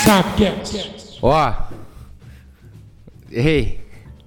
SacaCast. Ó. Ei.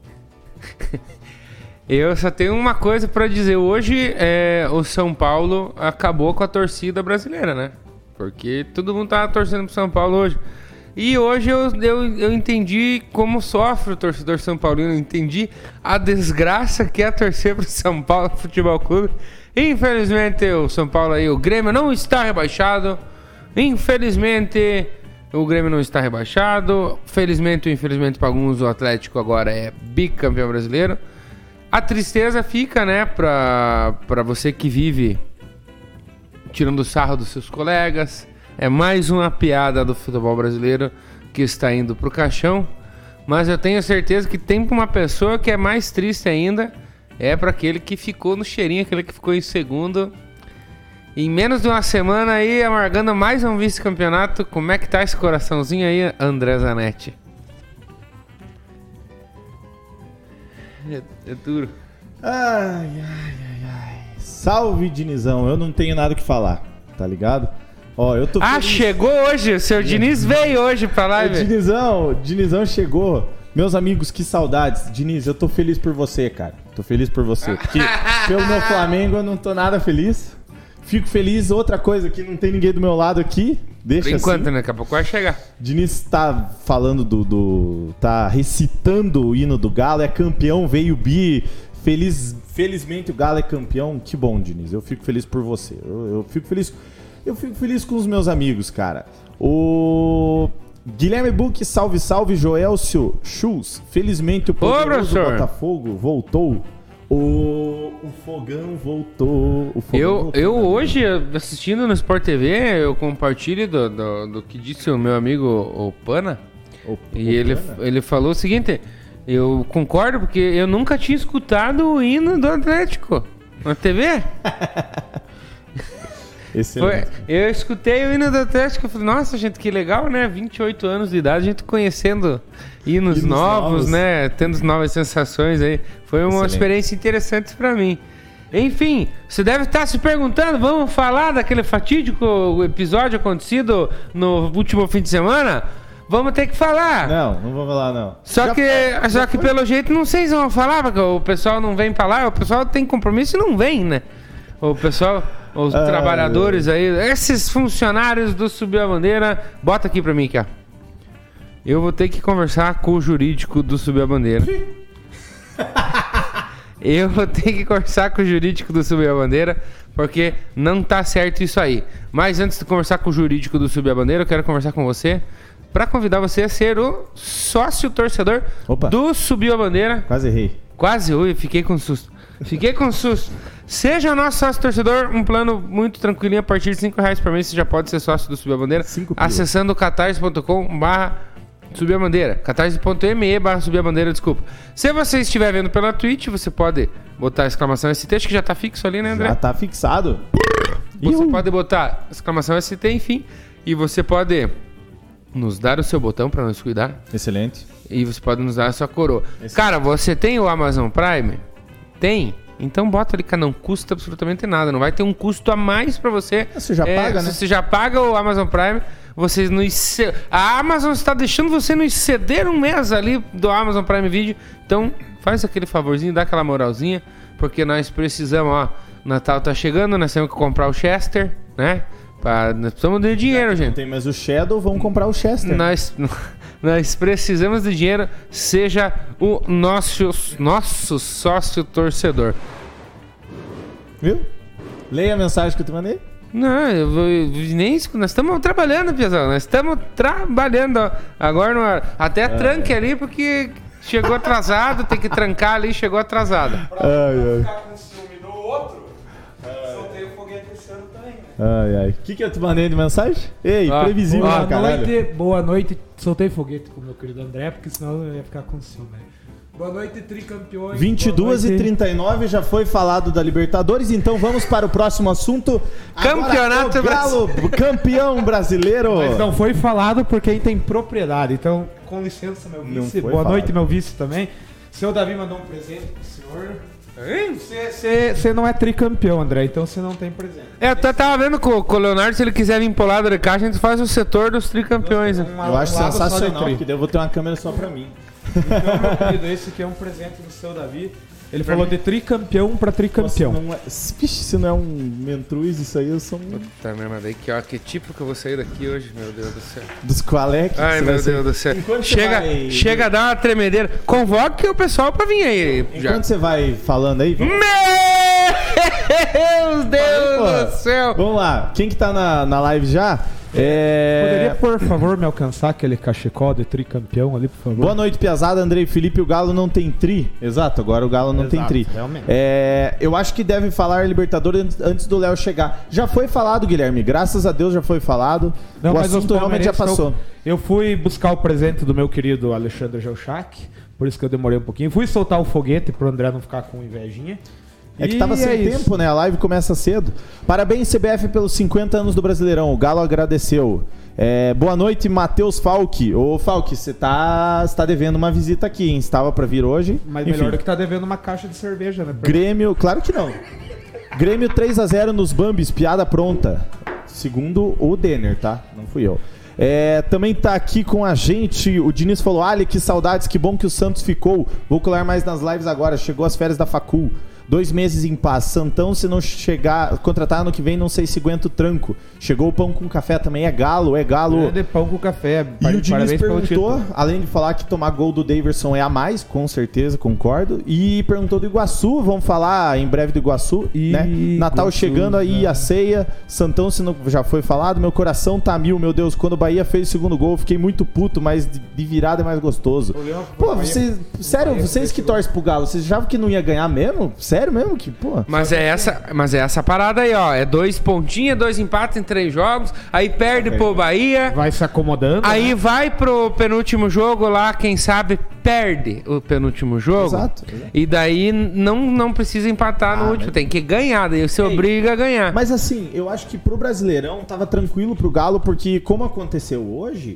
Eu só tenho uma coisa pra dizer. Hoje, o São Paulo acabou com a torcida brasileira, né? Porque todo mundo tava torcendo pro São Paulo hoje. E hoje eu entendi como sofre o torcedor São Paulino. Entendi a desgraça que é torcer pro São Paulo Futebol Clube. Infelizmente, o São Paulo aí, o Grêmio não está rebaixado. Infelizmente, o Grêmio não está rebaixado. Felizmente ou infelizmente para alguns, o Atlético agora é bicampeão brasileiro. A tristeza fica, né, pra você que vive tirando sarro dos seus colegas. É mais uma piada do futebol brasileiro que está indo pro caixão. Mas eu tenho certeza que tem uma pessoa que é mais triste ainda. É para aquele que ficou no cheirinho, aquele que ficou em segundo. Em menos de uma semana aí, amargando mais um vice-campeonato. Como é que tá esse coraçãozinho aí, André Zanetti? É duro. Ai. Salve, Dinizão. Eu não tenho nada o que falar, tá ligado? Ó, eu tô feliz. Chegou hoje. O seu Diniz veio hoje pra live. Dinizão chegou. Meus amigos, que saudades. Diniz, eu tô feliz por você, cara. Tô feliz por você. Porque pelo meu Flamengo eu não tô nada feliz. Fico feliz. Outra coisa, que não tem ninguém do meu lado aqui. Deixa por enquanto, assim. né? Daqui a pouco vai chegar. Diniz tá falando tá recitando o hino do Galo. É campeão, veio bi. Felizmente o Galo é campeão. Que bom, Diniz. Eu fico feliz por você. Eu fico feliz com os meus amigos, cara. O Guilherme Buck, salve, Joelcio Schultz. Felizmente o poderoso Botafogo voltou. O Fogão voltou. Eu hoje, assistindo no Sport TV, eu compartilho do que disse o meu amigo o Pana. Ele falou o seguinte: eu concordo, porque eu nunca tinha escutado o hino do Atlético na TV. Eu escutei o hino do Atlético e falei, nossa, gente, que legal, né? 28 anos de idade, a gente conhecendo hinos novos, né? Tendo novas sensações aí. Foi uma experiência interessante pra mim. Enfim, você deve estar se perguntando, vamos falar daquele fatídico episódio acontecido no último fim de semana? Vamos ter que falar. Não vou falar, não. Só que pelo jeito não sei se vão falar, porque o pessoal não vem pra lá, o pessoal tem compromisso e não vem, né? O pessoal, os trabalhadores aí, esses funcionários do Subiu a Bandeira, bota aqui pra mim, cara. Eu vou ter que conversar com o jurídico do Subiu a Bandeira. Eu vou ter que conversar com o jurídico do Subiu a Bandeira, porque não tá certo isso aí. Mas antes de conversar com o jurídico do Subiu a Bandeira, eu quero conversar com você para convidar você a ser o sócio torcedor do Subiu a Bandeira. Quase errei. Fiquei com susto. Seja nosso sócio torcedor, um plano muito tranquilinho, a partir de R$5 por mês você já pode ser sócio do Subiu a Bandeira, acessando catarse.com/Subiu a Bandeira, catarse.me/Subiu a Bandeira, desculpa. Se você estiver vendo pela Twitch, você pode botar exclamação ST, acho que já tá fixo ali, né, André? Já tá fixado. Você pode botar exclamação ST, enfim, e você pode nos dar o seu botão para nos cuidar. Excelente. E você pode nos dar a sua coroa. Excelente. Cara, você tem o Amazon Prime? Tem? Então bota ali, cara, não custa absolutamente nada. Não vai ter um custo a mais pra você. Você já paga, né? Você já paga o Amazon Prime. A Amazon está deixando você não exceder um mês ali do Amazon Prime Video. Então faz aquele favorzinho, dá aquela moralzinha. Porque nós precisamos, ó. Natal tá chegando, nós temos que comprar o Chester, né? Nós precisamos de dinheiro, gente. Não tem mais o Shadow, vamos comprar o Chester. Nós precisamos de dinheiro. Seja o nosso sócio torcedor. Viu? Leia a mensagem que eu te mandei. Não, nem isso. Nós estamos trabalhando, Piazão. Nós estamos trabalhando. Ó. Agora, até tranque ali, porque chegou atrasado. Tem que trancar ali, chegou atrasado. Pra ficar com ciúme do outro, soltei o foguete esse ano também. O que eu te mandei de mensagem? Ei, previsível, caralho. Boa noite. Soltei foguete com o meu querido André, porque senão eu ia ficar com ciúme. Boa noite, tricampeões. 22h39, já foi falado da Libertadores, então vamos para o próximo assunto. Campeonato Brasileiro. Campeão brasileiro. Mas não foi falado por quem tem propriedade. Então, com licença, meu vice. Boa noite, meu vice também. O senhor Davi mandou um presente pro senhor. Você não é tricampeão, André, então você não tem presente. Eu tava vendo com o Leonardo, se ele quiser vir pro lado da caixa, a gente faz o setor dos tricampeões. Né? Eu acho lado só de sensacional, tri. porque daí eu vou ter uma câmera só pra mim. Então, meu querido, esse aqui é um presente do seu Davi. Ele falou de tricampeão pra tricampeão. Vixe, se não é um mentruz, isso aí eu sou um... Tá mesmo, daí que tipo que eu vou sair daqui hoje, meu Deus do céu. Dos qualé. Ai, meu Deus do céu. Enquanto você vai- Chega a dar uma tremedeira. Convoque o pessoal pra vir aí. Enquanto você vai falando aí, Meu Deus do céu. vamos lá. Quem que tá na live já? Poderia, por favor, me alcançar aquele cachecol de tricampeão ali, por favor? Boa noite, piazada. Andrei Felipe, o Galo não tem tri. Exato, agora o Galo não tem tri. Realmente. Eu acho que deve falar Libertadores antes do Léo chegar. Já foi falado, Guilherme. Graças a Deus já foi falado. Não, o mas assunto os realmente já palmeirenses, passou. Eu fui buscar o presente do meu querido Alexandre Geuchac, por isso que eu demorei um pouquinho. Fui soltar o foguete pro André não ficar com invejinha. É que tava sem isso. tempo, né? A live começa cedo. Parabéns, CBF, pelos 50 anos do Brasileirão. O Galo agradeceu. Boa noite, Matheus Falck. Ô, Falck, você tá devendo uma visita aqui, hein? Estava pra vir hoje. Mas Enfim. melhor do que tá devendo uma caixa de cerveja, né? Grêmio, claro que não. Grêmio 3-0 nos Bambis, piada pronta. Segundo o Denner, tá? Não fui eu. Também tá aqui com a gente, o Diniz falou, olha que saudades, que bom que o Santos ficou. Vou colar mais nas lives agora, chegou as férias da Facul. 2 meses em paz. Santão, se não chegar, contratar ano que vem, não sei se aguenta o tranco. Chegou o pão com café também, é Galo. É de pão com café. E o Diniz Parabéns pelo perguntou, título. além de falar que tomar gol do Daverson é a mais, com certeza, concordo. E perguntou do Iguaçu, vamos falar em breve do Iguaçu, né? Natal Iguaçu, chegando aí, a ceia. Santão, se não já foi falado, meu coração tá mil, meu Deus. Quando o Bahia fez o segundo gol, eu fiquei muito puto, mas de virada é mais gostoso. Pô, sério, vocês que torcem pro Galo, vocês achavam que não ia ganhar mesmo? Sério mesmo? Que, pô... Mas é essa parada aí, ó. É 2 pontinhos, 2 empates em 3 jogos. Aí perde pro Bahia. Vai se acomodando. Aí né? vai pro penúltimo jogo lá, quem sabe perde o penúltimo jogo. Exato. E daí não precisa empatar no último, tem que ganhar, daí você obriga a ganhar. Mas assim, eu acho que pro Brasileirão tava tranquilo pro Galo, porque como aconteceu hoje,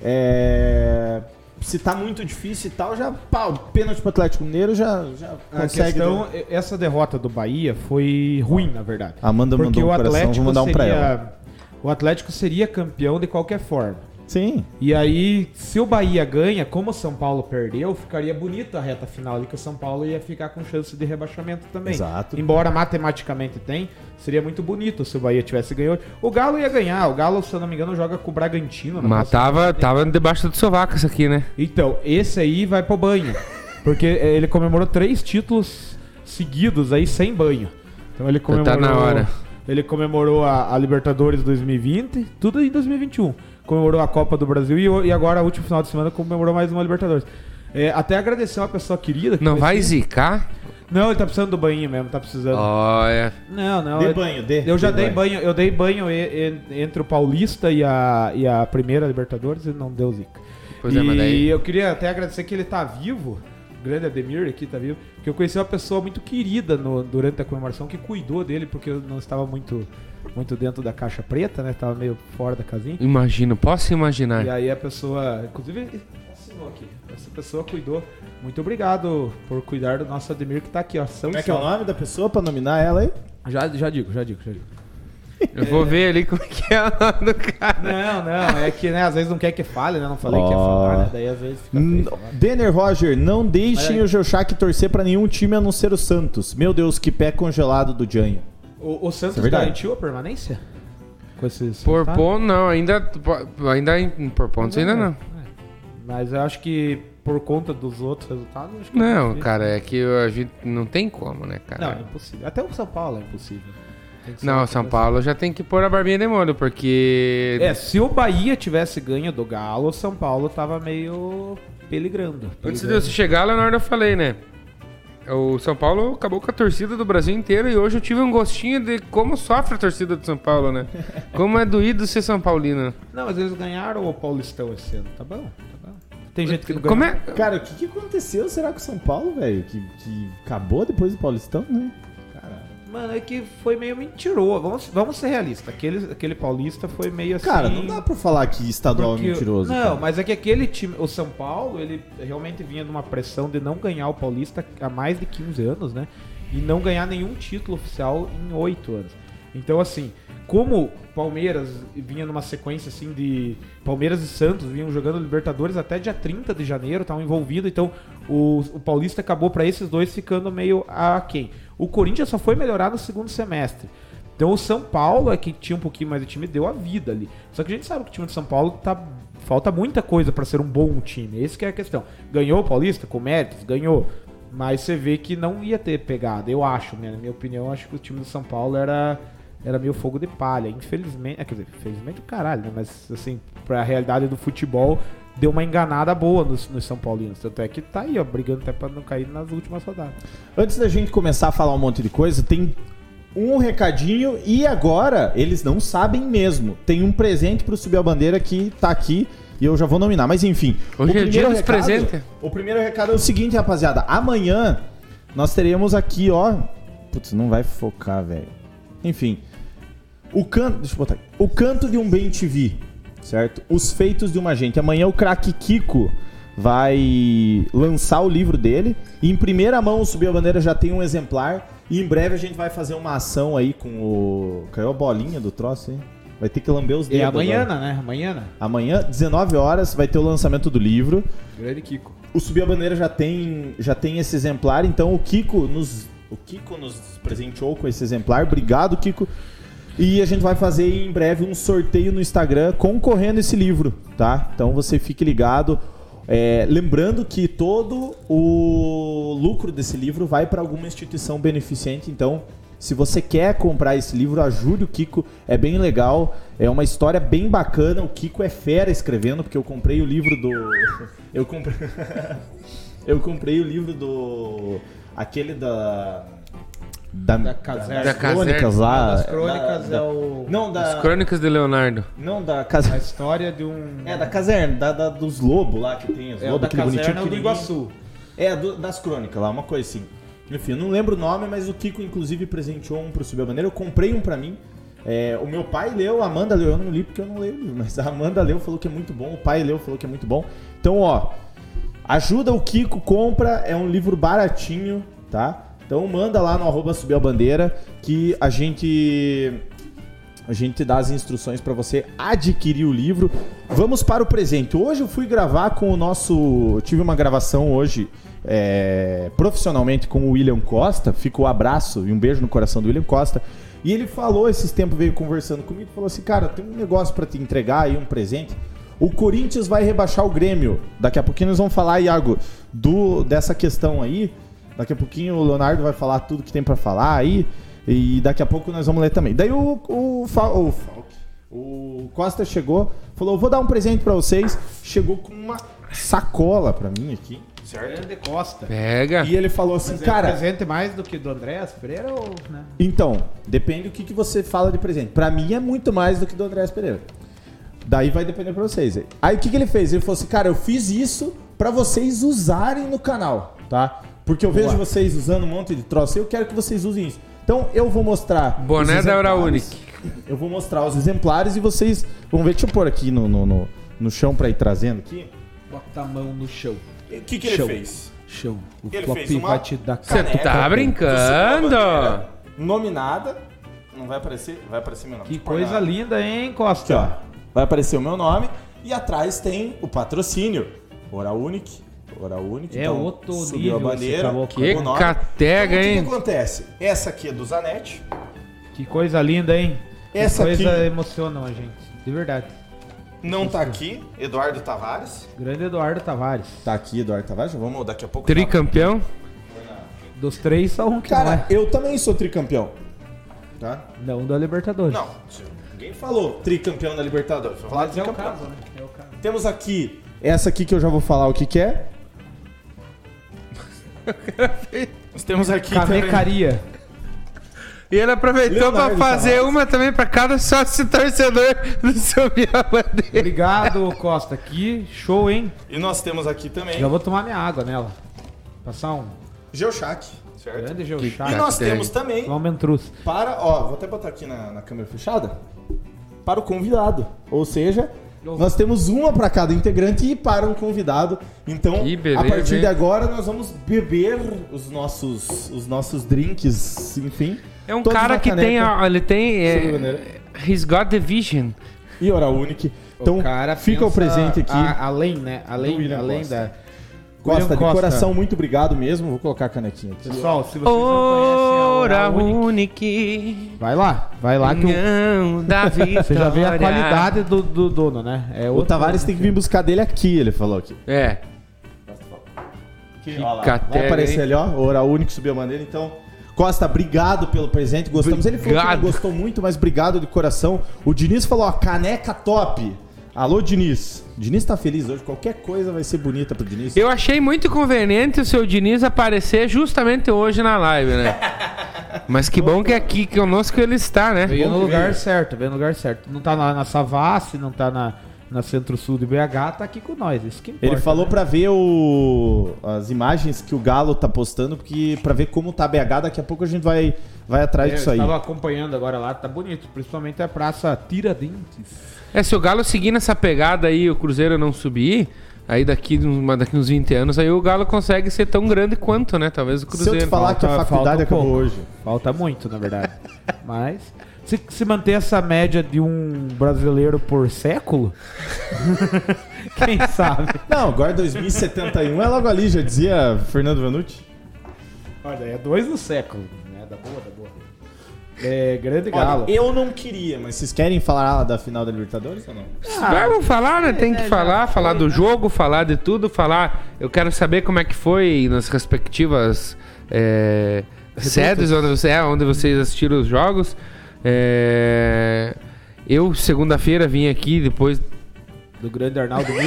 se tá muito difícil e tal, já pênalti pro Atlético Mineiro já A consegue. questão, essa derrota do Bahia foi ruim, na verdade. A Amanda Porque mandou o um coração, Atlético vou mandar um pra ela. o Atlético seria campeão de qualquer forma. Sim. E aí, se o Bahia ganha, como o São Paulo perdeu, ficaria bonita a reta final ali, que o São Paulo ia ficar com chance de rebaixamento também. Exato. Embora matematicamente tem, seria muito bonito se o Bahia tivesse ganhado. O Galo ia ganhar. O Galo, se eu não me engano, joga com o Bragantino. Mas tava debaixo do sovaco isso aqui, né? Então, esse aí vai pro banho. Porque ele comemorou 3 títulos seguidos aí sem banho. Então ele comemorou. Tá na hora. Ele comemorou a Libertadores 2020, tudo em 2021. Comemorou a Copa do Brasil e agora, o último final de semana, comemorou mais uma Libertadores. Até agradecer uma pessoa querida. Não vai zicar? Não, ele tá precisando do banho mesmo, tá precisando. Olha. Não. Dê banho, Eu já dei banho. Eu dei banho entre o Paulista e a primeira Libertadores e não deu zica. Pois é, mas daí... E eu queria até agradecer que ele tá vivo. O grande Ademir aqui tá vivo. Que eu conheci uma pessoa muito querida durante a comemoração que cuidou dele, porque eu não estava muito dentro da caixa preta, né? Tava meio fora da casinha. Imagino, posso imaginar. E aí a pessoa, inclusive, assinou aqui. Essa pessoa cuidou. Muito obrigado por cuidar do nosso Ademir que tá aqui, ó. Como é que é o nome da pessoa pra nominar ela aí? Já digo. Eu vou ver ali como é que é o nome do cara. Não, é que, né, às vezes não quer que fale, né? Não falei que ia falar, né? Daí às vezes fica feio falar. Denner Roger, não deixem o Geuchac torcer pra nenhum time a não ser o Santos. Meu Deus, que pé congelado do Gianni. O Santos verdade. garantiu a permanência? Com esses Por resultados? ponto, não. Ainda por pontos ainda não. Mas eu acho que por conta dos outros resultados, acho que é Não, difícil. cara, é que a gente não tem como, né, Não, cara? é impossível. Até o São Paulo é impossível. Tem que ser Não, uma o São coisa Paulo já tem que pôr a barbinha de molho, porque... assim. Se o Bahia tivesse ganho do Galo, o São Paulo tava meio peligrando. Antes de você chegar, Leonardo, eu falei, né? O São Paulo acabou com a torcida do Brasil inteiro e hoje eu tive um gostinho de como sofre a torcida do São Paulo, né? Como é doído ser São Paulino. Não, mas eles ganharam o Paulistão esse ano. Tá bom. Tem gente que não Como ganhou. é? Cara, o que aconteceu, será, com o São Paulo, velho? Que acabou depois do Paulistão, né? Mano, é que foi meio mentiroso. Vamos ser realistas. Aquele Paulista foi meio assim... Cara, não dá pra falar que estadual é porque- mentiroso. Não, cara. mas é que aquele time, o São Paulo, ele realmente vinha de uma pressão de não ganhar o Paulista há mais de 15 anos, né? e não ganhar nenhum título oficial em 8 anos. Então, assim, como Palmeiras vinha numa sequência assim de... Palmeiras e Santos vinham jogando Libertadores até dia 30 de janeiro, estavam envolvidos, então o Paulista acabou para esses dois ficando meio aquém. O Corinthians só foi melhorar no segundo semestre. Então o São Paulo, que tinha um pouquinho mais de time, deu a vida ali. Só que a gente sabe que o time de São Paulo falta muita coisa para ser um bom time. Essa que é a questão. Ganhou o Paulista com méritos? Ganhou. Mas você vê que não ia ter pegada. Eu acho, na minha opinião, acho que o time do São Paulo era meio fogo de palha. Infelizmente, quer dizer, infelizmente o caralho, né? Mas assim, pra realidade do futebol, deu uma enganada boa nos São Paulinos. Tanto é que tá aí, ó, brigando até pra não cair nas últimas rodadas. Antes da gente começar a falar um monte de coisa, tem um recadinho e agora eles não sabem mesmo. Tem um presente pro Subir a Bandeira que tá aqui e eu já vou nominar. Mas enfim, hoje é dia dos presentes. O primeiro recado é o seguinte, rapaziada. Amanhã nós teremos aqui, ó... Putz, não vai focar, velho. Enfim... Deixa eu botar aqui. O Canto de um Bem TV, certo? Os Feitos de uma Gente. Amanhã o craque Kiko vai lançar o livro dele. E em primeira mão o Subir a Bandeira já tem um exemplar. E em breve a gente vai fazer uma ação aí com o... Caiu a bolinha do troço, hein? Vai ter que lamber os dedos. E amanhã, agora. né? Amanhã, 19 horas, vai ter o lançamento do livro. Grande Kiko. O Subir a Bandeira já tem esse exemplar. Então o Kiko nos presenteou com esse exemplar. Obrigado, Kiko. E a gente vai fazer em breve um sorteio no Instagram concorrendo esse livro, tá? Então você fique ligado. Lembrando que todo o lucro desse livro vai para alguma instituição beneficente. Então, se você quer comprar esse livro, ajude o Kiko. É bem legal. É uma história bem bacana. O Kiko é fera escrevendo, porque eu comprei o livro do... eu comprei o livro do... Aquele da Crônicas lá. Das Crônicas é o... Não, As Crônicas de Leonardo. Não, da A Caserna. história de um... Da Caserna, dos lobos lá que tem. Os o lobos, da aquele bonitinho Caserna é o do Iguaçu. Das Crônicas lá, uma coisa assim. Enfim, eu não lembro o nome, mas o Kiko inclusive presenteou um pro Subir a Bandeira. Eu comprei um pra mim. O meu pai leu, a Amanda leu. Eu não li porque eu não leio o livro, mas a Amanda leu, falou que é muito bom. O pai leu, falou que é muito bom. Então, ó, ajuda o Kiko, compra. É um livro baratinho, tá? Então manda lá no @subiabandeira que a gente dá as instruções para você adquirir o livro. Vamos para o presente. Hoje eu fui gravar com o nosso... Eu tive uma gravação hoje profissionalmente com o William Costa. Fica o abraço e um beijo no coração do William Costa. E ele falou, esses tempos veio conversando comigo, falou assim, cara, tem um negócio para te entregar aí, um presente. O Corinthians vai rebaixar o Grêmio. Daqui a pouquinho nós vamos falar, Iago, dessa questão aí. Daqui a pouquinho o Leonardo vai falar tudo que tem pra falar aí. E daqui a pouco nós vamos ler também. Daí o Costa chegou, falou, vou dar um presente pra vocês. Chegou com uma sacola pra mim aqui. Certo? Grande Costa. Pega. E ele falou assim, cara... presente mais do que do Andréas Pereira ou... Né? Então, depende do que você fala de presente. Pra mim é muito mais do que do Andréas Pereira. Daí vai depender pra vocês. Aí o que ele fez? Ele falou assim, cara, eu fiz isso pra vocês usarem no canal, tá? Porque eu vejo vocês usando um monte de troço e eu quero que vocês usem isso. Então eu vou mostrar... Boné da Eurounic. Eu vou mostrar os exemplares e vocês vão ver. Deixa eu pôr aqui no chão pra ir trazendo aqui. Bota a mão no chão. O que ele fez? Chão. O Ele Flop fez uma vai te dar Você tá brincando? Nominada. Não vai aparecer? Vai aparecer meu nome. Que coisa linda, hein, Costa? Aqui, ó. Vai aparecer o meu nome. E atrás tem o patrocínio. Eurounic. Então, outro subiu nível a bandeira. Que catega, hein? O que acontece? Essa aqui é do Zanetti. Que coisa linda, hein? Essa que coisa aqui emociona a gente. De verdade. não tá aqui. Eduardo Tavares. Grande Eduardo Tavares. Tá aqui, Eduardo Tavares. Vamos daqui a pouco. Tricampeão? Dos três, só um que não Cara, é. eu também sou tricampeão. Tá? Não da Libertadores. Não, ninguém falou tricampeão da Libertadores. Foi falar Mas é o tricampeão. caso, né? É o caso. Temos aqui, essa aqui que eu já vou falar o que que é. Nós temos aqui também. Canecaria. E ele aproveitou Leonardo pra fazer Tavares. uma também pra cada sócio torcedor do Subir a Bandeira. Obrigado, Costa. Que show, hein? E nós temos aqui também Já vou tomar minha água nela. Passar um Geochac, certo? grande E geochac. nós Tem. temos também Valmentruz. para, ó, vou até botar aqui na câmera fechada, para o convidado. Ou seja, Nós temos uma para cada integrante e para um convidado. Então, Que beleza, a partir hein? de agora, nós vamos beber os nossos drinks, enfim. É um todos cara na que tem, caneca. ele tem, Sob maneira. he's got the vision. E hora única. Então, O cara fica o pensa presente aqui. Além, né? do Além William Costa. da... Costa, William de coração, muito obrigado mesmo. Vou colocar a canequinha aqui. Pessoal, se vocês não conhecem a Ora Hora Única, única. vai lá que Não, da você já vê a vitória. qualidade do dono, né? É O Tavares tem que vir buscar dele aqui, ele falou aqui. É. Aqui, ó lá. catega, Vai aparecer hein? ali, ó. Hora única, subiu a bandeira. Então, Costa, obrigado pelo presente. Gostamos. Ele falou que Obrigado. não gostou muito, mas obrigado de coração. O Diniz falou, ó, caneca top. Alô, Diniz. O Diniz tá feliz hoje. Qualquer coisa vai ser bonita pro Diniz. Eu achei muito conveniente o seu Diniz aparecer justamente hoje na live, né? Mas que bom que aqui conosco ele está, né? Veio no que lugar veio. certo, veio no lugar certo. Não tá na Savassi, não tá na Centro-Sul de BH, tá aqui com nós. Isso que importa. Ele falou né? pra ver as imagens que o Galo tá postando, porque pra ver como tá BH, daqui a pouco a gente vai atrás disso aí. Eu tava acompanhando agora lá, tá bonito. Principalmente a Praça Tiradentes. Se o Galo seguir nessa pegada aí, o Cruzeiro não subir, aí daqui uns 20 anos, aí o Galo consegue ser tão grande quanto, né? Talvez o Se eu Cruzeiro. te falar que a Falta- faculdade falta um acabou pouco. hoje. Falta muito, na verdade. Mas, se manter essa média de um brasileiro por século, quem sabe? Não, agora 2071 é logo ali, já dizia Fernando Vanucci. Olha, é 2 no século, né? Da boa. É, grande Olha, Galo. eu não queria, mas vocês querem falar da final da Libertadores ou não? Vamos falar, né? Tem que já falar foi, do né? jogo, falar de tudo, falar. Eu quero saber como é que foi nas respectivas sedes onde vocês assistiram os jogos. Eu, segunda-feira, vim aqui depois Do grande Arnaldo Miller.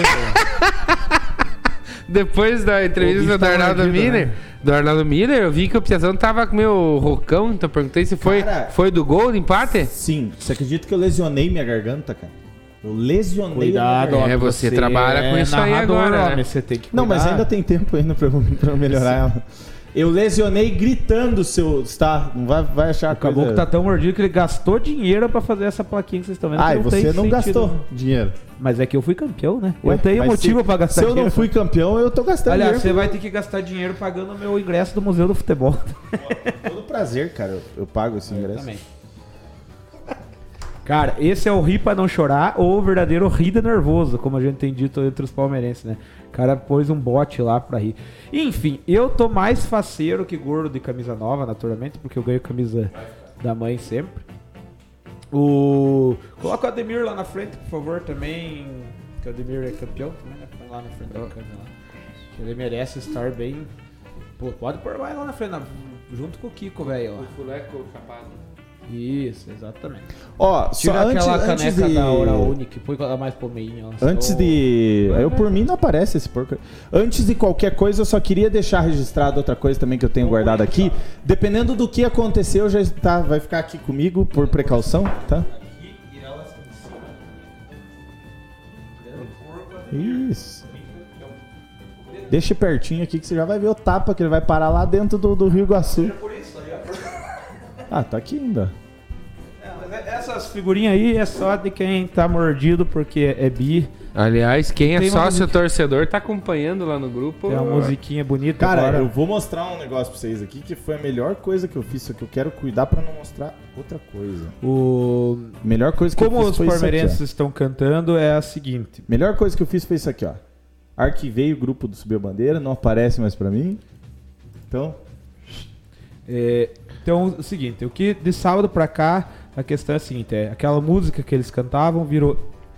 Depois da O entrevista bicho do tá Arnaldo mordido, Miller, né? eu vi que o Piazão tava com meu rocão, então perguntei se Cara, foi do gol, do empate? Sim, você acredita que eu lesionei minha garganta, cara? Eu lesionei Cuidado, a minha ó. garganta. Você trabalha com isso aí narrador, agora, né? homem, você tem que Não, mas cuidar. ainda tem tempo ainda pra eu melhorar ela. Eu lesionei gritando, tá? Não vai achar Acabou que tá tão mordido que ele gastou dinheiro pra fazer essa plaquinha que vocês estão vendo. Ah, que e você tem não sentido. gastou dinheiro. Mas é que eu fui campeão, né? Ué, eu tenho mas motivo se- pra gastar Se eu dinheiro. não fui campeão, eu tô gastando Aliás, você dinheiro. vai ter que gastar dinheiro pagando o meu ingresso do Museu do Futebol. Com todo prazer, cara. Eu pago esse ingresso. Também. Cara, esse é o rir pra não chorar ou o verdadeiro rir de nervoso, como a gente tem dito entre os palmeirenses, né? O cara pôs um bote lá pra rir. Enfim, eu tô mais faceiro que gordo de camisa nova, naturalmente, porque eu ganho camisa da mãe sempre. Coloca o Ademir lá na frente, por favor, também. Que o Ademir é campeão também, né? Põe lá na frente da câmera lá. Que ele merece estar bem. Pô, pode pôr mais lá na frente, junto com o Kiko, velho, ó. Fuleco chapado. Isso, exatamente. Ó, Tira só aquela antes caneca de... da Hora Única, põe ela mais pro meio. Antes de... Eu, por mim, não aparece esse porco. Antes de qualquer coisa, eu só queria deixar registrado outra coisa também que eu tenho guardado aqui. Dependendo do que aconteceu, já está... vai ficar aqui comigo por precaução, tá? Isso. Deixa pertinho aqui que você já vai ver o tapa que ele vai parar lá dentro do Rio Iguaçu. Ah, tá aqui ainda. Essas figurinhas aí é só de quem tá mordido porque é bi. Aliás, quem é Tem uma sócio música- torcedor tá acompanhando lá no grupo. É uma musiquinha bonita. Cara, agora. eu vou mostrar um negócio pra vocês aqui que foi a melhor coisa que eu fiz, só que eu quero cuidar pra não mostrar outra coisa. Melhor coisa que Como eu fiz os foi isso aqui, palmeirenses ó. estão cantando é a seguinte. Melhor coisa que eu fiz foi isso aqui, ó. Arquivei o grupo do Subiu Bandeira, não aparece mais pra mim. Então, Então, é o seguinte, o que de sábado pra cá, a questão é a seguinte, aquela música que eles cantavam virou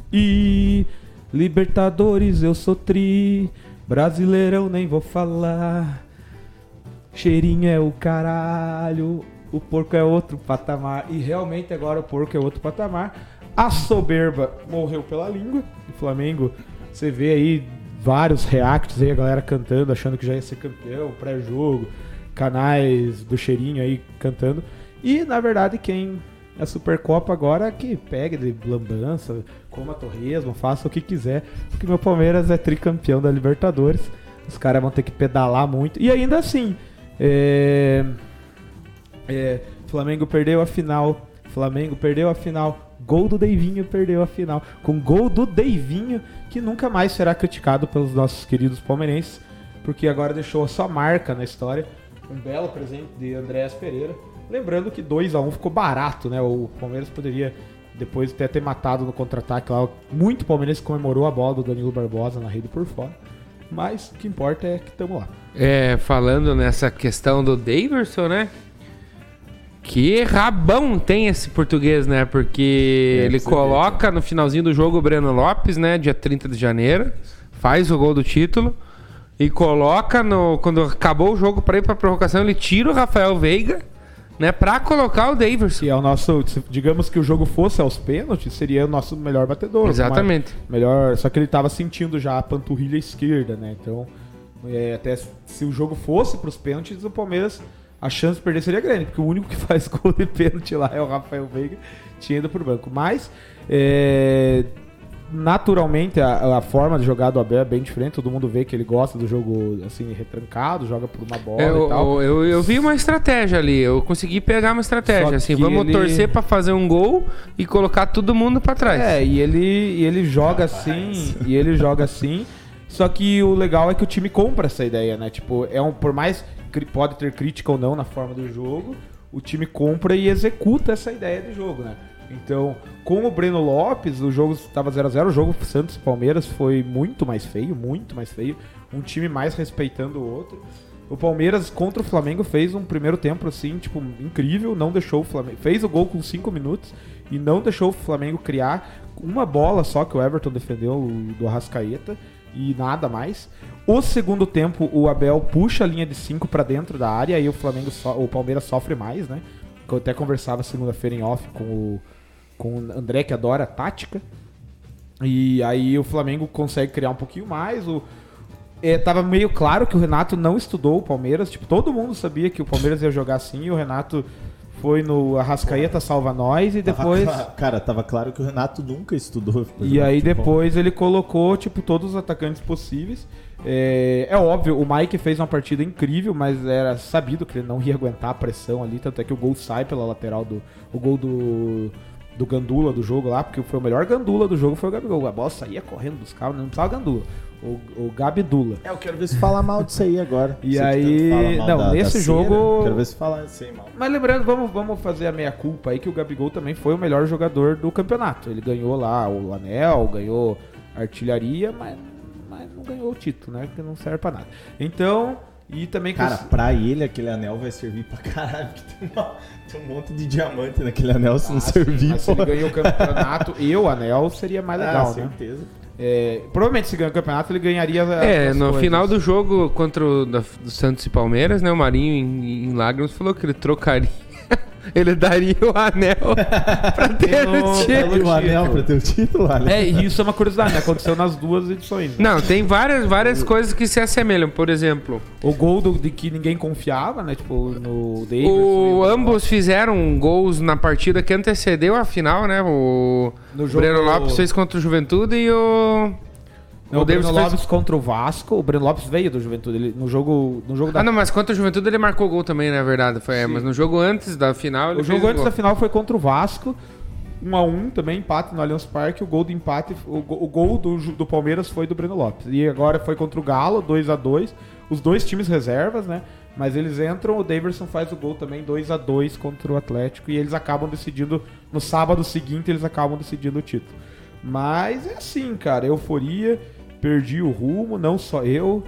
Libertadores, eu sou tri, Brasileirão nem vou falar, cheirinho é o caralho, o porco é outro patamar, e realmente agora o porco é outro patamar. A soberba morreu pela língua, o Flamengo, você vê aí vários reacts aí, a galera cantando, achando que já ia ser campeão, pré-jogo, canais do cheirinho aí cantando. E na verdade quem a Supercopa agora que pegue de lambança, coma torresmo, faça o que quiser, porque meu Palmeiras é tricampeão da Libertadores. Os caras vão ter que pedalar muito. E ainda assim, Flamengo perdeu a final. Gol do Deivinho perdeu a final. Com gol do Deivinho, que nunca mais será criticado pelos nossos queridos palmeirenses, porque agora deixou a sua marca na história. Um belo presente de Andréas Pereira. Lembrando que 2-1 ficou barato, né? O Palmeiras poderia, depois de ter matado no contra-ataque lá, muito palmeirense comemorou a bola do Danilo Barbosa na rede por fora. Mas o que importa é que estamos lá. Falando nessa questão do Daverson, né? Que rabão tem esse português, né? Porque ele coloca no finalzinho do jogo o Breno Lopes, né? Dia 30 de janeiro. Faz o gol do título. E coloca quando acabou o jogo para ir para provocação, ele tira o Rafael Veiga, né? Para colocar o Daverson. E é o nosso, digamos que o jogo fosse aos pênaltis, seria o nosso melhor batedor. Exatamente. Melhor, só que ele estava sentindo já a panturrilha esquerda, né? Então, até se o jogo fosse para os pênaltis, o Palmeiras, a chance de perder seria grande, porque o único que faz gol de pênalti lá é o Rafael Veiga, tinha ido pro banco. Mas, naturalmente, a forma de jogar do Abel é bem diferente. Todo mundo vê que ele gosta do jogo assim, retrancado, joga por uma bola e tal. Eu vi uma estratégia ali, eu consegui pegar uma estratégia, assim, vamos torcer pra fazer um gol e colocar todo mundo pra trás. E ele joga assim, só que o legal é que o time compra essa ideia, né? Tipo, por mais que pode ter crítica ou não na forma do jogo, o time compra e executa essa ideia de jogo, né? Então, com o Breno Lopes, o jogo estava 0-0, o jogo Santos e Palmeiras foi muito mais feio, um time mais respeitando o outro. O Palmeiras contra o Flamengo fez um primeiro tempo assim, tipo, incrível, não deixou o Flamengo, fez o gol com 5 minutos e não deixou o Flamengo criar uma bola só que o Everton defendeu do Arrascaeta e nada mais. O segundo tempo, o Abel puxa a linha de 5 para dentro da área e o Palmeiras sofre mais, né? Eu até conversava segunda-feira em off com o André, que adora a tática. E aí o Flamengo consegue criar um pouquinho mais. Tava meio claro que o Renato não estudou o Palmeiras. Tipo, todo mundo sabia que o Palmeiras ia jogar assim. E o Renato foi no Arrascaeta salva nós e depois... Tava claro que o Renato nunca estudou. E aí depois ele colocou, tipo, todos os atacantes possíveis. É óbvio, o Mike fez uma partida incrível, mas era sabido que ele não ia aguentar a pressão ali. Tanto é que o gol sai pela lateral o gol do Gandula do jogo lá, porque foi o melhor Gandula do jogo, foi o Gabigol. A bola saía correndo dos caras, não precisava Gandula. O Gabidula. Eu quero ver se fala mal disso aí agora. E aí, nesse jogo... Quero ver se fala isso aí mal. Mas lembrando, vamos fazer a meia-culpa aí, que o Gabigol também foi o melhor jogador do campeonato. Ele ganhou lá o anel, ganhou artilharia, mas não ganhou o título, né? Porque não serve pra nada. Então... E também cara, pra ele aquele anel vai servir pra caralho, porque tem um monte de diamante naquele anel se não servir. Mas se ele ganhou o campeonato e o anel, seria mais legal, né? Certeza. Provavelmente se ganhar o campeonato ele ganharia no final do jogo contra do Santos e Palmeiras, né? O Marinho em lágrimas falou que ele trocaria. Ele daria o anel pra ter o título. O anel pra ter o título, e isso é uma curiosidade, né? Aconteceu nas duas edições. Né? Não, tem várias coisas que se assemelham. Por exemplo, o gol de que ninguém confiava, né? Tipo, no Davidson. Ambos fizeram gols na partida que antecedeu a final, né? O Breno Lopes fez contra o Juventude e o Breno Lopes contra o Vasco. O Breno Lopes veio do Juventude. Ele, no jogo da... não, mas contra o Juventude ele marcou gol também, na verdade. Mas no jogo antes da final... O jogo antes da final foi contra o Vasco. 1-1 também, empate no Allianz Parque. O gol do empate, o gol do Palmeiras foi do Breno Lopes. E agora foi contra o Galo, 2-2. Os dois times reservas, né? Mas eles entram, o Daverson faz o gol também, 2-2 contra o Atlético. E eles acabam decidindo, no sábado seguinte, eles acabam decidindo o título. Mas é assim, cara, euforia... Perdi o rumo, não só eu.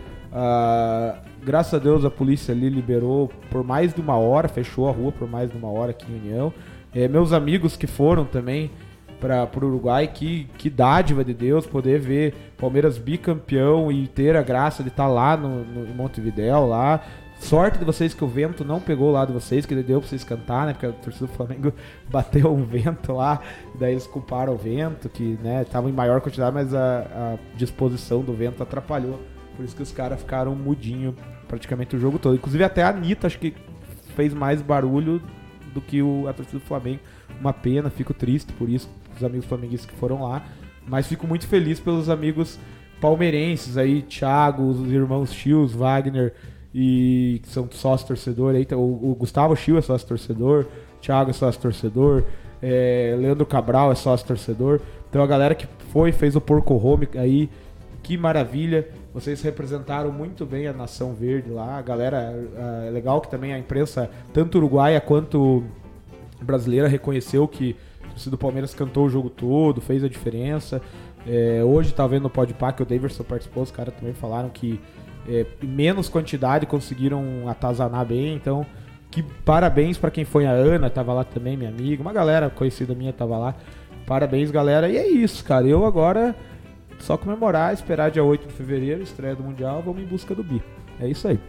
Graças a Deus a polícia ali liberou por mais de 1 hora, fechou a rua por mais de 1 hora aqui em União. Meus amigos que foram também para o Uruguai, que dádiva de Deus poder ver Palmeiras bicampeão e ter a graça de estar lá em Montevidéu, lá. Sorte de vocês que o vento não pegou lá de vocês, que deu pra vocês cantar, né? Porque a torcida do Flamengo bateu um vento lá, daí eles culparam o vento, que, né, tava em maior quantidade, mas a disposição do vento atrapalhou. Por isso que os caras ficaram mudinho praticamente o jogo todo. Inclusive até a Anitta, acho que fez mais barulho do que a torcida do Flamengo. Uma pena, fico triste por isso, os amigos flamenguistas que foram lá. Mas fico muito feliz pelos amigos palmeirenses aí, Thiago, os irmãos Chios, Wagner... E que são sócio torcedor aí, o Gustavo Schill é sócio torcedor, Thiago é sócio torcedor, Leandro Cabral é sócio torcedor. Então a galera que fez o Porco Home aí, que maravilha. Vocês representaram muito bem a Nação Verde lá. A galera, é legal que também a imprensa, tanto uruguaia quanto brasileira, reconheceu que o torcedor do Palmeiras cantou o jogo todo, fez a diferença. Hoje tá vendo no Podpah que o Daverson participou, os caras também falaram que em menos quantidade conseguiram atazanar bem, então que parabéns pra quem foi. A Ana tava lá também, minha amiga, uma galera conhecida minha tava lá. Parabéns, galera, e é isso, cara. Eu agora só comemorar, esperar dia 8 de fevereiro, estreia do Mundial, vamos em busca do bi. É isso aí.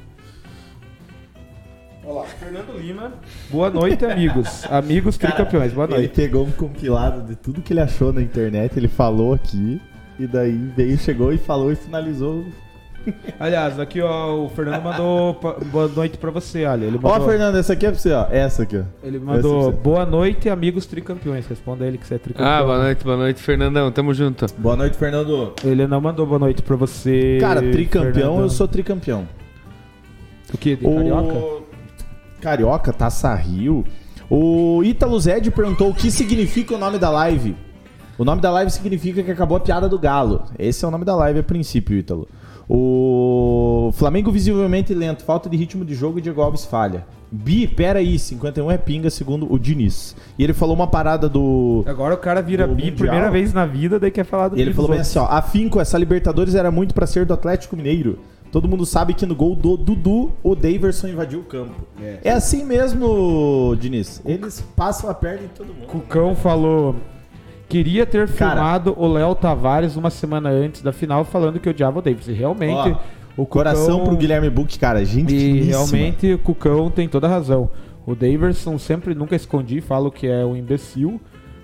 Olá, Fernando Lima. Boa noite, amigos. Amigos tricampeões, boa noite. Ele pegou um compilado de tudo que ele achou na internet, ele falou aqui, e daí chegou e falou e finalizou. Aliás, aqui ó, o Fernando mandou boa noite pra você, olha. Ele mandou, Ó, Fernando, essa aqui é pra você, ó. Essa aqui, ó. Ele mandou boa noite, amigos tricampeões. Responda ele que você é tricampeão. Boa noite, Fernandão. Tamo junto. Boa noite, Fernando. Ele não mandou boa noite pra você. Cara, tricampeão, Fernando. eu sou tricampeão. O que? De Carioca? Carioca, Taça Rio. O Ítalo Zed perguntou o que significa o nome da live. O nome da live significa que acabou a piada do Galo. Esse é o nome da live a princípio, Ítalo. O Flamengo visivelmente lento, falta de ritmo de jogo e Diego Alves falha. Bi, peraí, 51 é pinga, segundo o Diniz. E ele falou uma parada do... Agora o cara vira bi, Mundial. primeira vez na vida, daí quer falar do E ele falou bem assim, ó, afinco, essa Libertadores era muito pra ser do Atlético Mineiro. Todo mundo sabe que no gol do Dudu, o Daverson invadiu o campo. É assim mesmo, Diniz. Eles passam a perna em todo mundo. Cucão falou... Queria ter filmado o Léo Tavares uma semana antes da final falando que odiava o Davis. E realmente... Ó, o Cucão, coração pro Guilherme Buck, cara. Gente e finíssima. realmente o Cucão tem toda a razão. O Daverson nunca escondi, falo que é um imbecil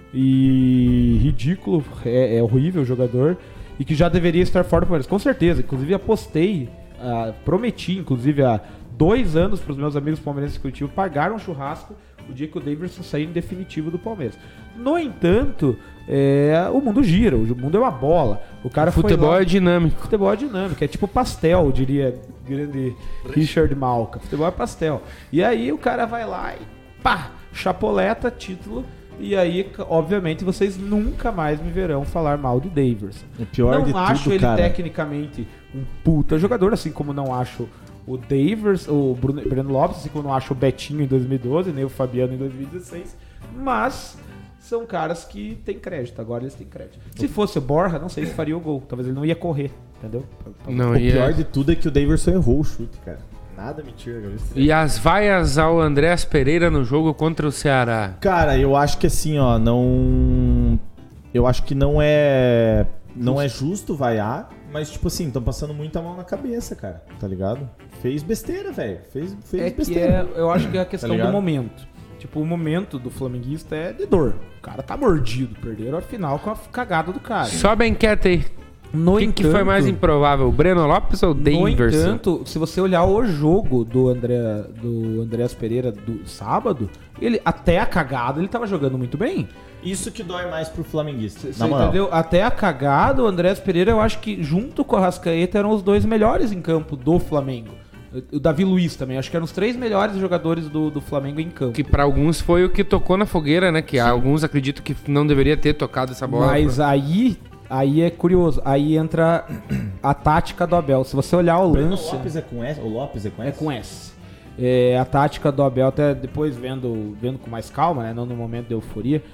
e ridículo, é horrível o jogador e que já deveria estar fora do Palmeiras. Com certeza, inclusive apostei, prometi inclusive há 2 anos para os meus amigos palmeirenses de Curitiba pagar um churrasco o dia que o Daverson sair em definitivo do Palmeiras. No entanto, o mundo gira, o mundo é uma bola. O cara Futebol é dinâmico. Futebol é dinâmico, é tipo pastel, diria grande Richard Malca. Futebol é pastel. E aí o cara vai lá e pá, chapoleta, título. E aí, obviamente, vocês nunca mais me verão falar mal do Daverson. O pior não de acho tudo, ele cara, tecnicamente um puta jogador, assim como não acho o Daverson, o Breno Lopes, assim como não acho o Betinho em 2012, nem o Fabiano em 2016. Mas são caras que têm crédito, agora eles têm crédito. Se fosse o Borja, não sei se faria o gol. Talvez ele não ia correr, entendeu? Não o ia. pior de tudo é que o Daverson errou o chute, cara. Nada mentira, galera. E as vaias ao Andréas Pereira no jogo contra o Ceará? Cara, eu acho que assim, ó, não... Eu acho que não é justo vaiar, mas tipo assim, estão passando muita mão na cabeça, cara, tá ligado? Fez besteira, velho. Fez besteira. Eu acho que é a questão Tá do momento. Tipo, o momento do flamenguista é de dor. O cara tá mordido, perderam a final com a cagada do cara. Sobe a enquete aí. Quem que foi mais improvável, o Breno Lopes ou o Daverson? No entanto, se você olhar o jogo do Andréas Pereira do sábado, ele até a cagada ele tava jogando muito bem. Isso que dói mais pro flamenguista. Você entendeu? Até a cagada, o Andréas Pereira, eu acho que junto com o Arrascaeta eram os 2 melhores em campo do Flamengo. O Davi Luiz também, acho que eram os 3 melhores jogadores do Flamengo em campo. Que pra alguns foi o que tocou na fogueira, né? Que alguns acreditam que não deveria ter tocado essa bola. Mas aí é curioso, aí entra a tática do Abel. Se você olhar o lance... O Lopes é com S? O Lopes é com S? É com S. A tática do Abel, até depois vendo com mais calma, né? Não no momento de euforia.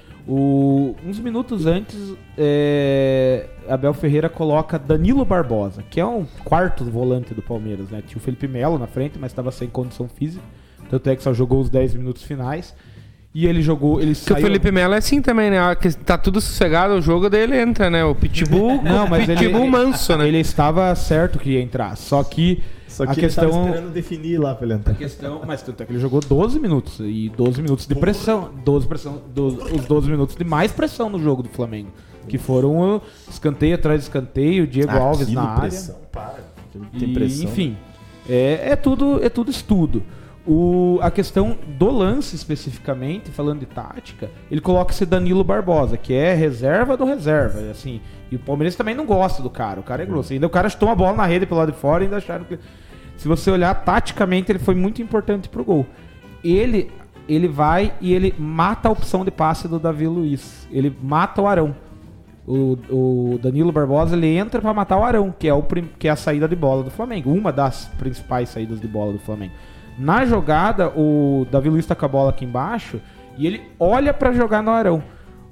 Uns minutos antes, Abel Ferreira coloca Danilo Barbosa, que é um quarto volante do Palmeiras, né? Tinha o Felipe Melo na frente, mas estava sem condição física. Tanto é que só jogou os 10 minutos finais. E ele jogou, ele saiu... o Felipe Melo é assim também, né? Que tá tudo sossegado o jogo, daí ele entra, né? O Pitbull, Não, mas Pitbull manso, né? Ele estava certo que ia entrar, só que a ele questão... tava esperando definir lá pra ele entrar. Mas tanto é que ele jogou 12 minutos, e 12 minutos de pressão, os 12 minutos de mais pressão no jogo do Flamengo, que foram escanteio atrás de escanteio, Diego Alves na área. Pressão, para. Tem pressão. Enfim, é tudo estudo. A questão do lance especificamente, falando de tática, ele coloca esse Danilo Barbosa, que é reserva do reserva, assim, e o Palmeiras também não gosta do cara, o cara é grosso. Ainda o cara chutou uma bola na rede pelo lado de fora e ainda acharam que... Se você olhar taticamente, ele foi muito importante pro gol. Ele ele vai e ele mata a opção de passe do Davi Luiz. Ele mata o Arão. O Danilo Barbosa, ele entra pra matar o Arão, que é a saída de bola do Flamengo. Uma das principais saídas de bola do Flamengo. Na jogada, o Davi Luiz tá com a bola aqui embaixo e ele olha pra jogar no Arão.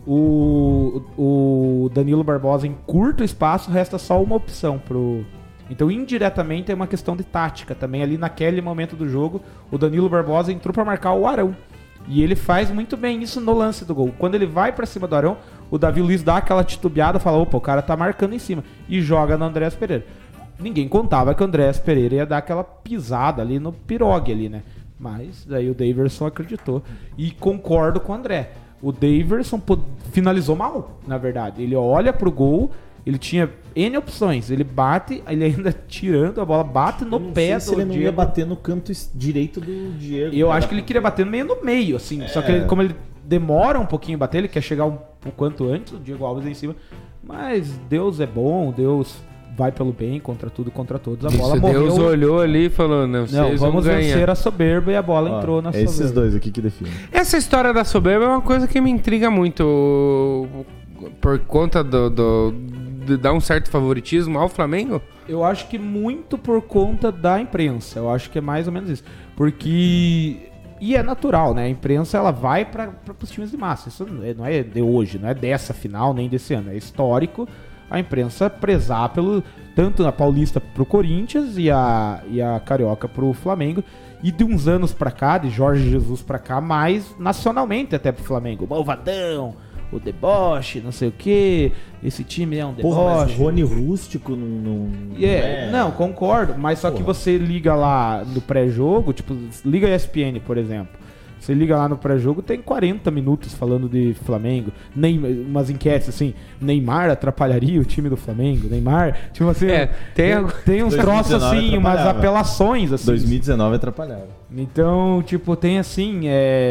O Danilo Barbosa encurta o espaço, resta só uma opção pro... Então, indiretamente, é uma questão de tática também. Ali naquele momento do jogo, o Danilo Barbosa entrou pra marcar o Arão. E ele faz muito bem isso no lance do gol. Quando ele vai pra cima do Arão, o Davi Luiz dá aquela titubeada, fala, opa, o cara tá marcando em cima. E joga no Andrés Pereira. Ninguém contava que o Andrés Pereira ia dar aquela pisada ali no pirogue ali, né? Mas daí o Daverson acreditou. E concordo com o André. O Daverson finalizou mal, na verdade. Ele olha pro gol, ele tinha N opções. Ele bate, ele ainda tirando a bola, bate no pé do se ele não Diego. ia bater no canto direito do Diego. Eu acho que ele queria bater meio no meio, assim. Só que como ele demora um pouquinho a bater, ele quer chegar o quanto antes, o Diego Alves em cima. Mas Deus é bom, Deus vai pelo bem, contra tudo, contra todos. A bola morreu. Deus olhou ali e falou, não, vocês vamos vão vencer ganhar. a soberba, e a bola entrou na soberba. Esses dois aqui que definem. Essa história da soberba é uma coisa que me intriga muito por conta de dar um certo favoritismo ao Flamengo. Eu acho que muito por conta da imprensa. Eu acho que é mais ou menos isso. Porque... E é natural, né? A imprensa, ela vai para os times de massa. Isso não é de hoje, não é dessa final, nem desse ano. É histórico a imprensa prezar tanto na Paulista pro Corinthians e a Carioca pro Flamengo. E de uns anos pra cá, de Jorge Jesus pra cá, mais nacionalmente até pro Flamengo. O malvadão, o deboche, não sei o que. Esse time é um deboche. Porra, mas o Rony Rústico não Não, concordo. Mas só que você liga lá no pré-jogo, tipo, liga a ESPN, por exemplo. Você liga lá no pré-jogo, tem 40 minutos falando de Flamengo. Umas enquetes assim, Neymar atrapalharia o time do Flamengo. Neymar, tipo assim, tem uns troços assim, umas apelações assim. 2019 atrapalhava. Então, tipo, tem assim,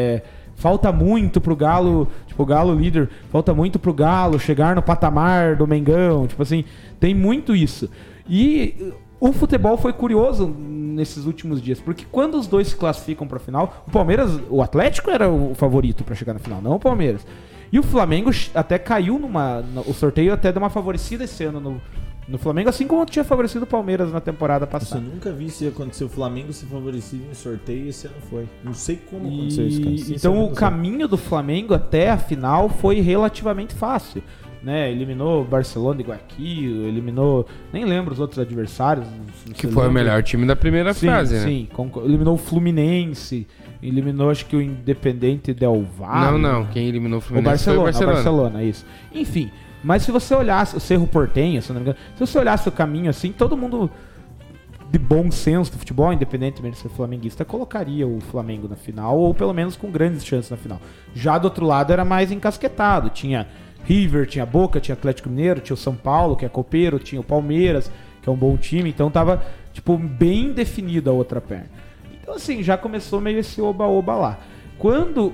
falta muito pro Galo, tipo, o Galo líder, falta muito pro Galo chegar no patamar do Mengão, tipo assim, tem muito isso. E o futebol foi curioso nesses últimos dias, porque quando os dois se classificam pra final, o Atlético era o favorito pra chegar na final, não o Palmeiras. E o Flamengo até caiu o sorteio até deu uma favorecida esse ano no Flamengo, assim como tinha favorecido o Palmeiras na temporada passada. Eu nunca vi isso acontecer. O Flamengo se favorecido em sorteio e esse ano foi. Não sei como aconteceu isso, cara. Então o caminho do Flamengo até a final foi relativamente fácil, né? Eliminou o Barcelona de Guayaquil, nem lembro os outros adversários. Que foi o melhor time da primeira fase, né? Sim, eliminou o Fluminense, eliminou acho que o Independente Del Valle. Não, quem eliminou o Fluminense foi o Barcelona. Barcelona, isso. Enfim, mas se você olhasse o Cerro Porteño, se não me engano, se você olhasse o caminho assim, todo mundo de bom senso do futebol, independentemente de ser flamenguista, colocaria o Flamengo na final, ou pelo menos com grandes chances na final. Já do outro lado era mais encasquetado, tinha River, tinha Boca, tinha Atlético Mineiro, tinha o São Paulo, que é copeiro, tinha o Palmeiras, que é um bom time, então tava, tipo, bem definida a outra perna. Então, assim, já começou meio esse oba-oba lá. Quando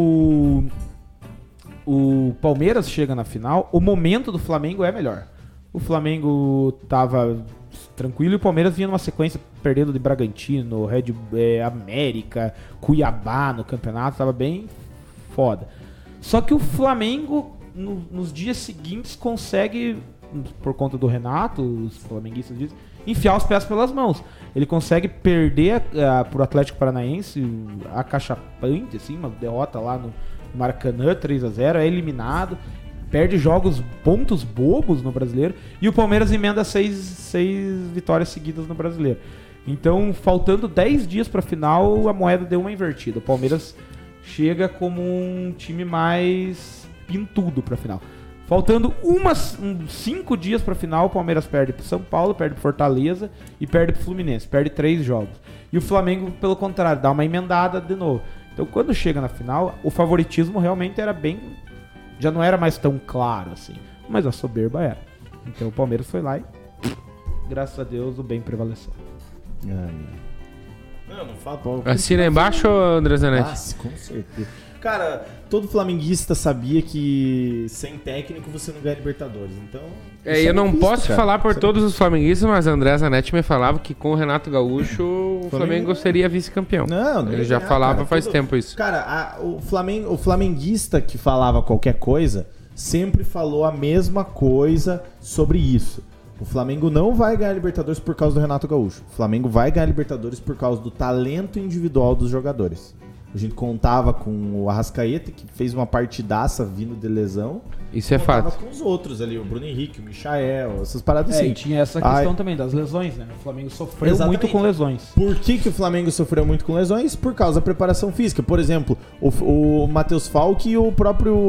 o Palmeiras chega na final, o momento do Flamengo é melhor. O Flamengo tava tranquilo e o Palmeiras vinha numa sequência perdendo de Bragantino, América, Cuiabá no campeonato, tava bem foda. Só que o Flamengo nos dias seguintes consegue, por conta do Renato, os flamenguistas dizem, enfiar os pés pelas mãos. Ele consegue perder pro Atlético Paranaense acachapante, assim, uma derrota lá no Maracanã, 3-0, é eliminado, perde pontos bobos no Brasileiro, e o Palmeiras emenda 6 vitórias seguidas no Brasileiro. Então, faltando 10 dias pra final, a moeda deu uma invertida. O Palmeiras chega como um time mais pintudo pra final. Faltando 5 dias pra final, o Palmeiras perde pro São Paulo, perde pro Fortaleza e perde pro Fluminense. Perde 3 jogos. E o Flamengo, pelo contrário, dá uma emendada de novo. Então, quando chega na final, o favoritismo realmente era já não era mais tão claro assim. Mas a soberba era. Então, o Palmeiras foi lá e, graças a Deus, o bem prevaleceu. Não fala. Assina embaixo, André Zanetti? Com certeza. cara, todo flamenguista sabia que sem técnico você não ganha Libertadores. Então. Eu não posso falar por todos os flamenguistas, mas André Zanetti me falava que com o Renato Gaúcho o Flamengo seria vice-campeão. Não ele já falava, cara, faz tempo isso. Cara, o flamenguista que falava qualquer coisa sempre falou a mesma coisa sobre isso. O Flamengo não vai ganhar Libertadores por causa do Renato Gaúcho. O Flamengo vai ganhar Libertadores por causa do talento individual dos jogadores. A gente contava com o Arrascaeta, que fez uma partidaça vindo de lesão. Isso é fato. Contava com os outros ali, o Bruno Henrique, o Michael, essas paradas assim. E tinha essa questão também das lesões, né? O Flamengo sofreu muito com lesões. Por que o Flamengo sofreu muito com lesões? Por causa da preparação física. Por exemplo, o Matheus Falck e o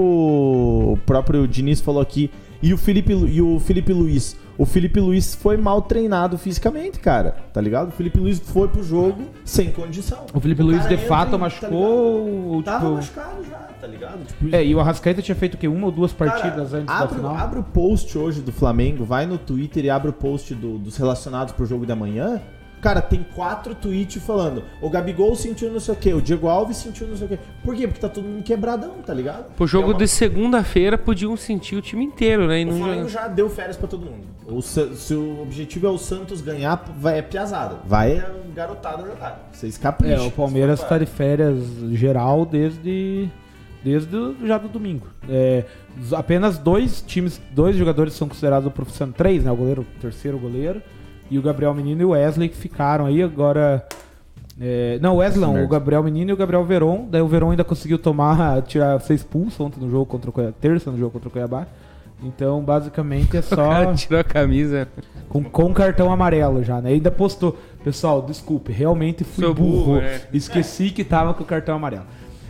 próprio Diniz falou aqui, e o Felipe Luiz. O Felipe Luiz foi mal treinado fisicamente, cara. Tá ligado? O Felipe Luiz foi pro jogo sem condição. O Felipe Luiz de fato machucou. Tá tava machucado já, tá ligado? Tipo, e o Arrascaeta tinha feito o quê? 1 ou 2 partidas antes da final? Abre o post hoje do Flamengo, vai no Twitter e abre o post dos relacionados pro jogo de amanhã. Cara, tem 4 tweets falando: o Gabigol sentiu não sei o quê, o Diego Alves sentiu não sei o quê. Por quê? Porque tá todo mundo quebradão, tá ligado? Pro jogo de segunda-feira podiam sentir o time inteiro, né? E o Flamengo já deu férias pra todo mundo. Se o objetivo é o Santos ganhar, é piazada. Vai a garotada jogar. Vocês capricham. O Palmeiras tá de férias geral desde já do domingo. Apenas 2 jogadores são considerados profissionais, 3, né? O terceiro goleiro. E o Gabriel Menino e o Wesley que ficaram aí agora. Não, o Wesley não, o Gabriel Menino e o Gabriel Veron. Daí o Veron ainda conseguiu ser expulso ontem no jogo contra o Cuiabá, terça no jogo contra o Cuiabá. Então, basicamente, é só. O cara tirou a camisa. Com cartão amarelo já, né? Ainda postou. Pessoal, desculpe, realmente fui burro. Esqueci que tava com o cartão amarelo.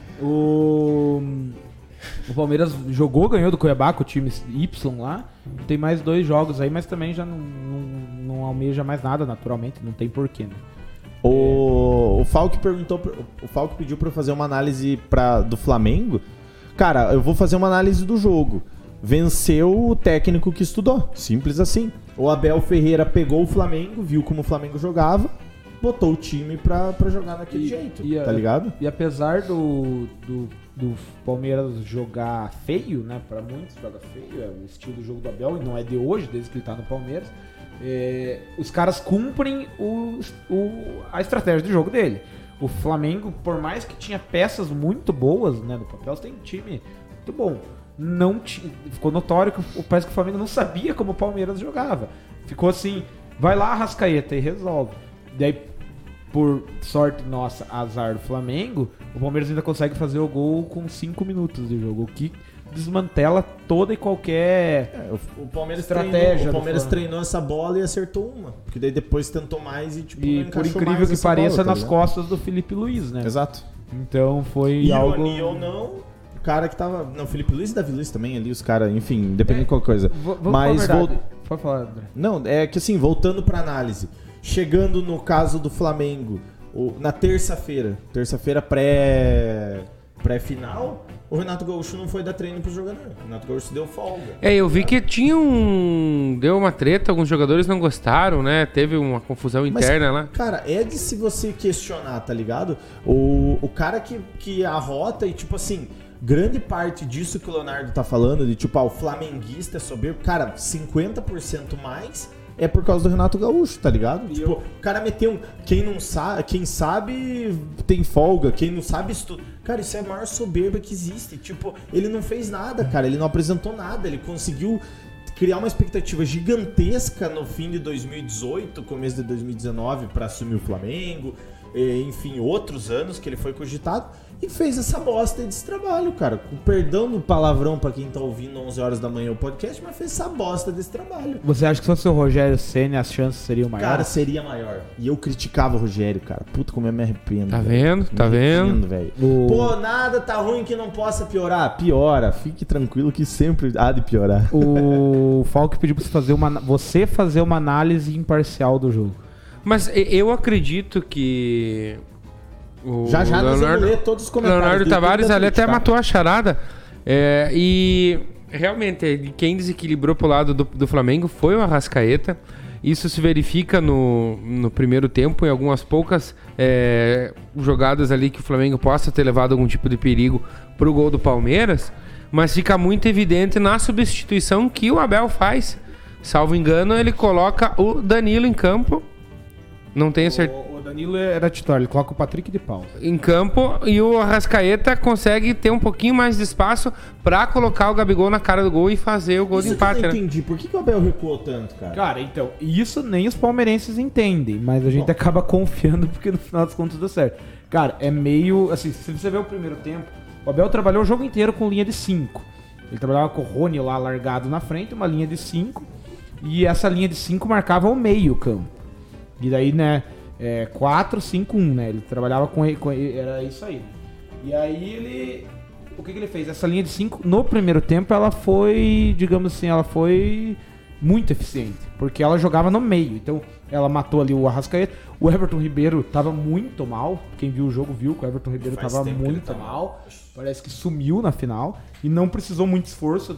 O Palmeiras ganhou do Cuiabá com o time Y lá. Tem mais 2 jogos aí, mas também já não almeja mais nada, naturalmente. Não tem porquê, né? O Falck pediu pra eu fazer uma análise do Flamengo. Cara, eu vou fazer uma análise do jogo. Venceu o técnico que estudou. Simples assim. O Abel Ferreira pegou o Flamengo, viu como o Flamengo jogava, botou o time pra jogar daquele jeito, tá ligado? E apesar do Palmeiras jogar feio, né? Pra muitos joga feio, é o estilo do jogo do Abel, e não é de hoje, desde que ele tá no Palmeiras. Os caras cumprem a estratégia de jogo dele. O Flamengo, por mais que tinha peças muito boas, né, no papel, tem um time muito bom. Ficou notório que parece que o Flamengo não sabia como o Palmeiras jogava. Ficou assim, vai lá, Arrascaeta, e resolve. Daí, por sorte nossa, azar do Flamengo, o Palmeiras ainda consegue fazer o gol com 5 minutos de jogo, o que desmantela toda e qualquer o Palmeiras estratégia. O Palmeiras treinou essa bola e acertou uma, porque daí depois tentou mais e por incrível que pareça, nas costas do Felipe Luiz, né? Exato. Então foi algo... E ou não, o cara que tava... Não, Felipe Luiz e Davi Luiz também ali, os caras, enfim, independente de qualquer coisa. Mas pode falar, André. Não, é que assim, voltando pra análise, chegando no caso do Flamengo, na terça-feira pré-final, o Renato Gaúcho não foi dar treino pro jogador. O Renato Gaúcho deu folga. Eu vi que deu uma treta, alguns jogadores não gostaram, né? Teve uma confusão interna lá. Cara, é de se você questionar, tá ligado? O cara que arrota e tipo assim, grande parte disso que o Leonardo tá falando, de tipo, o flamenguista é soberbo, cara, 50% mais é por causa do Renato Gaúcho, tá ligado? Tipo, o cara meteu quem sabe tem folga, quem não sabe estuda. Cara, isso é a maior soberba que existe. Tipo, ele não fez nada, cara, ele não apresentou nada, ele conseguiu criar uma expectativa gigantesca no fim de 2018, começo de 2019 pra assumir o Flamengo, enfim, outros anos que ele foi cogitado. E fez essa bosta desse trabalho, cara. Com perdão do palavrão pra quem tá ouvindo 11 horas da manhã o podcast, mas fez essa bosta desse trabalho. Você acha que se fosse o Rogério Ceni as chances seriam maiores? Cara, seria maior. E eu criticava o Rogério, cara. Puta, como eu me arrependo. Tá vendo? Tá vendo? Velho. Pô, nada tá ruim que não possa piorar. Piora. Fique tranquilo que sempre há de piorar. O Falck pediu pra você fazer uma análise imparcial do jogo. Mas eu acredito que... Já nós vamos ler todos os comentários. Leonardo Tavares ali até matou a charada. E realmente, quem desequilibrou pro lado do Flamengo foi o Arrascaeta. Isso se verifica no primeiro tempo, em algumas poucas jogadas ali que o Flamengo possa ter levado algum tipo de perigo pro gol do Palmeiras, mas fica muito evidente na substituição que o Abel faz. Salvo engano, ele coloca o Danilo em campo. Não tenho certeza. O Danilo era titular, ele coloca o Patrick de Paula Em campo, e o Arrascaeta consegue ter um pouquinho mais de espaço pra colocar o Gabigol na cara do gol e fazer o gol de empate, eu não né? entendi. Por que o Abel recuou tanto, cara? Cara, então, isso nem os palmeirenses entendem, mas a gente acaba confiando porque no final das contas deu certo. Cara, é meio, assim, se você ver o primeiro tempo, o Abel trabalhou o jogo inteiro com linha de 5. Ele trabalhava com o Rony lá largado na frente, uma linha de 5, e essa linha de 5 marcava o meio campo. E daí, né, 4-5-1, né? Ele trabalhava com ele, era isso aí. E aí ele... O que ele fez? Essa linha de 5, no primeiro tempo, ela foi, digamos assim, ela foi muito eficiente. Porque ela jogava no meio. Então, ela matou ali o Arrascaeta. O Everton Ribeiro tava muito mal. Quem viu o jogo viu que o Everton Ribeiro tava muito mal. Parece que sumiu na final. E não precisou muito esforço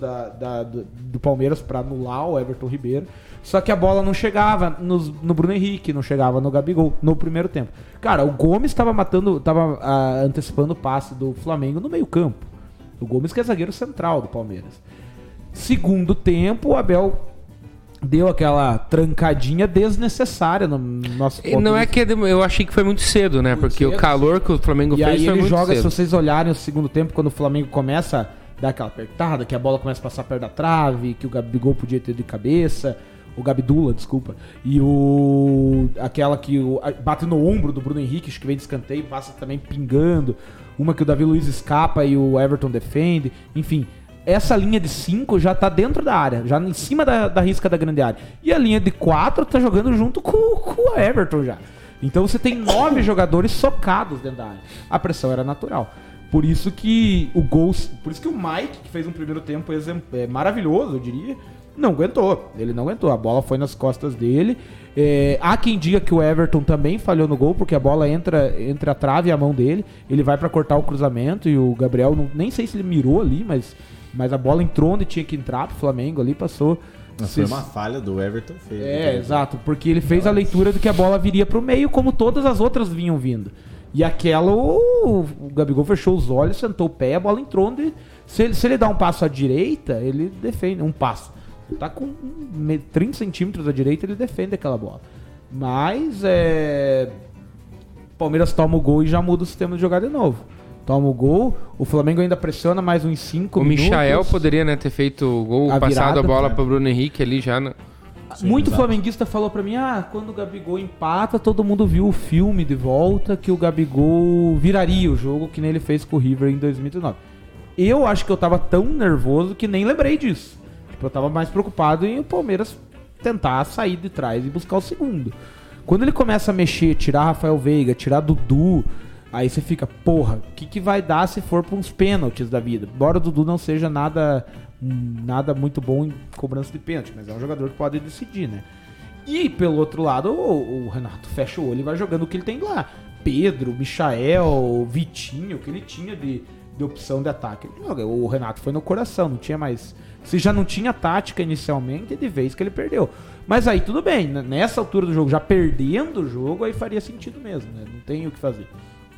do Palmeiras para anular o Everton Ribeiro. Só que a bola não chegava no Bruno Henrique, não chegava no Gabigol no primeiro tempo. Cara, o Gomes tava antecipando o passe do Flamengo no meio campo. O Gomes que é zagueiro central do Palmeiras. Segundo tempo, o Abel deu aquela trancadinha desnecessária no nosso ponto. Não é que eu achei que foi muito cedo, né? Porque o calor que o Flamengo fez foi muito cedo. Se vocês olharem o segundo tempo, quando o Flamengo começa a dar aquela apertada, que a bola começa a passar perto da trave, que o Gabigol podia ter de cabeça, o Gabidula, desculpa, e aquela que bate no ombro do Bruno Henrique, acho que vem de escanteio, passa também pingando, uma que o Davi Luiz escapa e o Everton defende, enfim... Essa linha de 5 já tá dentro da área, já em cima da risca da grande área. E a linha de 4 tá jogando junto com o Everton já. Então você tem 9 jogadores socados dentro da área. A pressão era natural. Por isso que o Mike, que fez um primeiro tempo maravilhoso, eu diria, não aguentou. Ele não aguentou. A bola foi nas costas dele. Há quem diga que o Everton também falhou no gol, porque a bola entra entre a trave e a mão dele. Ele vai pra cortar o cruzamento e o Gabriel, nem sei se ele mirou ali, mas a bola entrou onde tinha que entrar pro Flamengo ali, passou. Foi uma falha do Everton. Exato, porque ele fez a leitura de que a bola viria pro meio, como todas as outras vinham vindo. E aquela, o Gabigol fechou os olhos, sentou o pé, a bola entrou onde... Se ele dá um passo à direita, ele defende, um passo. Tá com 30 centímetros à direita, ele defende aquela bola. Mas, Palmeiras toma o gol e já muda o sistema de jogar de novo. Toma o gol, o Flamengo ainda pressiona mais uns 5 minutos. O Michael poderia, né, ter feito o gol, passado a bola pro Bruno Henrique ali já. Sim, muito flamenguista falou pra mim, quando o Gabigol empata, todo mundo viu o filme de volta que o Gabigol viraria o jogo, que nem ele fez com o River em 2019. Eu acho que eu tava tão nervoso que nem lembrei disso. Tipo, eu tava mais preocupado em o Palmeiras tentar sair de trás e buscar o segundo. Quando ele começa a mexer, tirar Rafael Veiga, tirar Dudu... Aí você fica, porra, o que vai dar se for pra uns pênaltis da vida? Embora o Dudu não seja nada muito bom em cobrança de pênalti, mas é um jogador que pode decidir, né? E pelo outro lado, o Renato fecha o olho e vai jogando o que ele tem lá. Pedro, Michael, Vitinho, o que ele tinha de opção de ataque. O Renato foi no coração, não tinha mais... Se já não tinha tática inicialmente, é de vez que ele perdeu. Mas aí tudo bem, nessa altura do jogo, já perdendo o jogo, aí faria sentido mesmo, né? Não tem o que fazer.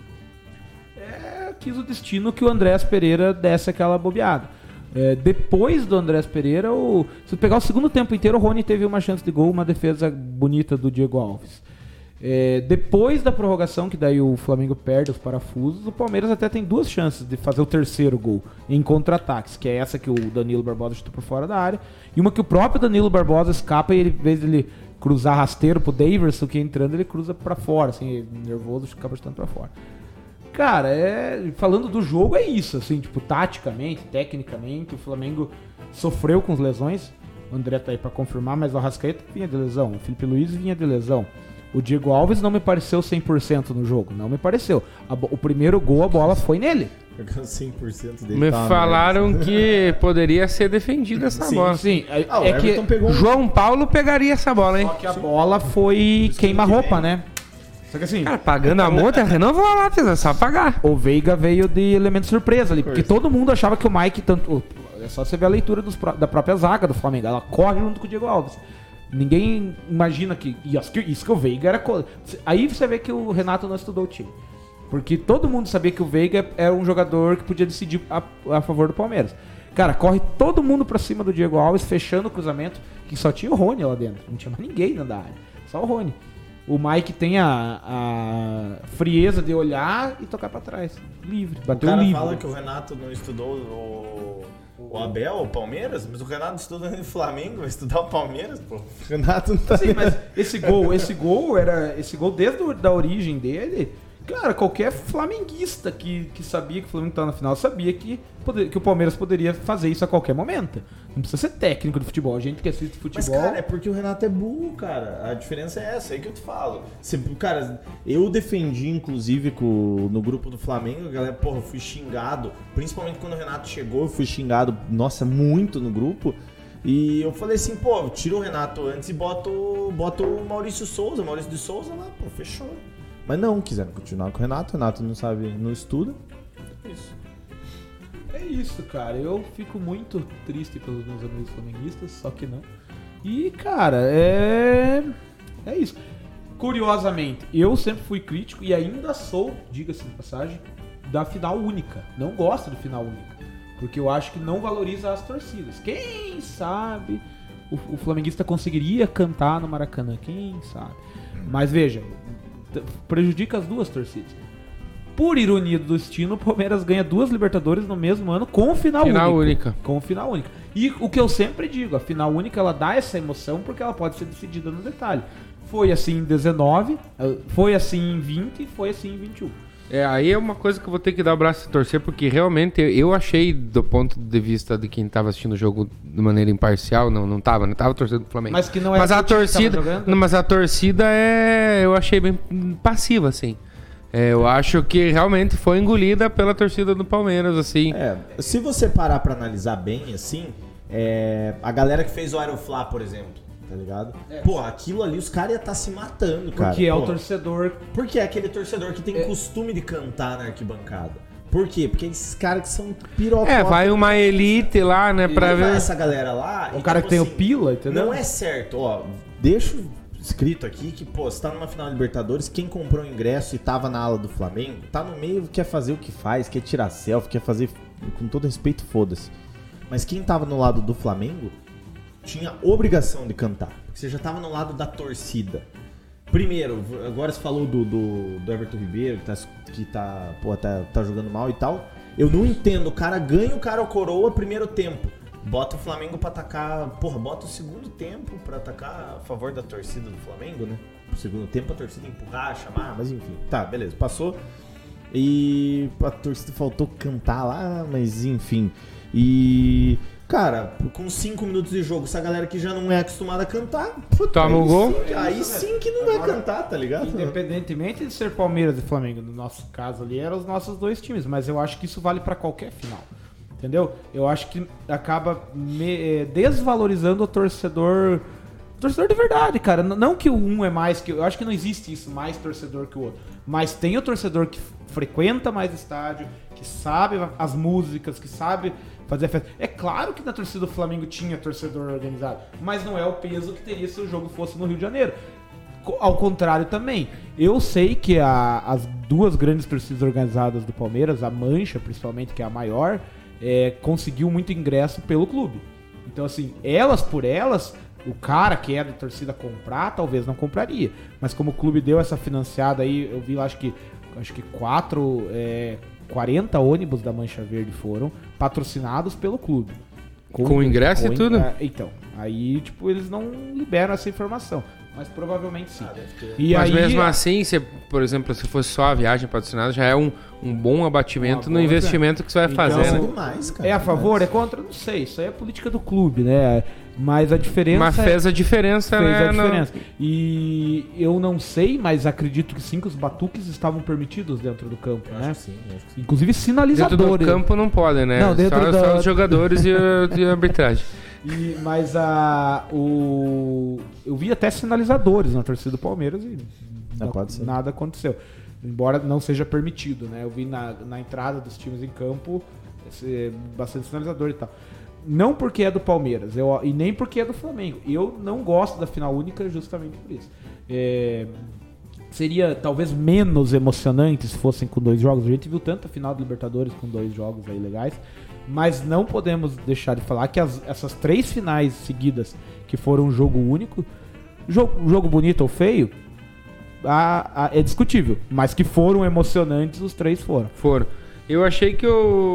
Quis o destino que o Andrés Pereira desse aquela bobeada. Depois do Andrés Pereira, se pegar o segundo tempo inteiro, o Rony teve uma chance de gol, uma defesa bonita do Diego Alves. Depois da prorrogação, que daí o Flamengo perde os parafusos, o Palmeiras até tem 2 chances de fazer o terceiro gol em contra-ataques, que é essa que o Danilo Barbosa chutou por fora da área, e uma que o próprio Danilo Barbosa escapa e, em vez de ele cruzar rasteiro pro Daverson, que entrando, ele cruza pra fora, assim, nervoso, acaba chutando pra fora. Cara, falando do jogo, é isso, assim, tipo, taticamente, tecnicamente, o Flamengo sofreu com as lesões, o André tá aí pra confirmar, mas o Arrascaeta vinha de lesão, o Felipe Luiz vinha de lesão, o Diego Alves não me pareceu 100% no jogo, não me pareceu, o primeiro gol, a bola foi nele. 100% dele. Me falaram que poderia ser defendida essa bola. Sim, que João Paulo pegaria essa bola, hein? Só que a bola foi queima-roupa, né? Só que assim... Cara, pagando a multa, renovou lá, é só pagar. O Veiga veio de elemento surpresa ali, porque todo mundo achava que o Mike... É só você ver a leitura da própria zaga do Flamengo. Ela corre junto com o Diego Alves. Ninguém imagina que isso que o Veiga era... Aí você vê que o Renato não estudou o time. Porque todo mundo sabia que o Veiga era um jogador que podia decidir a favor do Palmeiras. Cara, corre todo mundo pra cima do Diego Alves, fechando o cruzamento, que só tinha o Rony lá dentro. Não tinha mais ninguém dentro da área. Só o Rony. O Mike tem a frieza de olhar e tocar pra trás. Livre. Bateu livre. O cara fala que o Renato não estudou o Abel, o Palmeiras, mas o Renato estuda no Flamengo, vai estudar o Palmeiras, pô. O Renato não tá... Sim, mas esse gol desde a origem dele... Cara, qualquer flamenguista que sabia que o Flamengo estava na final sabia que o Palmeiras poderia fazer isso a qualquer momento. Não precisa ser técnico de futebol. A gente que assiste futebol... Mas, cara, é porque o Renato é burro, cara. A diferença é essa, é aí que eu te falo. Cara, eu defendi, inclusive, no grupo do Flamengo, a galera, porra, eu fui xingado. Principalmente quando o Renato chegou, eu fui xingado, nossa, muito no grupo. E eu falei assim, pô, tira o Renato antes e bota o Maurício de Souza lá, pô, fechou. Mas não, quiseram continuar com o Renato não sabe, não estuda. Isso. É isso, cara. Eu fico muito triste pelos meus amigos flamenguistas, só que não. E, cara, é isso. Curiosamente, eu sempre fui crítico e ainda sou, diga-se de passagem, da final única. Não gosto de final única, porque eu acho que não valoriza as torcidas. Quem sabe o flamenguista conseguiria cantar no Maracanã? Quem sabe? Mas veja... prejudica as duas torcidas. Por ironia do destino, o Palmeiras ganha 2 Libertadores no mesmo ano com final única. Com final única. E o que eu sempre digo, a final única ela dá essa emoção porque ela pode ser decidida no detalhe. Foi assim em 19, foi assim em 20 e foi assim em 21. Aí é uma coisa que eu vou ter que dar o braço a torcer, porque realmente eu achei, do ponto de vista de quem tava assistindo o jogo de maneira imparcial, não tava torcendo pro Flamengo. Mas que não é mas a torcida eu achei bem passiva, assim. Eu acho que realmente foi engolida pela torcida do Palmeiras, assim. Se você parar pra analisar bem, assim, a galera que fez o Aeroflá, por exemplo, tá ligado? Pô, aquilo ali os caras iam estar se matando, cara. Porque é o torcedor... Porque é aquele torcedor que tem costume de cantar na arquibancada. Por quê? Porque esses caras que são pirocópicos. Vai uma elite lá, né, pra ver... essa galera lá... O cara que tem o pila, entendeu? Não é certo, ó. Deixa escrito aqui que, pô, você tá numa final de Libertadores, quem comprou o ingresso e tava na ala do Flamengo, tá no meio, quer fazer o que faz, quer tirar selfie, quer fazer... Com todo respeito, foda-se. Mas quem tava no lado do Flamengo... tinha obrigação de cantar, porque você já tava no lado da torcida. Primeiro, agora você falou do Everton Ribeiro, que tá jogando mal e tal. Eu não entendo, o cara ganha, o cara coroa primeiro tempo. Bota o Flamengo pra atacar, bota o segundo tempo pra atacar a favor da torcida do Flamengo, né? O segundo tempo a torcida empurrar, chamar, mas enfim. Tá, beleza, passou. E a torcida faltou cantar lá, mas enfim. E... cara, com 5 minutos de jogo, essa galera que já não é acostumada a cantar, toma um gol. Aí sim que não vai cantar, tá ligado? Independentemente de ser Palmeiras e Flamengo, no nosso caso ali, eram os nossos 2 times, mas eu acho que isso vale pra qualquer final. Entendeu? Eu acho que acaba desvalorizando o torcedor. Torcedor de verdade, cara. Não que um é mais que... eu acho que não existe isso, mais torcedor que o outro. Mas tem o torcedor que frequenta mais estádio, que sabe as músicas, que sabe fazer a festa. É claro que na torcida do Flamengo tinha torcedor organizado, mas não é o peso que teria se o jogo fosse no Rio de Janeiro. Ao contrário também. Eu sei que as 2 grandes torcidas organizadas do Palmeiras, a Mancha principalmente, que é a maior, conseguiu muito ingresso pelo clube. Então assim, elas por elas... o cara que é da torcida comprar, talvez não compraria. Mas como o clube deu essa financiada aí, eu vi lá, acho que 40 ônibus da Mancha Verde foram patrocinados pelo clube. Com ingresso e tudo? Então, aí, tipo, eles não liberam essa informação. Mas provavelmente sim. Mas mesmo assim, por exemplo, se fosse só a viagem patrocinada, já é um bom abatimento no investimento que você vai fazer, né? Demais, cara, é a favor, é contra? Não sei. Isso aí é política do clube, né? Mas a diferença... Mas fez a diferença, fez né? A diferença. E eu não sei, mas acredito que sim, que os batuques estavam permitidos dentro do campo, né? Acho que sim. Inclusive sinalizadores. Dentro do campo não pode, né? Não, dentro só os jogadores e a arbitragem. Mas eu vi até sinalizadores na torcida do Palmeiras e nada aconteceu. Embora não seja permitido, né? Eu vi na entrada dos times em campo bastante sinalizador e tal. não porque é do Palmeiras e nem porque é do Flamengo. Eu não gosto da final única justamente por isso. Seria talvez menos emocionante se fossem com 2 jogos. A gente viu tanta final de Libertadores com 2 jogos aí legais. Mas não podemos deixar de falar que essas 3 finais seguidas que foram um jogo único, jogo bonito ou feio, é discutível. Mas que foram emocionantes, os 3 foram. Eu achei que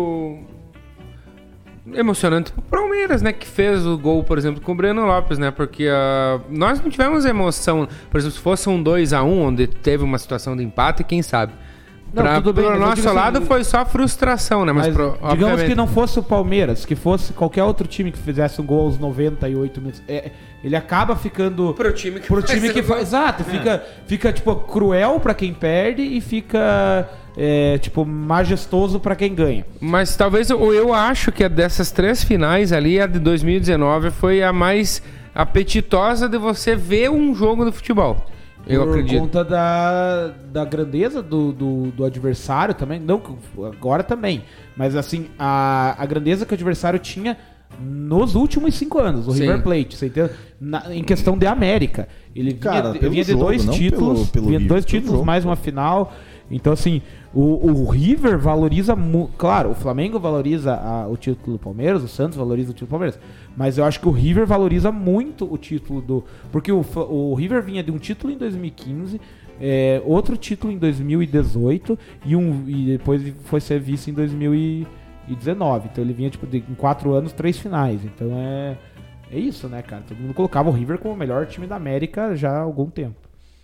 emocionante pro Palmeiras, né? Que fez o gol, por exemplo, com o Breno Lopes, né? Porque nós não tivemos emoção. Por exemplo, se fosse um 2-1, onde teve uma situação de empate, quem sabe? Tudo bem, pro nosso lado foi só frustração, né? Mas digamos que não fosse o Palmeiras, que fosse qualquer outro time que fizesse um gol aos 98 minutos. Ele acaba ficando... Pro time que faz. Exato, fica tipo, cruel pra quem perde e fica... tipo, majestoso pra quem ganha. Mas talvez eu acho que dessas 3 finais ali, a de 2019 foi a mais apetitosa de você ver um jogo de futebol. Eu acredito. Por conta da grandeza do adversário também. Não, agora também. Mas assim, a grandeza que o adversário tinha nos últimos 5 anos. O River Plate, você entende? Em questão de América. Ele vinha de 2 títulos. Vinha de 2 títulos, mais uma final. Então, assim, o River valoriza muito. Claro, o Flamengo valoriza o título do Palmeiras, o Santos valoriza o título do Palmeiras. Mas eu acho que o River valoriza muito o título porque o River vinha de um título em 2015, outro título em 2018 e depois foi ser vice em 2019. Então ele vinha em 4 anos, 3 finais. Então é isso, né, cara? Todo mundo colocava o River como o melhor time da América já há algum tempo.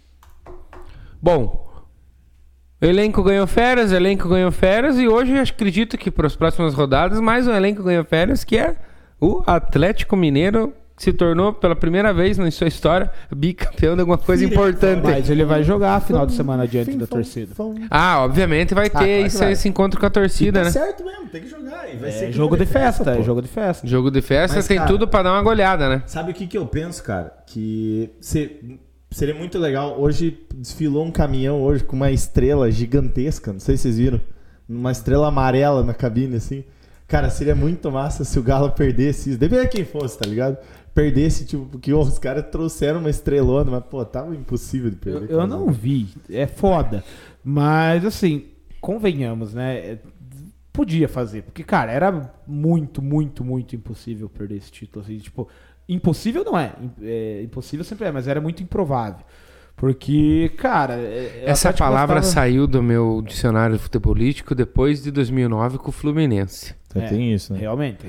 Bom. O elenco ganhou férias e hoje eu acredito que para as próximas rodadas mais um elenco ganhou férias, que é o Atlético Mineiro, que se tornou pela primeira vez na sua história bicampeão de alguma coisa importante. Mas ele vai jogar a final de semana diante da torcida. Obviamente vai ter esse encontro com a torcida, né? Certo mesmo, tem que jogar. Vai ser jogo de festa, jogo de festa. Jogo de festa. Mas, tem cara, tudo para dar uma goleada, né? Sabe o que eu penso, cara? Que seria muito legal. Hoje desfilou um caminhão hoje com uma estrela gigantesca. Não sei se vocês viram. Uma estrela amarela na cabine, assim. Cara, seria muito massa se o Galo perdesse isso. Depende de quem fosse, tá ligado? Perdesse, tipo, porque os caras trouxeram uma estrelona, mas, pô, tava impossível de perder. Eu não vi. É foda. Mas, assim, convenhamos, né? Podia fazer. Porque, cara, era muito, muito, muito impossível perder esse título. Assim, tipo... Impossível não é. Impossível sempre é, mas era muito improvável. Porque, cara... Essa palavra saiu do meu dicionário futebolístico depois de 2009 com o Fluminense. Tem isso, né? Realmente.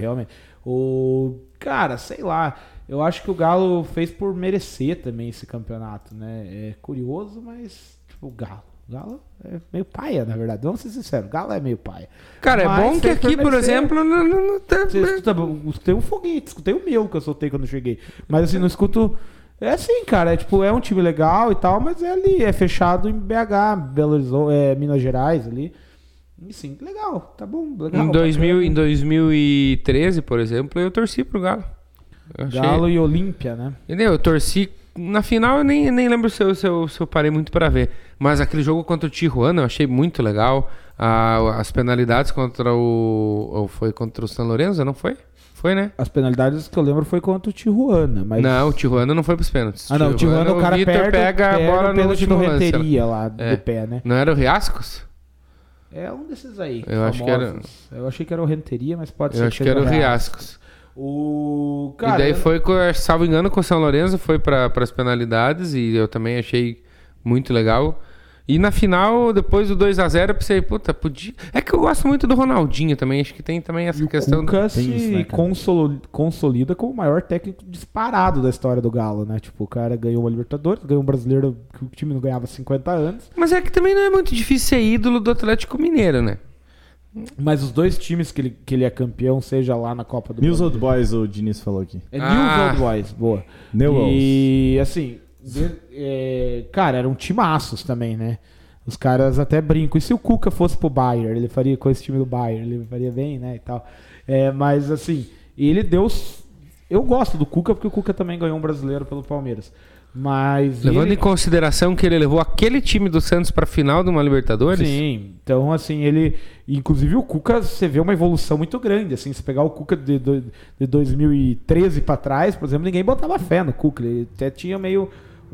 Cara, sei lá. Eu acho que o Galo fez por merecer também esse campeonato, né? É curioso, mas... Tipo, o Galo é meio paia, na verdade. Vamos ser sinceros, o Galo é meio paia. Cara, mas é bom que aqui, por exemplo, não tem... Escutei um foguete, escutei o meu que eu soltei quando eu cheguei. Mas assim, não escuto... É assim, cara, é um time legal e tal, mas é ali, é fechado em BH, Belo Horizonte, Minas Gerais ali. E sim, legal, tá bom, legal. Em 2013, por exemplo, eu torci pro Galo. Galo e Olímpia, né? Entendeu? Eu torci... Na final eu nem lembro se eu parei muito pra ver. Mas aquele jogo contra o Tijuana eu achei muito legal. As penalidades contra foi contra o São Lourenço, não foi? Foi, né? As penalidades que eu lembro foi contra o Tijuana, mas... Não, o Tijuana não foi pros pênaltis. Não, o Tijuana o cara pega a bola no último lance. Renteria lá, de pé, né? Não era o Riascos? É um desses aí, Eu achei que era o Renteria, mas pode ser que seja o Riascos. Cara, e daí foi, salvo engano, com o São Lourenço, foi para as penalidades e eu também achei muito legal. E na final, depois do 2-0, eu pensei, puta, podia... É que eu gosto muito do Ronaldinho também, acho que tem também essa questão... O Cuca se consolida como o maior técnico disparado da história do Galo, né? Tipo, o cara ganhou uma Libertadores, ganhou um Brasileiro que o time não ganhava há 50 anos. Mas é que também não é muito difícil ser ídolo do Atlético Mineiro, né? Mas os 2 times que ele é campeão, seja lá na Copa do Mundo... News Old Boys, o Diniz falou aqui. News Old Boys, boa. E, assim... cara, eram timaços também, né? Os caras até brincam. E se o Cuca fosse pro Bayern? Ele faria com esse time do Bayern, ele faria bem, né? E tal. Mas assim, ele deu... Eu gosto do Cuca porque o Cuca também ganhou um brasileiro pelo Palmeiras. Mas Levando em consideração que ele levou aquele time do Santos pra final de uma Libertadores? Sim, então assim, ele... Inclusive o Cuca, você vê uma evolução muito grande, assim, se pegar o Cuca de 2013 pra trás, por exemplo, ninguém botava fé no Cuca, ele até tinha meio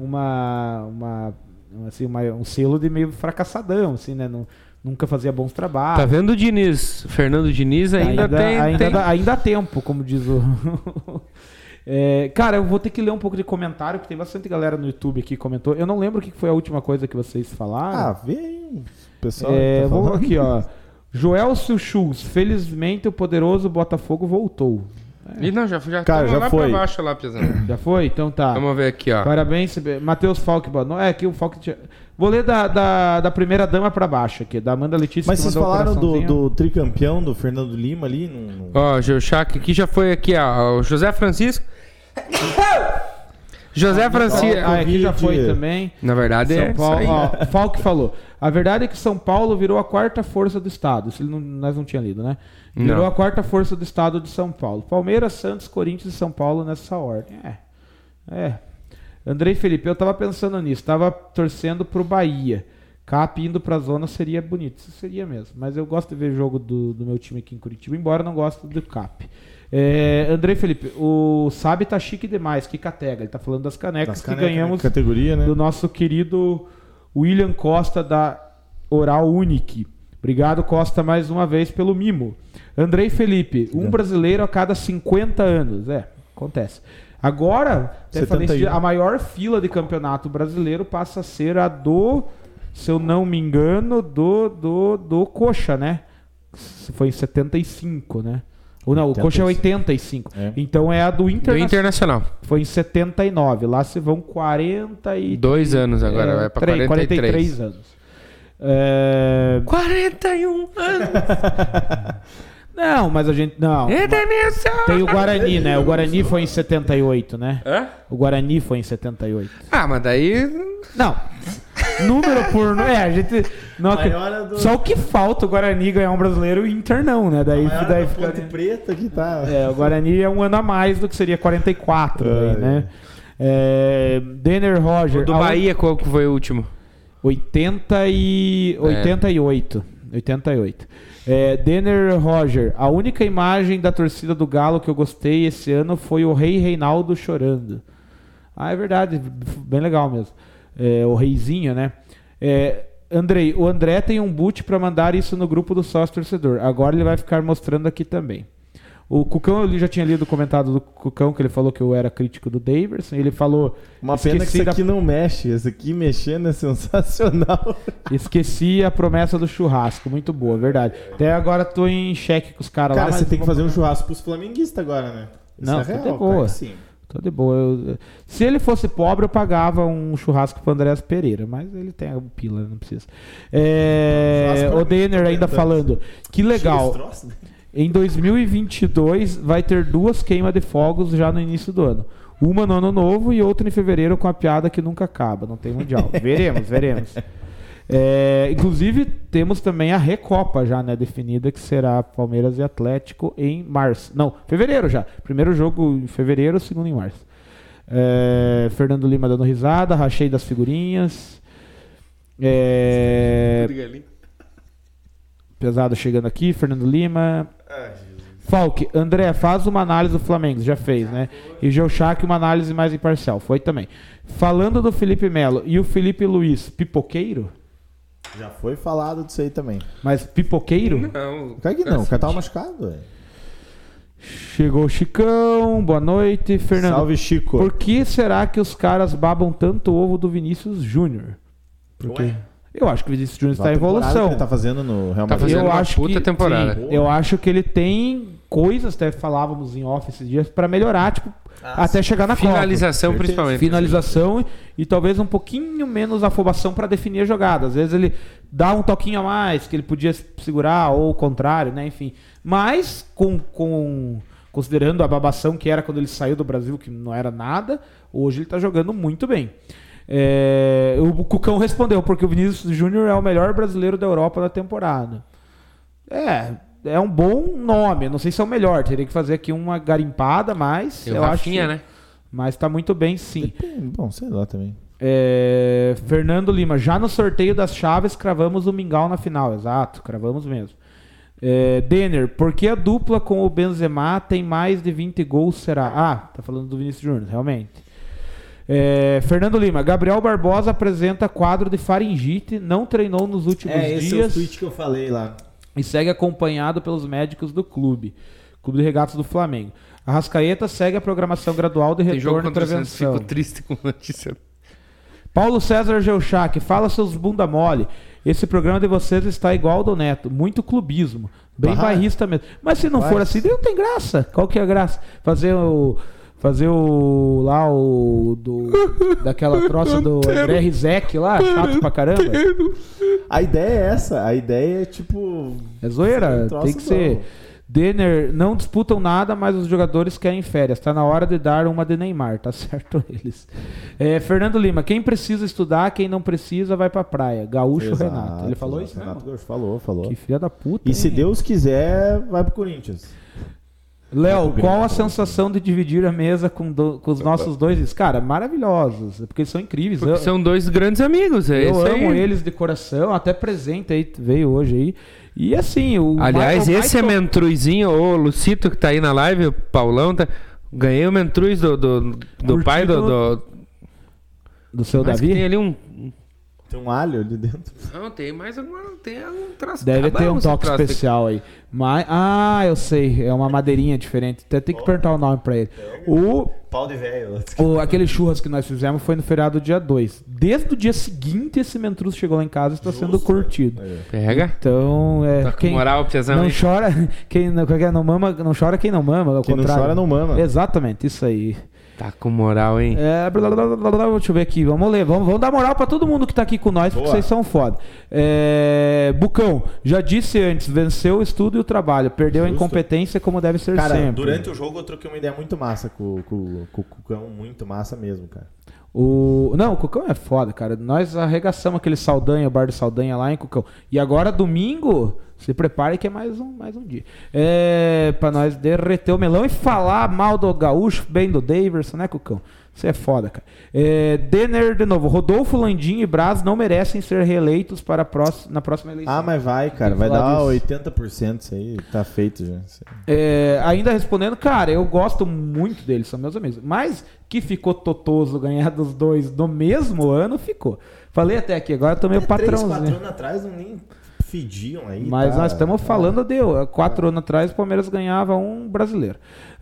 um selo de meio fracassadão, assim, né, nunca fazia bons trabalhos. Tá vendo o Diniz? Fernando Diniz ainda tem... Ainda há tempo, como diz o... cara, eu vou ter que ler um pouco de comentário, porque tem bastante galera no YouTube aqui que comentou. Eu não lembro o que foi a última coisa que vocês falaram. Vê aí, pessoal. Vamos aqui, ó. Joelcio Schultz, felizmente o poderoso Botafogo voltou. Ih, não, já Cara, já lá foi. pra baixo, lá, Piazão. Já foi? Então tá. Vamos ver aqui, ó. Parabéns, Matheus Falk. Aqui o Falk tinha... Vou ler da primeira dama pra baixo aqui, da Amanda Letícia. Mas que vocês mandou o falaram coraçãozinho. do tricampeão do Fernando Lima ali? Ó, Geochac aqui já foi aqui, ó. O José Francisco. José Francisco. Aqui já foi também. Na verdade São é Paulo, isso aí. ó, Falk falou. A verdade é que São Paulo virou a quarta força do estado. Isso nós não tínhamos lido, né? Virou Não. a quarta força do estado de São Paulo. Palmeiras, Santos, Corinthians e São Paulo nessa ordem. Andrei Felipe, eu tava pensando nisso. Tava torcendo pro Bahia. Cap indo pra zona seria bonito. Isso seria mesmo. Mas eu gosto de ver jogo do meu time aqui em Curitiba, embora eu não goste do Cap. Andrei Felipe, o Sabe tá chique demais. Que catega. Ele tá falando das canecas que ganhamos categoria, né? do nosso querido William Costa da Oral Unique. Obrigado, Costa, mais uma vez pelo mimo. Andrei Felipe, um brasileiro a cada 50 anos. Acontece. Agora, até falei esse dia, a maior fila de campeonato brasileiro passa a ser a do, se eu não me engano, do Coxa, né? Foi em 75, né? Ou não, o Coxa é 85. Então é a do Internacional. Foi em 79. Lá se vão 2 anos agora, vai pra 43 anos. 41 anos. Não, mas a gente... Não. Tem o Guarani, né? O Guarani foi em 78, né? O Guarani foi em 78. Ah, mas daí... Não. Número por... a gente... Não, só o que falta o Guarani ganhar um brasileiro e o Inter não, né? Daí fica... Ponte Preta que tá... o Guarani é um ano a mais do que seria 44, daí, né? Denner Roger... O do Bahia, qual que foi o último? 88. Denner Roger, a única imagem da torcida do Galo que eu gostei esse ano foi o Rei Reinaldo chorando. É verdade, bem legal mesmo. O Reizinho, né? Andrei, o André tem um boot para mandar isso no grupo do sócio torcedor. Agora ele vai ficar mostrando aqui também. O Cucão, eu já tinha lido o comentário do Cucão, que ele falou que eu era crítico do Daverson. Ele falou... Uma pena que isso aqui não mexe. Esse aqui mexendo é sensacional. Esqueci a promessa do churrasco. Muito boa, verdade. Até agora tô em xeque com os caras lá. Cara, você tem que fazer um churrasco pros flamenguistas agora, né? Isso não, é real, tô de boa. sim. Tô de boa. Se ele fosse pobre, eu pagava um churrasco pro Andrés Pereira. Mas ele tem a pila, não precisa. O Denner ainda falando. Que legal. Em 2022 vai ter 2 queimas de fogos já no início do ano. Uma no ano novo e outra em fevereiro com a piada que nunca acaba. Não tem mundial. Veremos. Inclusive temos também a Recopa já, né, definida, que será Palmeiras e Atlético em março. Não, fevereiro já. Primeiro jogo em fevereiro, segundo em março. Fernando Lima dando risada, rachei das figurinhas. Pesado chegando aqui, Fernando Lima. Falk, André, faz uma análise do Flamengo, já fez, né? E Geochac, uma análise mais imparcial, foi também. Falando do Felipe Melo e o Felipe Luiz, pipoqueiro? Já foi falado disso aí também. Mas pipoqueiro? Não. Claro que não, o cara tava machucado, velho. Chegou o Chicão, boa noite, Fernando. Salve, Chico. Por que será que os caras babam tanto o ovo do Vinícius Júnior? Porque eu acho que o Vinícius Júnior está em evolução. Que ele tá fazendo no Real Tá Madrid. fazendo uma puta temporada. Sim, eu acho que ele tem coisas, até falávamos em off esses dias, para melhorar, tipo, até chegar na finalização, Copa. principalmente. Finalização e talvez um pouquinho menos afobação para definir a jogada. Às vezes ele dá um toquinho a mais, que ele podia segurar, ou o contrário, né? Enfim. Mas, considerando a babação que era quando ele saiu do Brasil, que não era nada, hoje ele tá jogando muito bem. O Cucão respondeu, porque o Vinícius Júnior é o melhor brasileiro da Europa na temporada. É um bom nome, não sei se é o melhor, teria que fazer aqui uma garimpada, mas eu Rafinha, acho, né? Mas tá muito bem, sim. Bom, sei lá também. Fernando Lima, já no sorteio das chaves cravamos o Mingau na final. Exato, cravamos mesmo. Denner, por que a dupla com o Benzema tem mais de 20 gols, será? Tá falando do Vinícius Júnior, realmente. Fernando Lima, Gabriel Barbosa apresenta quadro de faringite, não treinou nos últimos esse dias. É o tweet que eu falei lá. E segue acompanhado pelos médicos do Clube de Regatas do Flamengo. Arrascaeta segue a programação gradual de retorno e prevenção. Fico triste com a notícia. Paulo César Geuchac, fala seus bunda mole. Esse programa de vocês está igual ao do Neto, muito clubismo, bem bairrista mesmo. Mas se não for assim, não tem graça. Qual que é a graça? Fazer daquela troça do André Rizek lá, chato pra caramba. A ideia é essa, a ideia é tipo... É zoeira, tem que ser... Denner, não disputam nada, mas os jogadores querem férias. Tá na hora de dar uma de Neymar, tá certo eles. Fernando Lima, quem precisa estudar, quem não precisa vai pra praia. Gaúcho. Exato, Renato. Ele falou isso mesmo? Renato Gaúcho falou. Que filha da puta. E se Deus quiser, vai pro Corinthians. Léo, qual a sensação de dividir a mesa com os nossos dois? Cara, maravilhosos, porque eles são incríveis. Porque são dois grandes amigos. Eu amo eles de coração, até presente aí, veio hoje aí. E assim, aliás, esse mentruizinho, o Lucito que tá aí na live, o Paulão, ganhei o mentruz do pai do seu Davi. Tem ali tem um alho ali dentro. Não, tem mais algum traço. Deve ter um toque especial aí. Mas, eu sei, é uma madeirinha diferente. Até tem que perguntar o nome pra ele. O pau de velho. Aquele churras que nós fizemos foi no feriado dia 2. Desde o dia seguinte, esse mentruz chegou lá em casa e está sendo curtido. Pega. Então, tá com moral, piazão, não chora quem não mama, não chora quem não mama. Quem não chora não mama. Exatamente, isso aí. Tá com moral, hein? Deixa eu ver aqui, vamos ler. Vamos dar moral pra todo mundo que tá aqui com nós, porque vocês são foda. Bucão, já disse antes, venceu o estudo e o trabalho, perdeu a incompetência como deve ser sempre. Durante o jogo eu troquei uma ideia muito massa com o Cucão, muito massa mesmo, cara. O Cucão é foda, cara. Nós arregaçamos aquele Saldanha, o bar do Saldanha lá em Cucão. E agora, domingo, se prepare que é mais um dia. Pra nós derreter o melão e falar mal do Gaúcho, bem do Daverson, né, Cucão? Você é foda, cara. Denner, de novo. Rodolfo, Landim e Braz não merecem ser reeleitos na próxima eleição. Mas vai, cara. Vai dar 80% isso aí. Tá feito já. Ainda respondendo, cara, eu gosto muito deles, são meus amigos. Mas que ficou totoso ganhar dos dois no mesmo ano, ficou. Falei até aqui, agora eu tô meio patrãozinho. 3, 4 anos atrás não nem fediam aí. Mas nós estamos falando de 4 anos atrás o Palmeiras ganhava um brasileiro.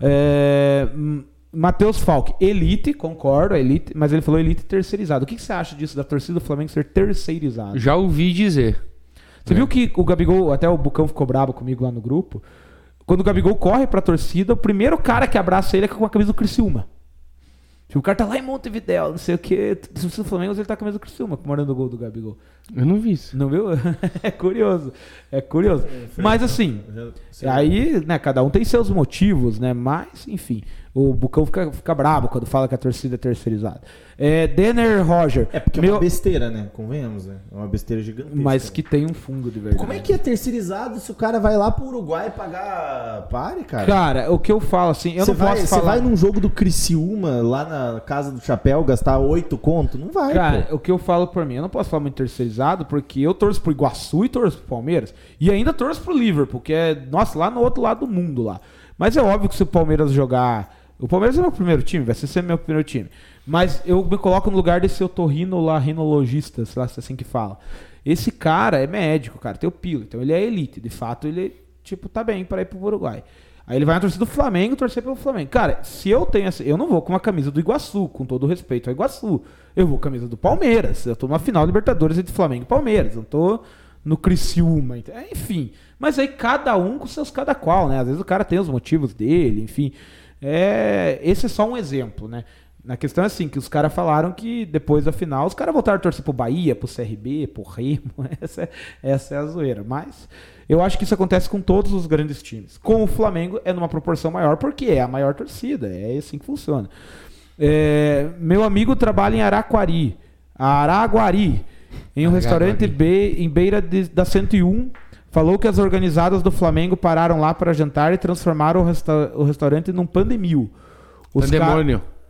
Matheus Falck, elite, concordo, elite, mas ele falou elite terceirizado. O que você acha disso, da torcida do Flamengo ser terceirizada? Já ouvi dizer. Você viu que o Gabigol, até o Bucão ficou bravo comigo lá no grupo, quando o Gabigol corre pra torcida, o primeiro cara que abraça ele é com a camisa do Criciúma. O cara tá lá em Montevidéu, não sei o que. Se o Flamengo, ele tá com a camisa do Criciúma, comemorando o gol do Gabigol. Eu não vi isso. Não viu? É curioso. Mas assim, aí, né, cada um tem seus motivos, né? Mas, enfim, o Bucão fica bravo quando fala que a torcida é terceirizada. Denner Roger. Porque é uma besteira, né? Convenhamos, né? É uma besteira gigantesca. Mas que tem um fundo de verdade. Como é que é terceirizado se o cara vai lá pro Uruguai pagar pare, cara? Cara, o que eu falo assim, eu não posso falar... Você vai num jogo do Criciúma, lá na Casa do Chapéu, gastar 8 conto? Não vai, cara, o que eu falo por mim, eu não posso falar muito terceirizado, porque eu torço pro Iguaçu e torço pro Palmeiras, e ainda torço pro Liverpool, que é, nossa, lá no outro lado do mundo lá. Mas é óbvio que se o Palmeiras jogar... O Palmeiras é meu primeiro time, vai ser sempre meu primeiro time. Mas eu me coloco no lugar desse otorrinolaringologista, sei lá se é assim que fala. Esse cara é médico, cara, tem o pilo, então ele é elite. De fato, ele, tipo, tá bem pra ir pro Uruguai. Aí ele vai na torcida do Flamengo, torcer pelo Flamengo. Cara, se eu tenho essa... Eu não vou com uma camisa do Iguaçu, com todo o respeito ao Iguaçu. Eu vou com a camisa do Palmeiras. Eu tô numa final Libertadores entre Flamengo e Palmeiras. Eu tô no Criciúma. Enfim. Mas aí cada um com seus cada qual, né? Às vezes o cara tem os motivos dele, enfim... Esse é só um exemplo, né? Na questão é assim, que os caras falaram que depois da final, os caras voltaram a torcer pro Bahia, pro CRB, pro Remo, essa é a zoeira. Mas eu acho que isso acontece com todos os grandes times. Com o Flamengo é numa proporção maior, porque é a maior torcida, é assim que funciona. Meu amigo trabalha em Araguari, em um restaurante em beira da 101, falou que as organizadas do Flamengo pararam lá para jantar e transformaram o restaurante num pandemil. Pandemônio.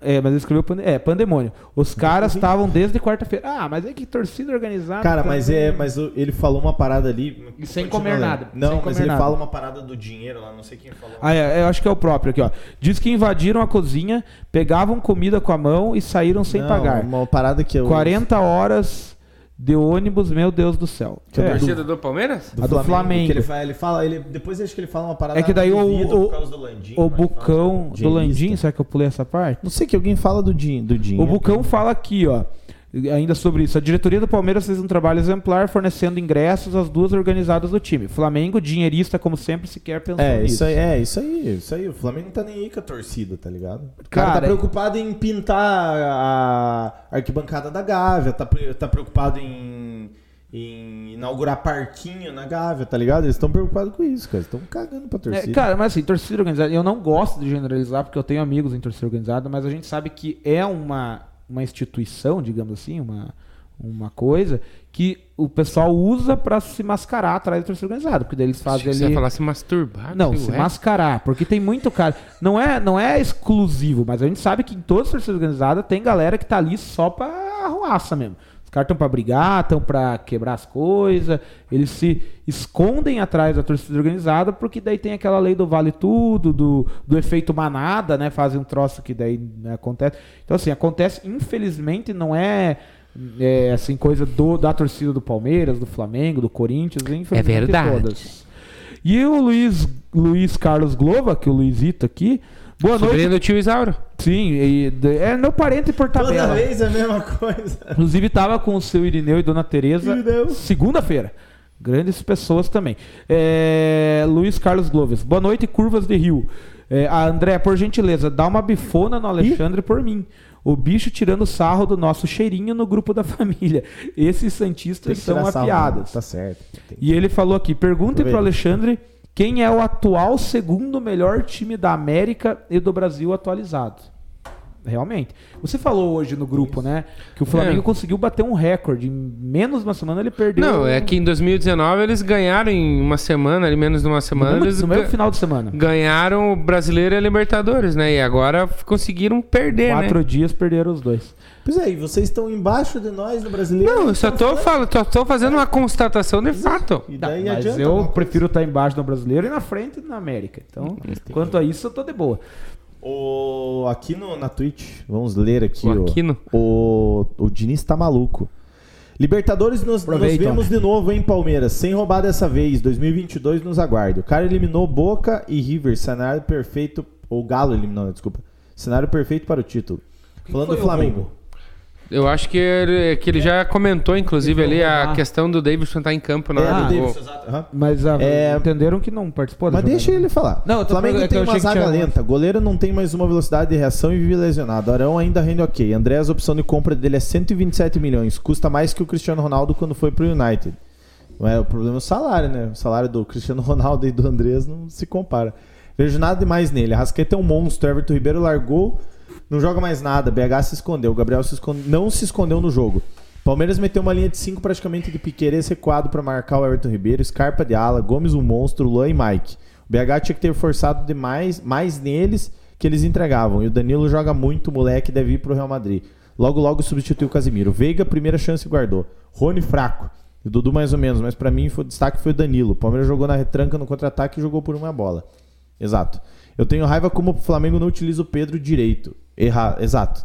mas ele escreveu pandemônio. Os caras estavam desde quarta-feira. Mas é que torcida organizada... Cara, mas ele falou uma parada ali... E sem comer nada. Não, mas ele fala uma parada do dinheiro lá, não sei quem falou. Eu acho que é o próprio aqui, ó. Diz que invadiram a cozinha, pegavam comida com a mão e saíram sem pagar. Uma parada que 40 horas de ônibus, meu Deus do céu. A torcida do Palmeiras? Do Flamengo. Depois acho que ele fala uma parada... É que daí por causa do Landim, o Bucão do Landim, será que eu pulei essa parte? Não sei, que alguém fala do dinheiro. O Bucão fala aqui, ó. Ainda sobre isso, a diretoria do Palmeiras fez um trabalho exemplar fornecendo ingressos às duas organizadas do time. Flamengo, dinheirista, como sempre, sequer pensou nisso. Isso aí. O Flamengo não tá nem aí com a torcida, tá ligado? O cara tá preocupado em pintar a arquibancada da Gávea, tá preocupado em inaugurar parquinho na Gávea, tá ligado? Eles estão preocupados com isso, cara. Eles estão cagando pra torcida. Cara, mas assim, torcida organizada, eu não gosto de generalizar, porque eu tenho amigos em torcida organizada, mas a gente sabe que é uma instituição, digamos assim, uma coisa que o pessoal usa pra se mascarar atrás da torcida organizada, porque daí eles fazem ali... Você ia falar se masturbar? Não, se mascarar, porque tem muito cara... Não é exclusivo, mas a gente sabe que em todas as torcidas organizadas tem galera que tá ali só pra arruaça mesmo. Os caras estão pra brigar, estão pra quebrar as coisas, eles se escondem atrás da torcida organizada, porque daí tem aquela lei do vale tudo, do efeito manada, né? Fazem um troço que daí acontece. Então, assim, acontece, infelizmente, não é assim, coisa da torcida do Palmeiras, do Flamengo, do Corinthians, infelizmente. É verdade. Todas. E o Luiz Carlos Glova, que é o Luizito aqui, boa noite. Sobrinho do tio Isauro. Sim, é meu parente por tabela. Toda vez é a mesma coisa. Inclusive tava com o seu Irineu e Dona Tereza segunda-feira. Grandes pessoas também. Luiz Carlos Gloves. Boa noite, Curvas de Rio. André, por gentileza, dá uma bifona no Alexandre por mim. O bicho tirando sarro do nosso cheirinho no grupo da família. Esses santistas são apiadas. Tá certo. E ele falou aqui, perguntem pro Alexandre quem é o atual segundo melhor time da América e do Brasil atualizado. Realmente. Você falou hoje no grupo, né? Que o Flamengo conseguiu bater um recorde. Em menos de uma semana ele perdeu... Não, é que em 2019 eles ganharam em uma semana, ali menos de uma semana. No mesmo final de semana. Ganharam o Brasileiro e a Libertadores, né? E agora conseguiram perder, 4 dias perderam os dois. Pois é, e vocês estão embaixo de nós no Brasileiro? Não, eu só tô fazendo uma constatação de fato. E daí mas eu prefiro estar embaixo no Brasileiro e na frente na América. Então, quanto a isso, eu tô de boa. Aqui na Twitch, vamos ler aqui. Aquino. O Diniz tá maluco. Libertadores nos vemos de novo em Palmeiras, sem roubar dessa vez. 2022 nos aguarde. O cara eliminou Boca e River, cenário perfeito. Ou Galo eliminou, desculpa. Cenário perfeito para o título. Falando do Flamengo. Eu acho que ele já comentou, inclusive, ali a questão do Davidson estar em campo na hora do gol. Mas entenderam que não participou da Mas deixa ele falar. Não, o Flamengo tem uma zaga lenta. Goleiro não tem mais uma velocidade de reação e vive lesionado. Arão ainda rende ok. Andrés, a opção de compra dele é 127 milhões. Custa mais que o Cristiano Ronaldo quando foi pro United. O problema é o salário, né? O salário do Cristiano Ronaldo e do Andrés não se compara. Vejo nada demais nele. Arrascaeta é um monstro. Everton Ribeiro largou... Não joga mais nada, BH se escondeu, o Gabriel não se escondeu no jogo. Palmeiras meteu uma linha de 5 praticamente de Piquerez recuado para marcar o Everton Ribeiro, Scarpa de ala, Gomes um monstro, Luan e Mike. O BH tinha que ter forçado demais, mais neles que eles entregavam. E o Danilo joga muito, moleque, deve ir pro Real Madrid. Logo substituiu o Casimiro. Veiga, primeira chance guardou. Rony fraco. E o Dudu mais ou menos, mas para mim o destaque foi o Danilo. O Palmeiras jogou na retranca no contra-ataque e jogou por uma bola. Exato. Eu tenho raiva como o Flamengo não utiliza o Pedro direito. Exato.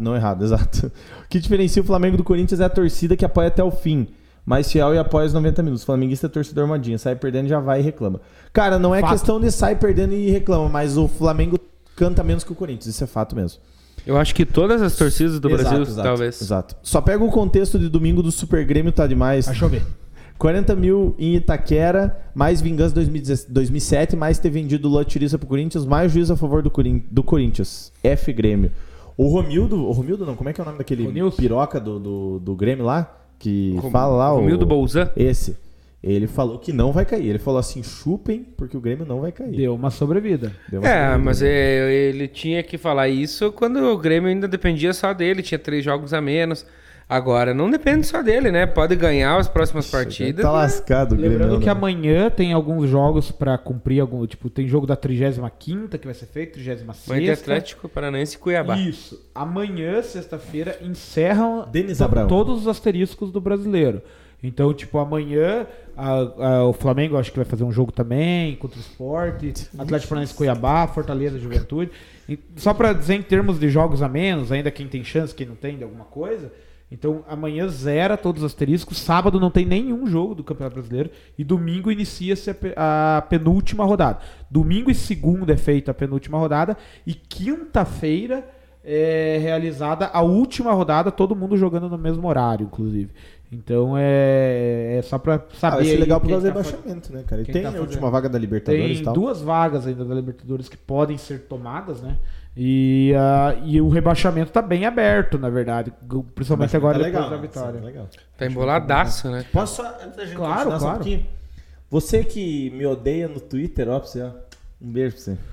O que diferencia o Flamengo do Corinthians é a torcida que apoia até o fim. Mais fiel e apoia os 90 minutos. O flamenguista é torcedor armadinha. Sai perdendo, já vai e reclama. Cara, não é questão de sai perdendo e reclama, mas o Flamengo canta menos que o Corinthians. Isso é fato mesmo. Eu acho que todas as torcidas do Brasil, talvez. Exato. Só pega o contexto de domingo do Super Grêmio, tá demais. Deixa eu ver. 40 mil em Itaquera, mais vingança 2007, mais ter vendido o lote tirista pro Corinthians, mais juízo a favor do Corinthians. F Grêmio. O Romildo não, como é que é o nome daquele piroca do Grêmio lá? Que fala lá. Romildo Bolzan? Esse. Ele falou que não vai cair. Ele falou assim, chupem, porque o Grêmio não vai cair. Deu uma sobrevida. Mas ele tinha que falar isso quando o Grêmio ainda dependia só dele, tinha 3 jogos a menos. Agora, não depende só dele, né? Pode ganhar as próximas partidas. Tá lascado, o Lembrando Grêmio, que né? amanhã tem alguns jogos pra cumprir algum. Tipo, tem jogo da 35ª que vai ser feito, 36ª. Amanhã tem Atlético Paranaense e Cuiabá. Isso. Amanhã, sexta-feira, encerram Denis Abraão. todos os asteriscos do brasileiro. Então, tipo, amanhã o Flamengo acho que vai fazer um jogo também contra o Sport, Atlético Paranaense, Cuiabá, Fortaleza, Juventude. E só pra dizer em termos de jogos a menos, ainda quem tem chance, quem não tem de alguma coisa. Então, amanhã zera todos os asteriscos. Sábado não tem nenhum jogo do Campeonato Brasileiro. E domingo inicia-se a penúltima rodada. Domingo e segunda é feita a penúltima rodada. E quinta-feira é realizada a última rodada, todo mundo jogando no mesmo horário, inclusive. Então, é só pra saber. Vai ser aí legal por quem causa do tá rebaixamento, né, cara? E quem tem tá a fazendo. última vaga da Libertadores e Tem tal. 2 vagas ainda da Libertadores que podem ser tomadas, né? E o rebaixamento tá bem aberto, na verdade. Principalmente agora Tá depois legal, da vitória. tá legal. Tá emboladaço, né? Posso só, antes da gente Claro, continuar, só claro. um pouquinho? Você que me odeia no Twitter, ó, pra você, ó. Um beijo pra você.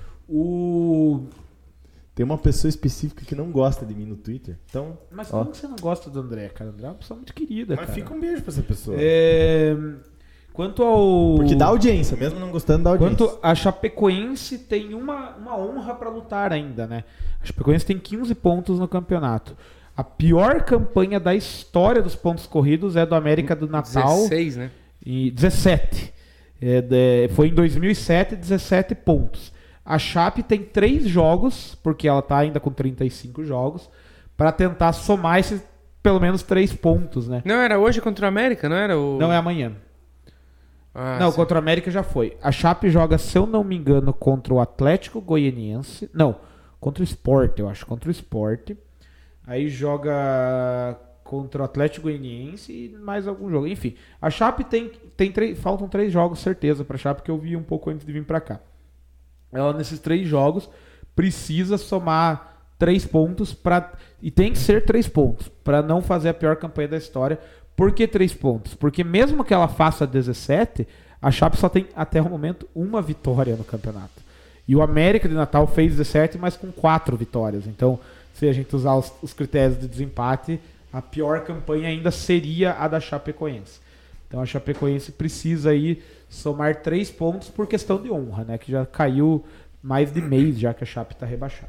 Tem uma pessoa específica que não gosta de mim no Twitter. Então, Mas ó. como que você não gosta do André, cara? O André é uma pessoa muito querida, Mas cara. fica um beijo pra essa pessoa. Quanto ao... Porque dá audiência, mesmo não gostando da audiência. Quanto a Chapecoense tem uma honra pra lutar ainda, né? A Chapecoense tem 15 pontos no campeonato. A pior campanha da história dos pontos corridos é do América do Natal. 16, né? E 17. Foi em 2007, 17 pontos. A Chape tem 3 jogos, porque ela tá ainda com 35 jogos, pra tentar somar esses pelo menos 3 pontos, né? Não, era hoje contra o América, não era o... Não é amanhã. Ah, Não, sim. contra o América já foi. A Chape joga, se eu não me engano, contra o Atlético Goianiense. Não, contra o Sport, eu acho. Contra o Sport. Aí joga contra o Atlético Goianiense e mais algum jogo. Enfim, a Chape tem faltam 3 jogos, certeza, pra Chape, que eu vi um pouco antes de vir pra cá. Ela, nesses 3 jogos, precisa somar 3 pontos e tem que ser 3 pontos pra não fazer a pior campanha da história. Por que 3 pontos? Porque mesmo que ela faça 17, a Chape só tem até o momento 1 vitória no campeonato. E o América de Natal fez 17, mas com 4 vitórias. Então, se a gente usar os critérios de desempate, a pior campanha ainda seria a da Chapecoense. Então a Chapecoense precisa aí somar 3 pontos por questão de honra, né? Que já caiu mais de mês já que a Chape está rebaixada.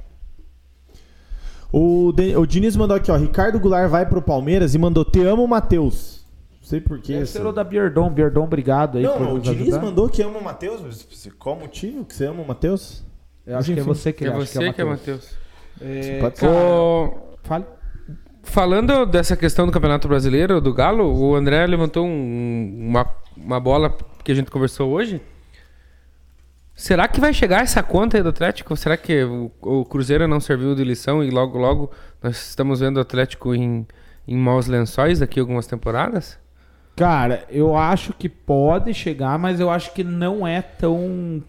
O Diniz mandou aqui, ó. Ricardo Goulart vai pro Palmeiras e mandou: Te amo, Matheus. Não sei porquê. Deve ser o da Bierdon. Bierdon, obrigado aí por Não, o nos Diniz ajudar. mandou que ama o Matheus. Mas qual motivo que você ama o Matheus? Eu acho que é você que É acha você que é Matheus. Matheus. Pode ser. Fale. Falando dessa questão do Campeonato Brasileiro, do Galo, o André levantou uma bola que a gente conversou hoje. Será que vai chegar essa conta aí do Atlético? Será que o Cruzeiro não serviu de lição e logo, logo nós estamos vendo o Atlético em maus lençóis daqui a algumas temporadas? Cara, eu acho que pode chegar, mas eu acho que não é tão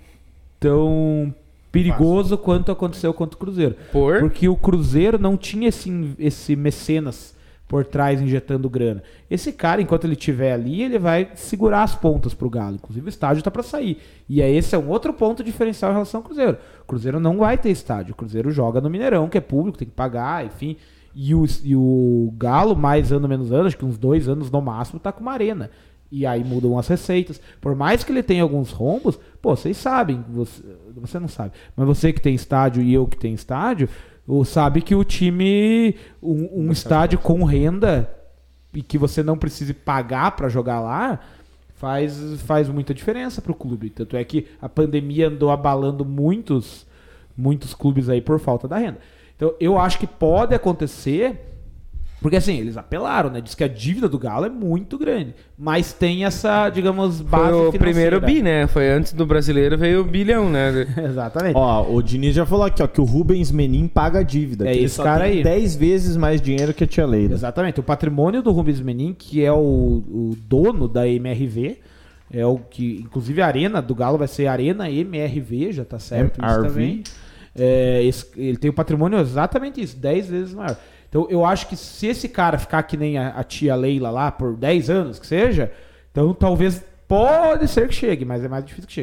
perigoso quanto aconteceu contra o Cruzeiro. Porque o Cruzeiro não tinha esse mecenas por trás injetando grana. Esse cara, enquanto ele estiver ali, ele vai segurar as pontas pro Galo. Inclusive o estádio tá para sair. E aí esse é um outro ponto diferencial em relação ao Cruzeiro. O Cruzeiro não vai ter estádio. O Cruzeiro joga no Mineirão, que é público, tem que pagar, enfim. E o Galo, mais ano, menos ano, acho que uns 2 anos no máximo, tá com uma arena. E aí mudam as receitas. Por mais que ele tenha alguns rombos, pô, vocês sabem, você não sabe, mas você que tem estádio e eu que tenho estádio, sabe que o time, um estádio com renda e que você não precise pagar para jogar lá, faz muita diferença pro clube. Tanto é que a pandemia andou abalando muitos clubes aí por falta da renda. Então eu acho que pode acontecer. Porque assim, eles apelaram, né? Diz que a dívida do Galo é muito grande. Mas tem essa, digamos, base Foi o financeira. primeiro bi, né? Foi antes do brasileiro, veio o bilhão, né? Exatamente. Ó, o Diniz já falou aqui, ó, que o Rubens Menin paga a dívida. É que ele esse só cara tem aí. 10 vezes mais dinheiro que a tia Leila. Exatamente. O patrimônio do Rubens Menin, que é o dono da MRV, é o que, inclusive a arena do Galo vai ser Arena MRV, já tá certo isso MRV. também. Ele tem o patrimônio exatamente isso, 10 vezes maior. Então eu acho que se esse cara ficar que nem a tia Leila lá por 10 anos, que seja, então talvez pode ser que chegue, mas é mais difícil que chegue.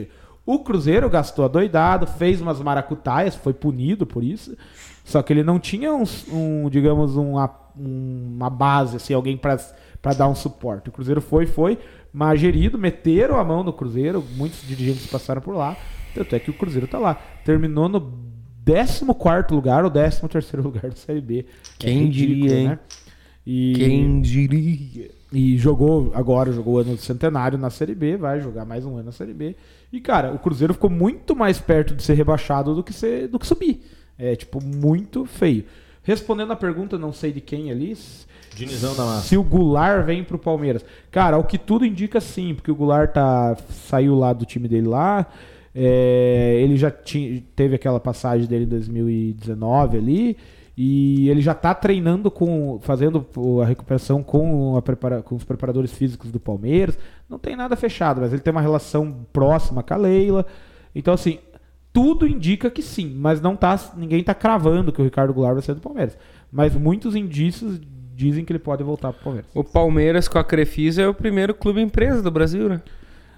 O Cruzeiro gastou adoidado, fez umas maracutaias, foi punido por isso. Só que ele não tinha digamos, uma base, assim, alguém para dar um suporte. O Cruzeiro foi mas gerido, meteram a mão no Cruzeiro, muitos dirigentes passaram por lá, tanto é que o Cruzeiro tá lá. Terminou no 14º lugar ou 13º lugar da Série B. Quem diria, hein? Né? Quem diria? E jogou o ano do centenário na Série B, vai jogar mais um ano na Série B. E, cara, o Cruzeiro ficou muito mais perto de ser rebaixado do que subir. É, tipo, muito feio. Respondendo a pergunta, não sei de quem ali, Dinizão da massa. se o Goulart vem pro Palmeiras. Cara, o que tudo indica sim, porque o Goulart saiu lá do time dele lá, ele já teve aquela passagem dele em 2019 ali, e ele já tá treinando fazendo a recuperação com os preparadores físicos do Palmeiras. Não tem nada fechado, mas ele tem uma relação próxima com a Leila. Então, assim, tudo indica que sim, mas ninguém tá cravando que o Ricardo Goulart vai ser do Palmeiras. Mas muitos indícios dizem que ele pode voltar pro Palmeiras. O Palmeiras com a Crefisa é o primeiro clube empresa do Brasil, né?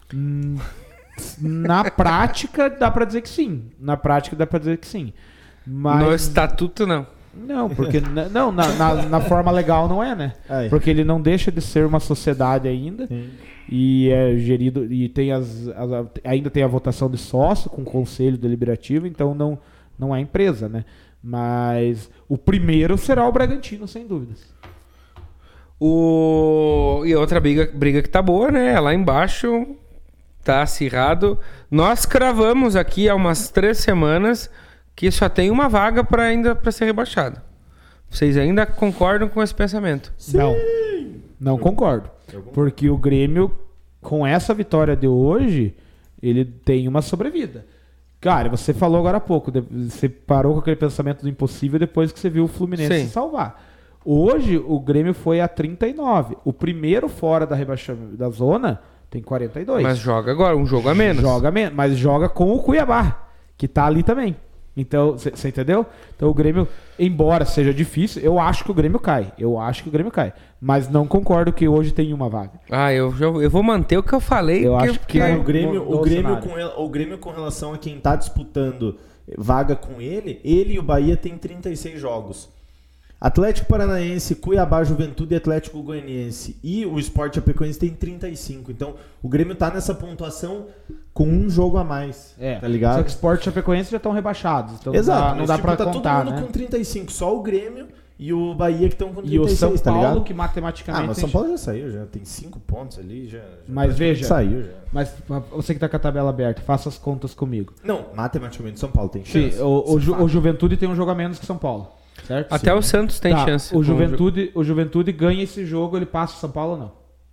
Na prática, dá pra dizer que sim. Mas... No estatuto, não. Não, porque na forma legal não é, né? Aí. Porque ele não deixa de ser uma sociedade ainda. Sim. E é gerido e tem ainda tem a votação de sócio com conselho deliberativo, então não é empresa, né? Mas o primeiro será o Bragantino, sem dúvidas. E outra briga que tá boa, né? Lá embaixo tá acirrado. Nós cravamos aqui há umas 3 semanas que só tem uma vaga para ser rebaixado. Vocês ainda concordam com esse pensamento? Sim. Não concordo. Porque o Grêmio, com essa vitória de hoje, ele tem uma sobrevida. Cara, você falou agora há pouco, você parou com aquele pensamento do impossível depois que você viu o Fluminense se salvar. Hoje, o Grêmio foi a 39. O primeiro fora da zona tem 42. Mas joga agora, um jogo a menos. Mas joga com o Cuiabá, que tá ali também. Então, você entendeu? Então o Grêmio, embora seja difícil, eu acho que o Grêmio cai. Mas não concordo que hoje tem uma vaga. Eu vou manter o que eu falei. Eu acho que o Grêmio com relação a quem tá disputando vaga com ele e o Bahia tem 36 jogos. Atlético Paranaense, Cuiabá, Juventude e Atlético Goianiense e o Sport Chapecoense tem 35. Então, o Grêmio tá nessa pontuação com um jogo a mais, tá ligado? Só que o Sport e Chapecoense já estão rebaixados. Então exato, não dá pra tá contar, todo mundo né? com 35, só o Grêmio e o Bahia que estão com 36, e o São tá Paulo, ligado? que matematicamente... mas o São Paulo já saiu, já tem 5 pontos ali, já mas veja, saiu já. Mas você que tá com a tabela aberta, faça as contas comigo. Não, matematicamente o São Paulo tem chance. Sim, o Juventude tem um jogo a menos que São Paulo. Certo? Até o Santos tem chance. O Juventude ganha esse jogo, ele passa o São Paulo ou não?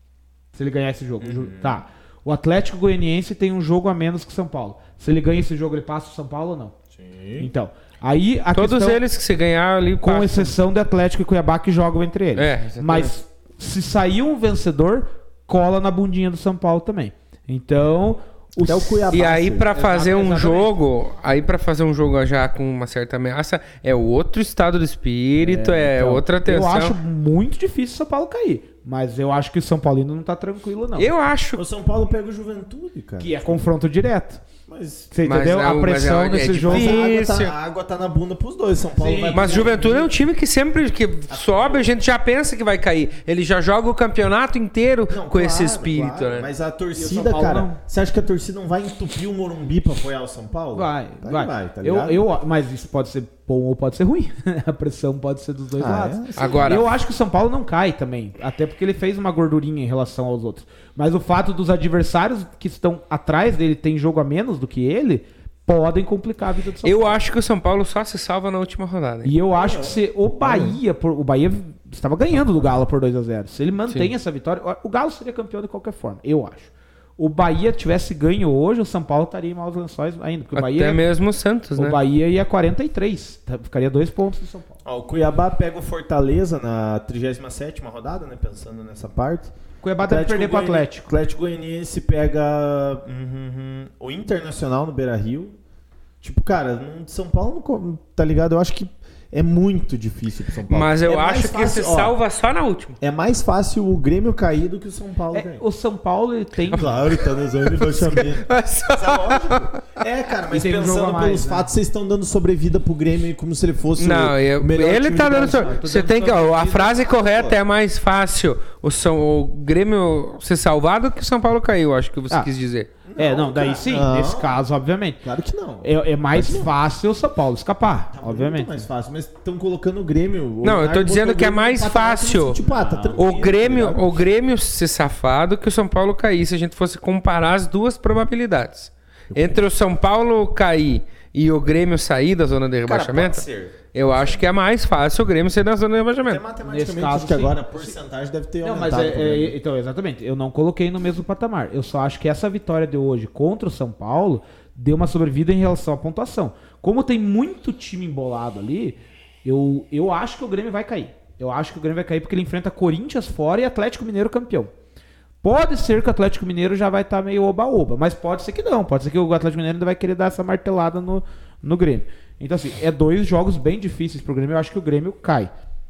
Se ele ganhar esse jogo. Tá. O Atlético Goianiense tem um jogo a menos que o São Paulo. Se ele ganha esse jogo, ele passa o São Paulo ou não? Sim. Então, aí a todos questão, eles que se ganhar ali com passam. exceção de Atlético e Cuiabá que jogam entre eles. Exatamente. Mas se sair um vencedor, cola na bundinha do São Paulo também. Então... Até o Cuiabá, e aí para fazer um exatamente. jogo já com uma certa ameaça, é outro estado de espírito, então, outra tensão. Eu acho muito difícil o São Paulo cair, mas eu acho que o São Paulino não tá tranquilo não. Eu acho. O São Paulo pega o Juventude, cara. Que é confronto direto. Mas você entendeu? A pressão nesse jogo. A água tá na bunda pros dois. São Paulo vai mas Juventude é um time que sempre que sobe, a gente já pensa que vai cair. Ele já joga o campeonato inteiro com esse espírito, claro. né? Mas a torcida, cara, você acha que a torcida não vai entupir o Morumbi pra apoiar o São Paulo? Vai. Tá ligado? Mas isso pode ser bom ou pode ser ruim. A pressão pode ser dos dois lados. Agora, eu acho que o São Paulo não cai também, até porque ele fez uma gordurinha em relação aos outros. Mas o fato dos adversários que estão atrás dele tem jogo a menos do que ele, podem complicar a vida do São Paulo. Eu acho que o São Paulo só se salva na última rodada. Hein? E eu acho que se o Bahia estava ganhando do Galo por 2-0. Se ele mantém essa vitória, o Galo seria campeão de qualquer forma, eu acho. O Bahia tivesse ganho hoje, o São Paulo estaria em maus lençóis ainda. Porque o Bahia, até mesmo o Santos, né? O Bahia ia 43. Ficaria 2 pontos do São Paulo. O Cuiabá pega o Fortaleza na 37ª rodada, né? Pensando nessa parte. O Cuiabá deve perder pro Atlético. O Atlético Goianiense pega o Internacional no Beira-Rio. Tipo, cara, de São Paulo, tá ligado? Eu acho que É muito difícil pro São Paulo. Mas eu É mais acho que se fácil, ó, salva só na última. É mais fácil o Grêmio cair do que o São Paulo cair. O São Paulo ele tem. Claro, tá na zona de rebaixamento. Mas é lógico. É, cara, mas E tem um jogo pensando a mais, pelos né? fatos, vocês estão dando sobrevida pro Grêmio como se ele fosse Não, o melhor ele time tá do dando. Brasil. Você tem que. Ó, a frase correta é mais fácil o Grêmio ser salvado que o São Paulo caiu, acho que você quis dizer. Daí cara, sim, não. nesse caso, obviamente. Claro que não. É mais fácil o São Paulo escapar, Tá obviamente. muito mais fácil, mas estão colocando o Grêmio. Não, eu tô dizendo que é mais fácil tá tranquilo, o Grêmio ser safado que o São Paulo cair, se a gente fosse comparar as duas probabilidades. Entre o São Paulo cair e o Grêmio sair da zona de rebaixamento, eu acho que é mais fácil o Grêmio sair da zona de rebaixamento. Matematicamente, Nesse caso, que sim. agora a porcentagem deve ter Não, mas aumentado. então, exatamente. Eu não coloquei no mesmo patamar. Eu só acho que essa vitória de hoje contra o São Paulo deu uma sobrevida em relação à pontuação. Como tem muito time embolado ali, eu acho que o Grêmio vai cair. Eu acho que o Grêmio vai cair porque ele enfrenta Corinthians fora e Atlético Mineiro campeão. Pode ser que o Atlético Mineiro já vai estar meio oba-oba, mas pode ser que não. Pode ser que o Atlético Mineiro ainda vai querer dar essa martelada no Grêmio. Então, assim, é 2 jogos bem difíceis pro Grêmio. Eu acho que o Grêmio cai.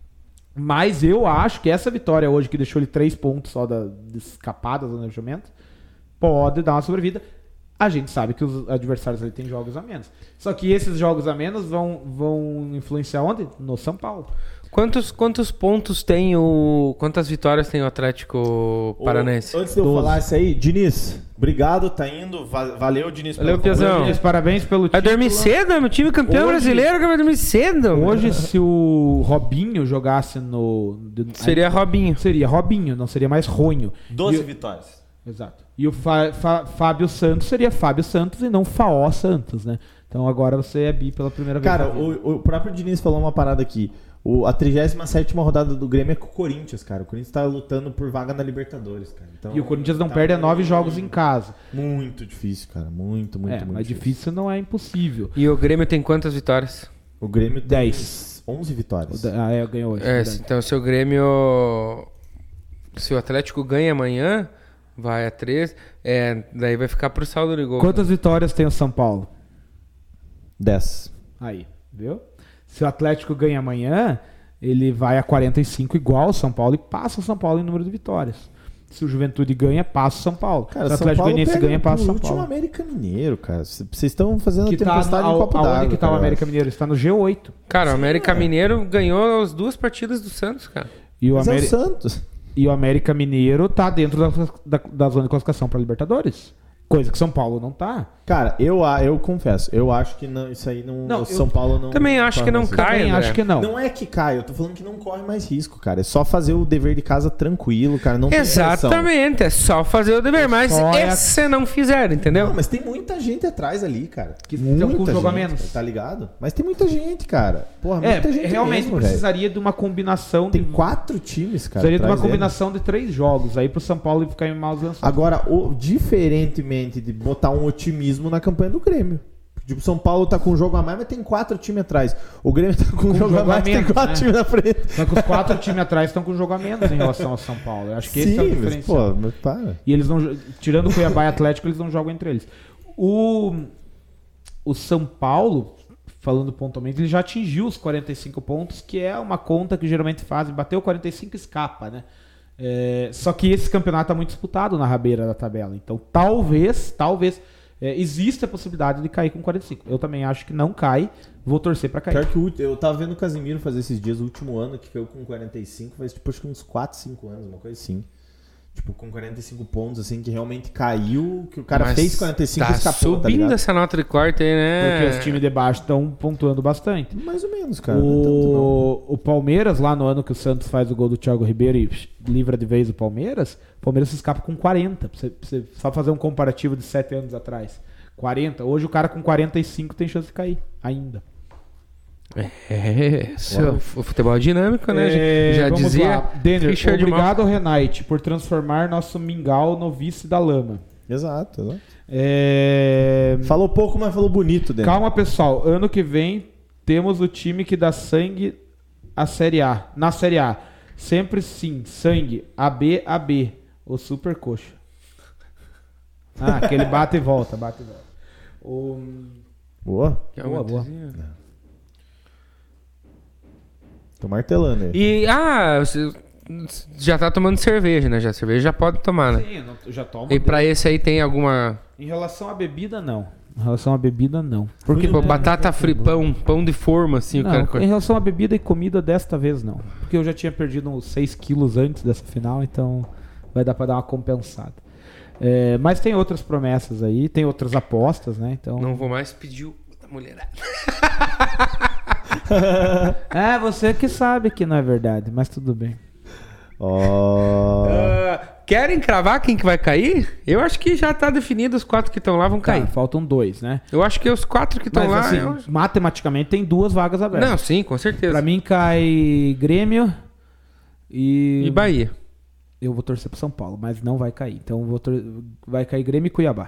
Mas eu acho que essa vitória hoje, que deixou ele 3 pontos só de escapada do planejamento, pode dar uma sobrevida. A gente sabe que os adversários ali têm jogos a menos. Só que esses jogos a menos vão influenciar onde? No São Paulo. Quantos pontos tem quantas vitórias tem o Atlético Paranaense? Antes de eu 12. falar isso aí, Diniz, obrigado, tá indo. Valeu, Diniz. Valeu, pelo Piazão. convite. Parabéns pelo Vai dormir cedo, meu time campeão Hoje- brasileiro que vai dormir cedo. Hoje, se o Robinho jogasse Seria Robinho. Seria Robinho, não seria mais Ronho. 12 E- vitórias. Exato. E o Fábio Santos seria Fábio Santos e não Faó Santos, né? Então agora você é bi pela primeira vez. Cara, na vida. o próprio Diniz falou uma parada aqui. A 37ª rodada do Grêmio é com o Corinthians, cara. O Corinthians tá lutando por vaga na Libertadores, cara. Então, E o Corinthians não tá perde a 9 jogos em casa. Muito difícil, cara. Muito Mas difícil não é impossível. E o Grêmio tem quantas vitórias? O Grêmio tem 10. 11 vitórias. Ganhou hoje. É, verdade. então se o Grêmio. Se o Atlético ganha amanhã, vai a 13. Daí vai ficar pro saldo de gol. Quantas vitórias tem o São Paulo? 10. Aí, viu? Se o Atlético ganha amanhã, ele vai a 45 igual ao São Paulo e passa o São Paulo em número de vitórias. Se o Juventude ganha, passa o São Paulo. Cara, Se o São Atlético Paulo Goianiense pega ganha, passa o São último Paulo. América Mineiro, cara. Vocês estão fazendo Que a tempestade em copo aonde d'água. que tá o cara. América Mineiro? Está no G8. Cara, o América Mineiro ganhou as 2 partidas do Santos, cara. E o, Mas é o Ameri- Santos. e o América Mineiro tá dentro da zona de classificação para Libertadores. Coisa que São Paulo não tá. Cara, eu confesso, eu acho que não, isso aí não. Não, o São Paulo não. Também acho corre que não mais cai, Também André. acho que não. Não é que cai, eu tô falando que não corre mais risco, cara. É só fazer o dever de casa tranquilo, cara. Não tem pressão. Exatamente, é só fazer o dever, mas só é a- se não fizer, entendeu? Não, mas tem muita gente atrás ali, cara. Que estão com jogo a gente, menos. tá ligado? Mas tem muita gente, cara. Porra, muita gente realmente mesmo, precisaria de uma combinação velho. Tem de 4 times, cara. precisaria de uma atrás dele. combinação de 3 jogos aí pro São Paulo ficar em maus lençóis. Agora, diferentemente de botar um otimismo na campanha do Grêmio. Tipo, o São Paulo tá com um jogo a mais, mas tem 4 times atrás. O Grêmio tá com um jogo a mais, tem menos, 4 né? times na frente. Só que os 4 times atrás estão com jogo a menos em relação ao São Paulo. Eu acho que esse é o Sim, mas, diferencial. pô, mas para. E eles não. Tirando o Cuiabá e Atlético, eles não jogam entre eles. O São Paulo, falando pontualmente, ele já atingiu os 45 pontos, que é uma conta que geralmente fazem. Bateu 45 escapa, né? Só que esse campeonato tá muito disputado na rabeira da tabela. Então talvez exista a possibilidade de cair com 45. Eu também acho que não cai. Vou torcer pra cair. Pior que eu tava vendo o Casimiro fazer esses dias, o último ano que caiu com 45, faz tipo acho que uns 4, 5 anos, uma coisa assim. Tipo, com 45 pontos, assim, que realmente caiu, que o cara Mas fez 45 e tá escapou, tá subindo ligado? essa nota de corte aí, né? Porque os times de baixo estão pontuando bastante. Mais ou menos, cara. Não é tanto, não. O Palmeiras, lá no ano que o Santos faz o gol do Thiago Ribeiro e livra de vez o Palmeiras se escapa com 40. Pra você só fazer um comparativo de 7 anos atrás. 40. Hoje o cara com 45 tem chance de cair, ainda. O futebol é dinâmico, né? Já vamos dizia lá. Denner, Richard obrigado ao Renate por transformar nosso mingau no vice da lama. Exato. Falou Falou pouco, mas falou bonito, Daniel. Calma, pessoal. Ano que vem temos o time que dá sangue na Série A. Sempre sim, sangue. AB. O Super Coxa. Aquele bate e volta. Boa. Que é Boa, uma boa. coisinha. Tô martelando aí. E, você já tá tomando cerveja, né? Cerveja já pode tomar, né? Sim, eu já tomo. E pra esse aí tem alguma... Em relação à bebida, não. Porque, batata frita, pão de forma, assim, Não, o cara... em relação à bebida e comida, desta vez não. Porque eu já tinha perdido uns 6 quilos antes dessa final, então vai dar pra dar uma compensada. Mas tem outras promessas aí, tem outras apostas, né? Então... Não vou mais pedir o da mulherada. Você que sabe que não é verdade, mas tudo bem. Querem cravar quem que vai cair? Eu acho que já tá definido, os 4 que estão lá vão cair. Faltam 2, né? Eu acho que os 4 que estão lá... Assim, matematicamente tem 2 vagas abertas. Não, sim, com certeza. Pra mim cai Grêmio e Bahia. Eu vou torcer pro São Paulo, mas não vai cair. Então vai cair Grêmio e Cuiabá.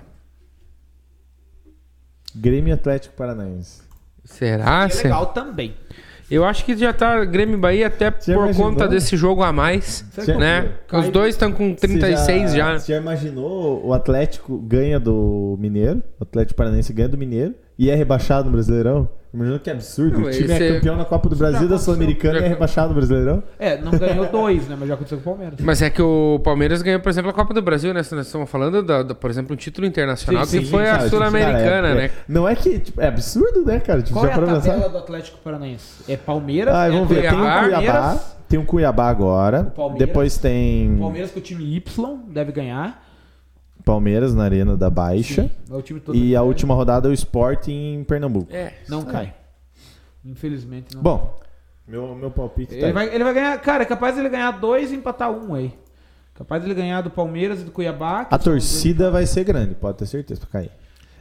Grêmio e Atlético Paranaense. Será? É legal também. Eu acho que já tá Grêmio e Bahia até por conta desse jogo a mais, né? Os dois estão com 36 já. Você já imaginou o Atlético ganha do Mineiro, o Atlético Paranaense ganha do Mineiro e é rebaixado no Brasileirão? Imagina que absurdo. O time é campeão na Copa do Brasil, da Sul-Americana e é rebaixado no Brasileirão? Não ganhou 2, né? Mas já aconteceu com o Palmeiras. Mas é que o Palmeiras ganhou, por exemplo, a Copa do Brasil, né? Nós estamos falando, por exemplo, um título internacional que foi a Sul-Americana, né? Não é que... é absurdo, né, cara? Qual é a tabela do Atlético Paranaense? É Palmeiras? Vamos ver. Tem o Cuiabá. Tem o Cuiabá agora. Depois tem... O Palmeiras com o time Y deve ganhar. Palmeiras na Arena da Baixa. Sim, é o time todo e a última rodada é o Sport em Pernambuco. Não cai. Infelizmente não. Bom, meu palpite ele vai ganhar. Cara, é capaz de ele ganhar 2 e empatar 1 aí. Capaz de ele ganhar do Palmeiras e do Cuiabá. A torcida vai ser grande, pode ter certeza pra cair.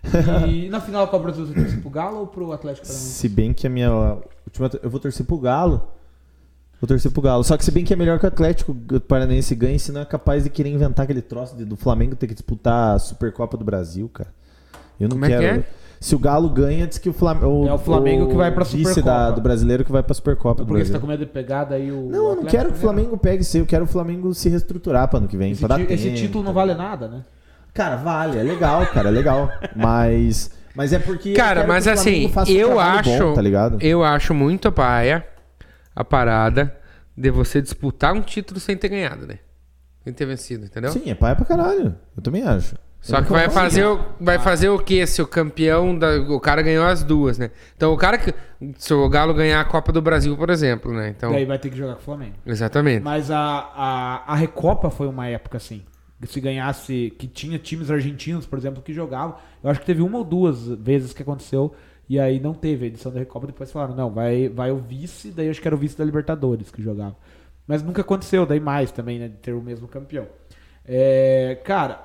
E na final da Copa do Brasil, você torce pro Galo ou pro Atlético Paranaense? Se bem que a minha última... Eu vou torcer pro Galo. Só que se bem que é melhor que o Atlético Paranaense ganhe, senão é capaz de querer inventar aquele troço do Flamengo ter que disputar a Supercopa do Brasil, cara. Eu não quero. Como é que é? Se o Galo ganha, diz que o Flamengo... É o Flamengo que vai pra Supercopa. Do brasileiro que vai pra Supercopa do Brasil. Porque você tá com medo de pegar daí o... Não, eu não quero que o Flamengo pegue isso. Eu quero o Flamengo se reestruturar para ano que vem. Esse título não vale nada, né? Cara, vale. É legal, cara. É legal. Mas é porque... Cara, mas assim, eu acho... Bom, tá ligado? Eu acho muito paia a parada de você disputar um título sem ter ganhado, né? Sem ter vencido, entendeu? Sim, é paia pra caralho. Eu também acho. Só que vai fazer o quê? Se o campeão... O cara ganhou as 2, né? Então o cara... Se o Galo ganhar a Copa do Brasil, por exemplo, né? Então... Daí vai ter que jogar com o Flamengo. Exatamente. Mas a Recopa foi uma época assim. Se ganhasse... Que tinha times argentinos, por exemplo, que jogavam. Eu acho que teve 1 ou 2 vezes que aconteceu. E aí não teve a edição da Recopa. Depois falaram, não, vai o vice. Daí eu acho que era o vice da Libertadores que jogava. Mas nunca aconteceu. Daí mais também, né? De ter o mesmo campeão. Cara...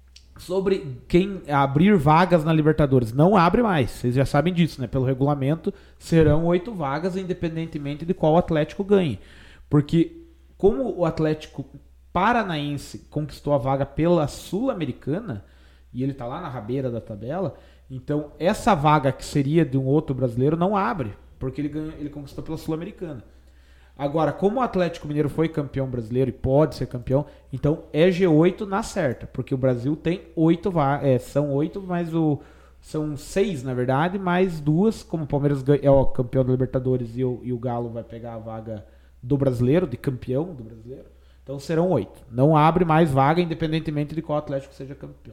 Sobre quem abrir vagas na Libertadores. Não abre mais, vocês já sabem disso, né? Pelo regulamento, serão 8 vagas, independentemente de qual Atlético ganhe. Porque como o Atlético Paranaense conquistou a vaga pela Sul-Americana, e ele tá lá na rabeira da tabela, então essa vaga que seria de um outro brasileiro não abre, porque ele conquistou pela Sul-Americana. Agora, como o Atlético Mineiro foi campeão brasileiro e pode ser campeão, então é G8 na certa, porque o Brasil tem 8 vagas, são 8, mas são 6 na verdade, mais 2, como o Palmeiras é o campeão da Libertadores e o Galo vai pegar a vaga do brasileiro, de campeão do brasileiro, então serão 8. Não abre mais vaga, independentemente de qual Atlético seja campeão.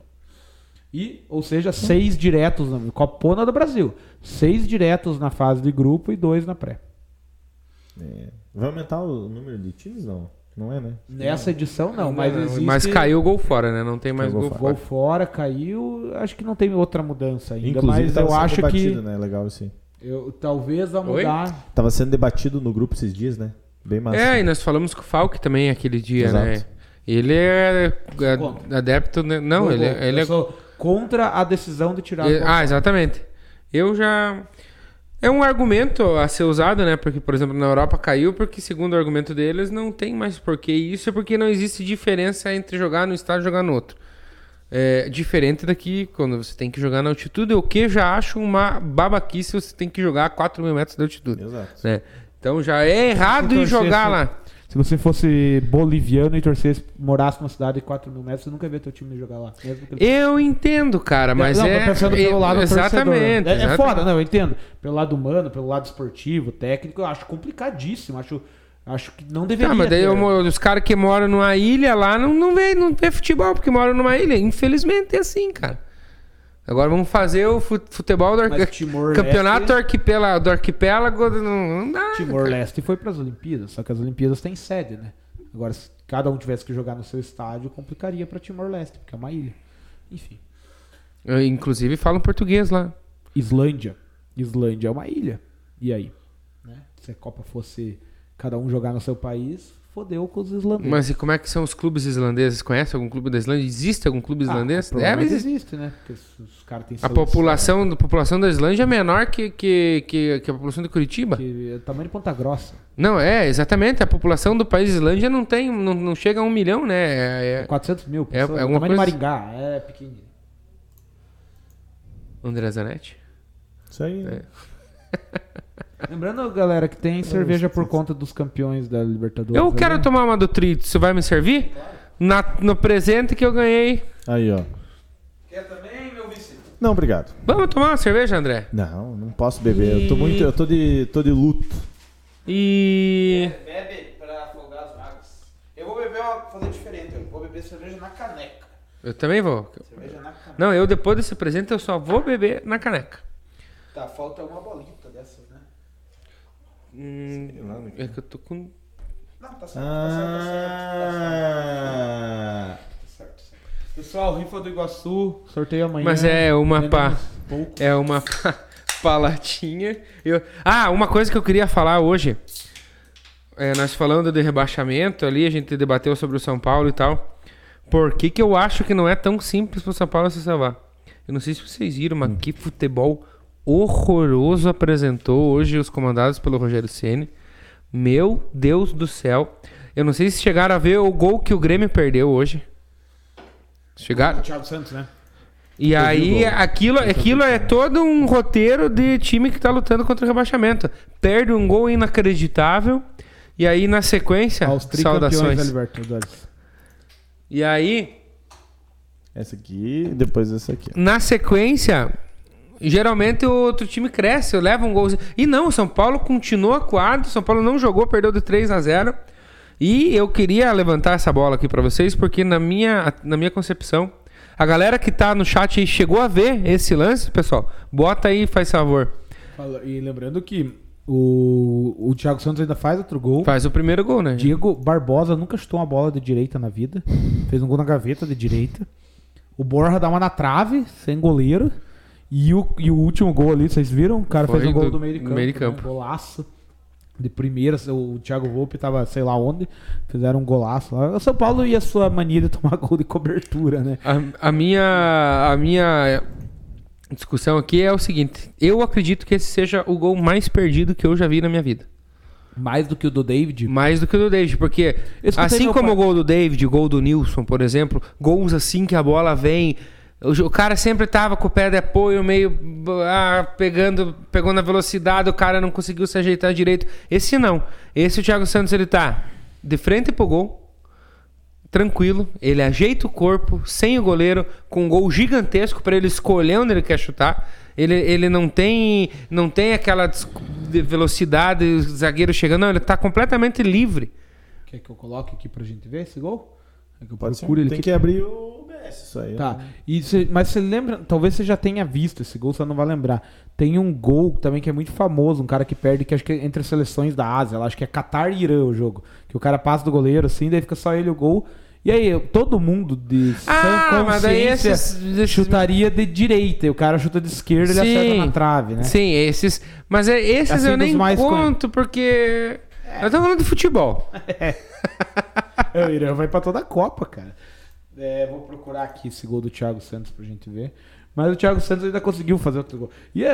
Ou seja, 6 diretos na Copona do Brasil, 6 diretos na fase de grupo e 2 na pré. Vai aumentar o número de times? Não é, né? Nessa edição não, mas existe... Mas caiu o gol fora, né? Não tem mais gol fora. Gol fora, caiu, acho que não tem outra mudança ainda. Inclusive, mas eu acho debatido, que... né? Legal assim. Talvez vá mudar... Tava sendo debatido no grupo esses dias, né? Bem massa. E nós falamos com o Falk também aquele dia, Exato. né? Ele é adepto... Né? Não, ele é... sou contra a decisão de tirar... exatamente. Eu já... É um argumento a ser usado, né? Porque, por exemplo, na Europa caiu porque, segundo o argumento deles, não tem mais porquê. Isso é porque não existe diferença entre jogar no estádio e jogar no outro. É diferente daqui, quando você tem que jogar na altitude, o que já acho uma babaquice, você tem que jogar a 4.000 metros de altitude. Exato. Né? Então já é errado ir jogar lá. Se você fosse boliviano e torcesse, morasse numa cidade de 4 mil metros, você nunca ia ver teu time jogar lá. Mesmo que ele... Eu entendo, cara, mas não, pensando pelo lado exatamente, torcedor. É exatamente. foda, não, eu entendo. Pelo lado humano, pelo lado esportivo, técnico, eu acho complicadíssimo. Acho que não deveria. Mas daí os caras que moram numa ilha lá não vê futebol porque moram numa ilha. Infelizmente é assim, cara. Agora vamos fazer o futebol do campeonato do arquipélago. Não dá. Timor-Leste foi para as Olimpíadas, só que as Olimpíadas têm sede, né? Agora, se cada um tivesse que jogar no seu estádio, complicaria para Timor-Leste, porque é uma ilha. Enfim. Inclusive falam português lá. Islândia é uma ilha. E aí? Né? Se a Copa fosse cada um jogar no seu país, fodeu com os islandeses. Mas e como é que são os clubes islandeses? Conhece algum clube da Islândia? Existe algum clube islandês? Existe, né? Porque os caras têm a população da Islândia é menor que a população de Curitiba. Que é o tamanho de Ponta Grossa. Não, exatamente. A população do país Islândia não chega a 1 milhão, né? 400 mil. É o alguma tamanho de Maringá. É pequenininho. André Zanetti? Isso aí, né? Lembrando, galera, que tem cerveja por conta dos campeões da Libertadores. Eu quero tomar uma do Trito. Você vai me servir? No presente que eu ganhei. Aí, ó. Quer também, meu vice? Não, obrigado. Vamos tomar uma cerveja, André? Não posso beber. Eu tô de luto. Bebe pra afogar as mágoas. Eu vou beber fazer diferente. Eu vou beber cerveja na caneca. Eu também vou. Cerveja na caneca. Não, eu depois desse presente eu só vou beber na caneca. Tá, falta uma bolita dessas, né? É que eu tô com... Não, tá certo, tá certo. Pessoal, rifa do Iguaçu, sorteio amanhã. Mas é uma palatinha. Uma coisa que eu queria falar hoje. Nós falando de rebaixamento ali, a gente debateu sobre o São Paulo e tal. Por que eu acho que não é tão simples pro São Paulo se salvar? Eu não sei se vocês viram, mas que futebol horroroso apresentou hoje os comandados pelo Rogério Ceni. Meu Deus do céu. Eu não sei se chegaram a ver o gol que o Grêmio perdeu hoje. Chegaram? O Thiago Santos, né? E aí, aquilo é todo um roteiro de time que tá lutando contra o rebaixamento. Perde um gol inacreditável. E aí, na sequência, saudações. Da Libertadores. E aí... Essa aqui, depois essa aqui. Na sequência... Geralmente o outro time cresce, leva um golzinho. E não, o São Paulo continua acuado. O São Paulo não jogou, perdeu de 3-0. E eu queria levantar essa bola aqui pra vocês, porque na minha concepção, a galera que tá no chat aí chegou a ver esse lance, pessoal. Bota aí, faz favor. E lembrando que o Thiago Santos ainda faz outro gol. Faz o primeiro gol, né? Diego Barbosa nunca chutou uma bola de direita na vida. Fez um gol na gaveta de direita. O Borja dá uma na trave, sem goleiro. E o último gol ali, vocês viram? O cara fez um gol do meio de campo. Né? Golaço. De primeira, o Thiago Volpe tava sei lá onde. Fizeram um golaço lá. O São Paulo e a sua mania de tomar gol de cobertura, né? A minha discussão aqui é o seguinte. Eu acredito que esse seja o gol mais perdido que eu já vi na minha vida. Mais do que o do David? Mais do que o do David, porque assim como o gol do David, o gol do Nilson, por exemplo, gols assim que a bola vem... O cara sempre tava com o pé de apoio meio pegou na velocidade, o cara não conseguiu se ajeitar direito. Esse não. Esse o Thiago Santos, ele tá de frente pro gol, tranquilo, ele ajeita o corpo, sem o goleiro, com um gol gigantesco para ele escolher onde ele quer chutar. Ele não tem aquela velocidade, o zagueiro chegando, não, ele tá completamente livre. Quer que eu coloque aqui pra gente ver esse gol? É que eu Pode ser. Ele tem que abrir o OBS, isso aí. Tá. Mas você lembra, talvez você já tenha visto esse gol, você não vai lembrar. Tem um gol também que é muito famoso, um cara que perde, que acho que é entre as seleções da Ásia, acho que é Catar e Irã o jogo. Que o cara passa do goleiro assim, daí fica só ele o gol. E aí, todo mundo de sã consciência chutaria de direita, e o cara chuta de esquerda e ele acerta na trave, né? Sim, esses. Mas esses assim, eu nem conto, porque... Eu tô falando de futebol. O Irã vai pra toda a Copa, cara. Vou procurar aqui esse gol do Thiago Santos pra gente ver. Mas o Thiago Santos ainda conseguiu fazer outro gol. E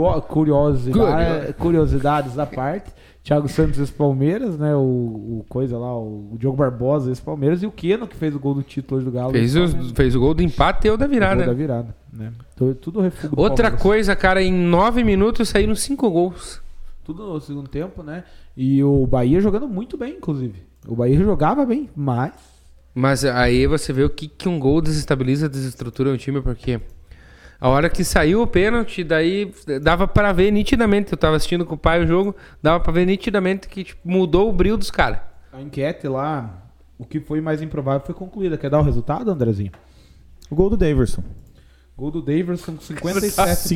curiosidades à parte. Thiago Santos ex-Palmeiras, né? O coisa lá, o Diogo Barbosa ex-Palmeiras. E o Keno, que fez o gol do título hoje do Galo. Fez o gol do empate e o da virada. O gol da virada, né? Tudo refúgio do Outra Palmeiras. coisa, cara, em 9 minutos saíram 5 gols. Tudo no segundo tempo, né? E o Bahia jogando muito bem, inclusive. O Bahia jogava bem, mas... Mas aí você vê o que um gol desestabiliza, desestrutura um time, porque a hora que saiu o pênalti, daí dava pra ver nitidamente, eu tava assistindo com o pai o jogo, dava pra ver nitidamente que tipo, mudou o brilho dos caras. A enquete lá, o que foi mais improvável foi concluída. Quer dar o resultado, Andrezinho? O gol do Daverson. Gol do Daverson com 57%.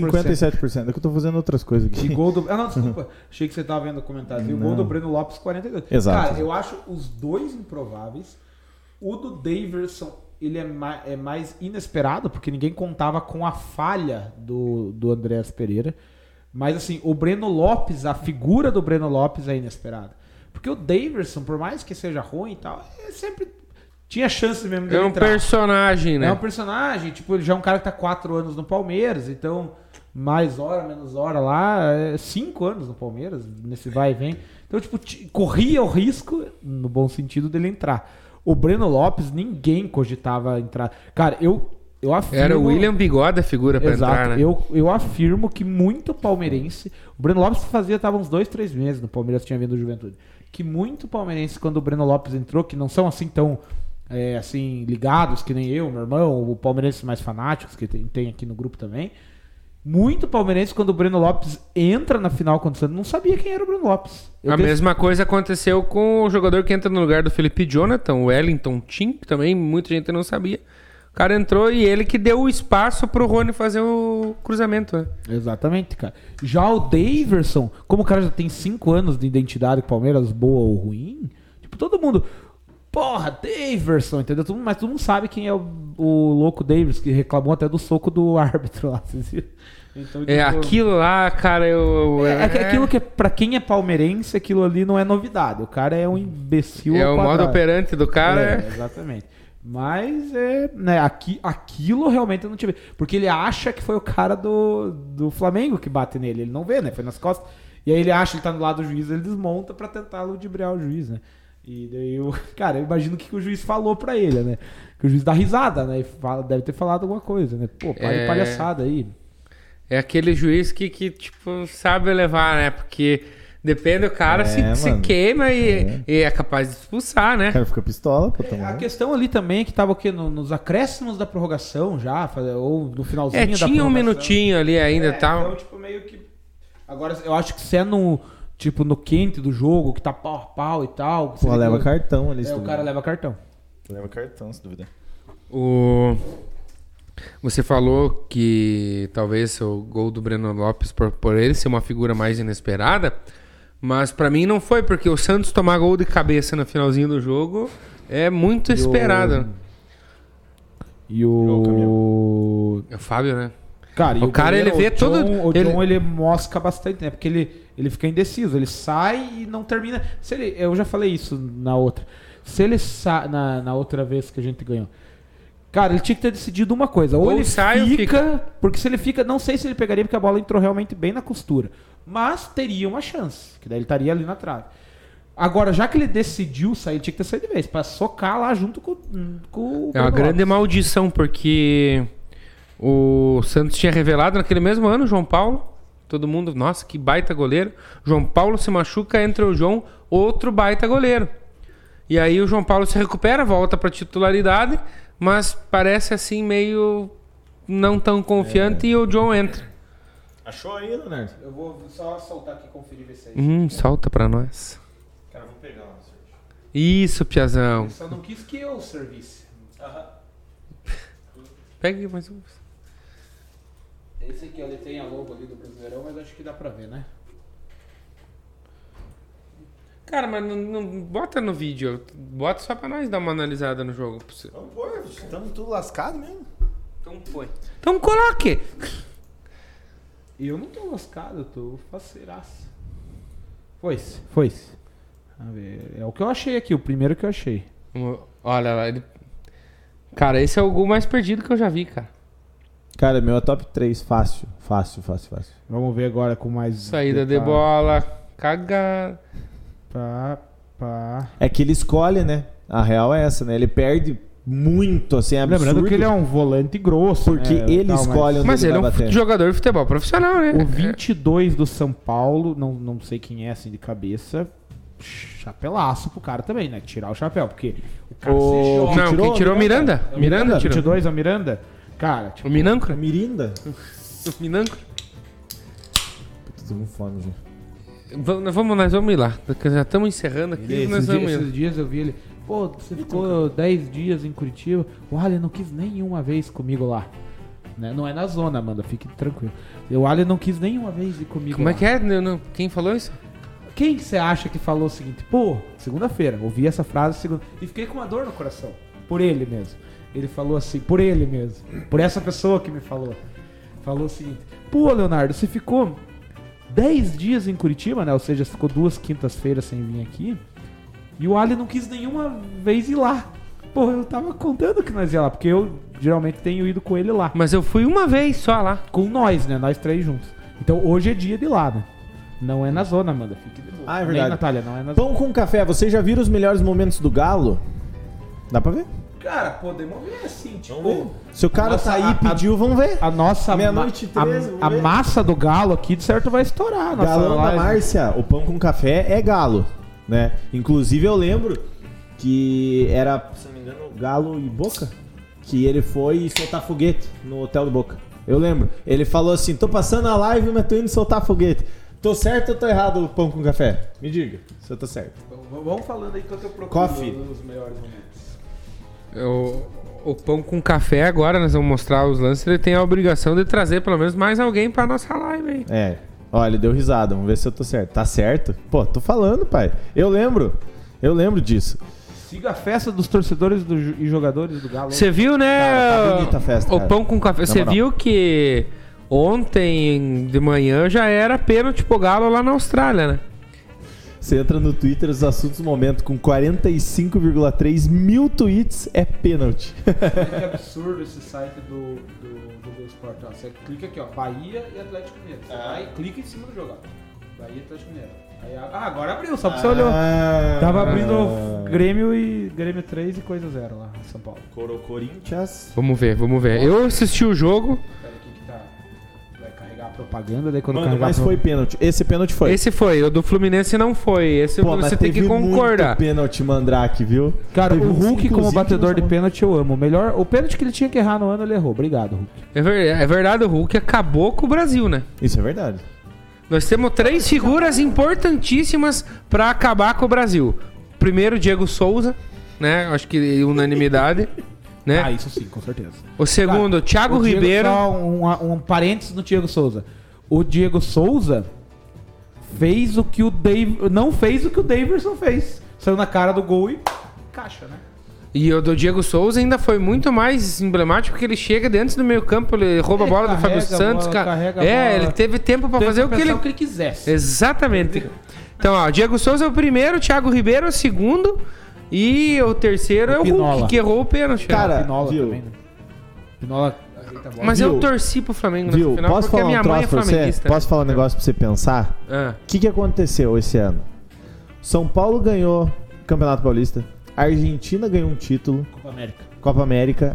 57%. É que eu tô fazendo outras coisas aqui. E gol do... Ah, não, desculpa. Achei que você tava vendo o comentário. E o gol do Breno Lopes, 42%. Exato. Cara, eu acho os dois improváveis. O do Daverson, ele é mais inesperado, porque ninguém contava com a falha do Andreas Pereira. Mas, assim, o Breno Lopes, a figura do Breno Lopes é inesperada. Porque o Daverson, por mais que seja ruim e tal, sempre tinha chance mesmo dele entrar. Personagem, né? É um personagem, tipo, ele já é um cara que tá 4 anos no Palmeiras, então mais hora, menos hora lá, 5 anos no Palmeiras, nesse vai e vem. Então, tipo, corria o risco, no bom sentido, dele entrar. O Breno Lopes, ninguém cogitava entrar. Cara, eu afirmo... Era o William Bigode a figura pra entrar, né? Eu afirmo que muito palmeirense... O Breno Lopes tava uns 2, 3 meses no Palmeiras, tinha vindo do Juventude. Que muito palmeirense, quando o Breno Lopes entrou, que não são assim tão... assim, ligados, que nem eu, meu irmão, o palmeirense mais fanáticos, que tem aqui no grupo também. Muito palmeirense, quando o Breno Lopes entra na final contra o Santos, não sabia quem era o Breno Lopes. Mesma coisa aconteceu com o jogador que entra no lugar do Felipe Jonathan, o Wellington Tim, que também muita gente não sabia. O cara entrou e ele que deu o espaço pro Rony fazer o cruzamento, né? Exatamente, cara. Já o Daverson, como o cara já tem 5 anos de identidade com o Palmeiras, boa ou ruim, tipo, todo mundo... Porra, Daverson, entendeu? Mas todo mundo sabe quem é o louco Daverson, que reclamou até do soco do árbitro lá, vocês viram? Então, tipo, aquilo lá, cara, aquilo que pra quem é palmeirense, aquilo ali não é novidade. O cara é um imbecil. É o modo operante do cara. Exatamente. Mas né, aquilo realmente eu não tive. Porque ele acha que foi o cara do Flamengo que bate nele. Ele não vê, né? Foi nas costas. E aí ele acha que ele tá do lado do juiz, ele desmonta pra tentar ludibriar o juiz, né? E daí eu imagino o que o juiz falou pra ele, né? Que o juiz dá risada, né? E deve ter falado alguma coisa, né? Pô, para de palhaçada aí. É aquele juiz que tipo, sabe levar, né? Porque depende do cara, se queima e é capaz de expulsar, né? O cara fica pistola. A questão ali também é que tava o quê? Nos acréscimos da prorrogação já, ou no finalzinho da prorrogação. Tinha um minutinho ali ainda e tal. Então, tipo, meio que... Agora, eu acho que se é no quente do jogo, que tá pau a pau e tal... Pô, leva cartão ali. O cara leva cartão. Leva cartão, se duvidar. Você falou que talvez o gol do Breno Lopes, por ele ser uma figura mais inesperada, mas pra mim não foi, porque o Santos tomar gol de cabeça no finalzinho do jogo é muito esperado. E o Fábio, né? Cara, o cara, ele vê todo... O John, ele mosca bastante, né? Porque ele fica indeciso. Ele sai e não termina... eu já falei isso na outra. Se ele sai... Na outra vez que a gente ganhou. Cara, ele tinha que ter decidido uma coisa. Ou ele fica... Porque se ele fica... Não sei se ele pegaria, porque a bola entrou realmente bem na costura. Mas teria uma chance. Que daí ele estaria ali na trave. Agora, já que ele decidiu sair, ele tinha que ter saído de vez. Pra socar lá junto com o... É uma grande maldição, porque... O Santos tinha revelado naquele mesmo ano, João Paulo. Todo mundo, nossa, que baita goleiro. João Paulo se machuca, entra o João, outro baita goleiro. E aí o João Paulo se recupera, volta pra titularidade, mas parece assim meio não tão confiante e o João entra. Achou aí, Leonardo? Eu vou só soltar aqui e conferir ver se é isso. Solta pra nós. Cara, vou pegar uma cerveja. Isso, Piazão. Ele só não quis que eu servisse. Pega mais um. Esse aqui, ele tem a logo ali do Brasileirão, mas acho que dá pra ver, né? Cara, mas não bota no vídeo. Bota só pra nós dar uma analisada no jogo. Vamos pôr, estamos tudo lascado mesmo. Então põe. Então coloque! Eu não tô lascado, eu tô faceiraço. Foi-se. Vamos ver. É o que eu achei aqui, o primeiro que eu achei. Olha lá, ele... Cara, esse é o gol mais perdido que eu já vi, cara. Cara, meu é top 3, fácil. Vamos ver agora com mais... Saída de bola, cagada. É que ele escolhe, né? A real é essa, né? Ele perde muito, assim, é absurdo. Lembrando que ele é um volante grosso, porque ele escolhe onde mas ele vai bater. Mas ele é um jogador de futebol profissional, né? O 22 do São Paulo, não sei quem é, assim, de cabeça, chapelaço pro cara também, né? Tirar o chapéu, porque o cara se joga. Não, quem tirou o Miranda? Miranda tirou. 22 é o Miranda? Cara, tipo, O Minâncora? Mirinda? O Minâncora? Tô com fome, já. Nós vamos ir lá. Porque já estamos encerrando aqui. Nós vamos ir. Esses dias eu vi ele. Pô, você ficou 10 dias em Curitiba. O Alien não quis nenhuma vez comigo lá. Né? Não é na zona, Amanda, fique tranquilo. O Alien não quis nenhuma vez ir comigo Como lá. é que é? Quem falou isso? Quem que você acha que falou o seguinte? Pô, segunda-feira, ouvi essa frase segunda e fiquei com uma dor no coração. Por ele mesmo. Ele falou assim, por ele mesmo. Por essa pessoa que me falou. Falou o seguinte: pô, Leonardo, você ficou 10 dias em Curitiba, né? Ou seja, ficou 2 quintas-feiras sem vir aqui. E o Ali não quis nenhuma vez ir lá. Pô, eu tava contando que nós ia lá, porque eu geralmente tenho ido com ele lá. Mas eu fui uma vez só lá. Com nós, né? Nós 3 juntos. Então hoje é dia de ir lá, né? Não é na zona, Amanda. Fique de boa. Ah, é verdade. Nem, Natália, não é na zona. Pão com café, vocês já viram os melhores momentos do Galo? Dá pra ver? Cara, podemos ver assim, tipo... Vamos ver. Se o cara Nossa, tá aí e pediu, vamos ver. A nossa Meia-noite e 13, vamos a ver. massa do Galo aqui, de certo, vai estourar. Nossa Galão da live. Márcia, o pão com café é Galo, né? Inclusive eu lembro que era, se não me engano, Galo e Boca, que ele foi soltar foguete no hotel do Boca. Eu lembro. Ele falou assim: tô passando a live, mas tô indo soltar foguete. Tô certo ou tô errado o pão com café? Me diga se eu tô certo. Vamos falando aí enquanto eu procuro Coffee. os melhores momentos. O pão com café agora, nós vamos mostrar os lances. Ele tem a obrigação de trazer pelo menos mais alguém pra nossa live aí. É. Ó, ele deu risada, vamos ver se eu tô certo. Tá certo? Pô, tô falando, pai. Eu lembro disso. Siga a festa dos torcedores e jogadores do Galo. Você viu, né? Cara, tá bonita a festa, o cara. pão com café. Na Você moral. viu que ontem de manhã já era pênalti pro Galo lá na Austrália, né? Você entra no Twitter, os assuntos do momento, com 45,3 mil tweets, é pênalti. Que absurdo esse site do Google Sport. Ó, você clica aqui, ó, Bahia e Atlético Mineiro. Você vai e clica em cima do jogo, ó. Bahia e Atlético Mineiro. Aí, agora abriu, só pra você olhou. Tava abrindo Grêmio 3 e coisa 0 lá em São Paulo. Corinthians. Vamos ver. Eu assisti o jogo. Espera aqui que tá. Vai carregar a propaganda, daí quando Mano, carregar mas a foi pênalti. Esse pênalti foi. Esse foi, o do Fluminense não foi. Esse Pô, mas você tem que teve concordar. muito pênalti, Mandrake, viu? Cara, Teve o uns, Hulk como inclusive, batedor que de não pênalti eu amo. O pênalti que ele tinha que errar no ano, ele errou. Obrigado, Hulk. É verdade, o Hulk acabou com o Brasil, né? Isso é verdade. Nós temos 3 figuras importantíssimas pra acabar com o Brasil. Primeiro, Diego Souza, né? Acho que unanimidade, né? Ah, isso sim, com certeza. O segundo, Thiago O Diego, Ribeiro. só um parênteses no Diego Souza. O Diego Souza fez o que o não fez o que o Daverson fez. Saiu na cara do gol e caixa, né? E o do Diego Souza ainda foi muito mais emblemático, porque ele chega dentro do meio campo, ele rouba a bola do Fábio Santos. carrega a bola. Ele teve tempo pra fazer o que ele... quisesse. Exatamente. Então, ó, o Diego Souza é o primeiro, o Thiago Ribeiro é o segundo e o terceiro é o Pinola. Hulk, que errou o pênalti. Cara, Pinola viu? também, né? Pinola ajeita a bola. Mas viu? eu torci pro Flamengo Viu? nessa final Posso porque a falar minha um mãe é troço pra você? flamenguista. Posso falar um negócio pra você pensar? Ah. O que aconteceu esse ano? São Paulo ganhou Campeonato Paulista. A Argentina ganhou um título. Copa América.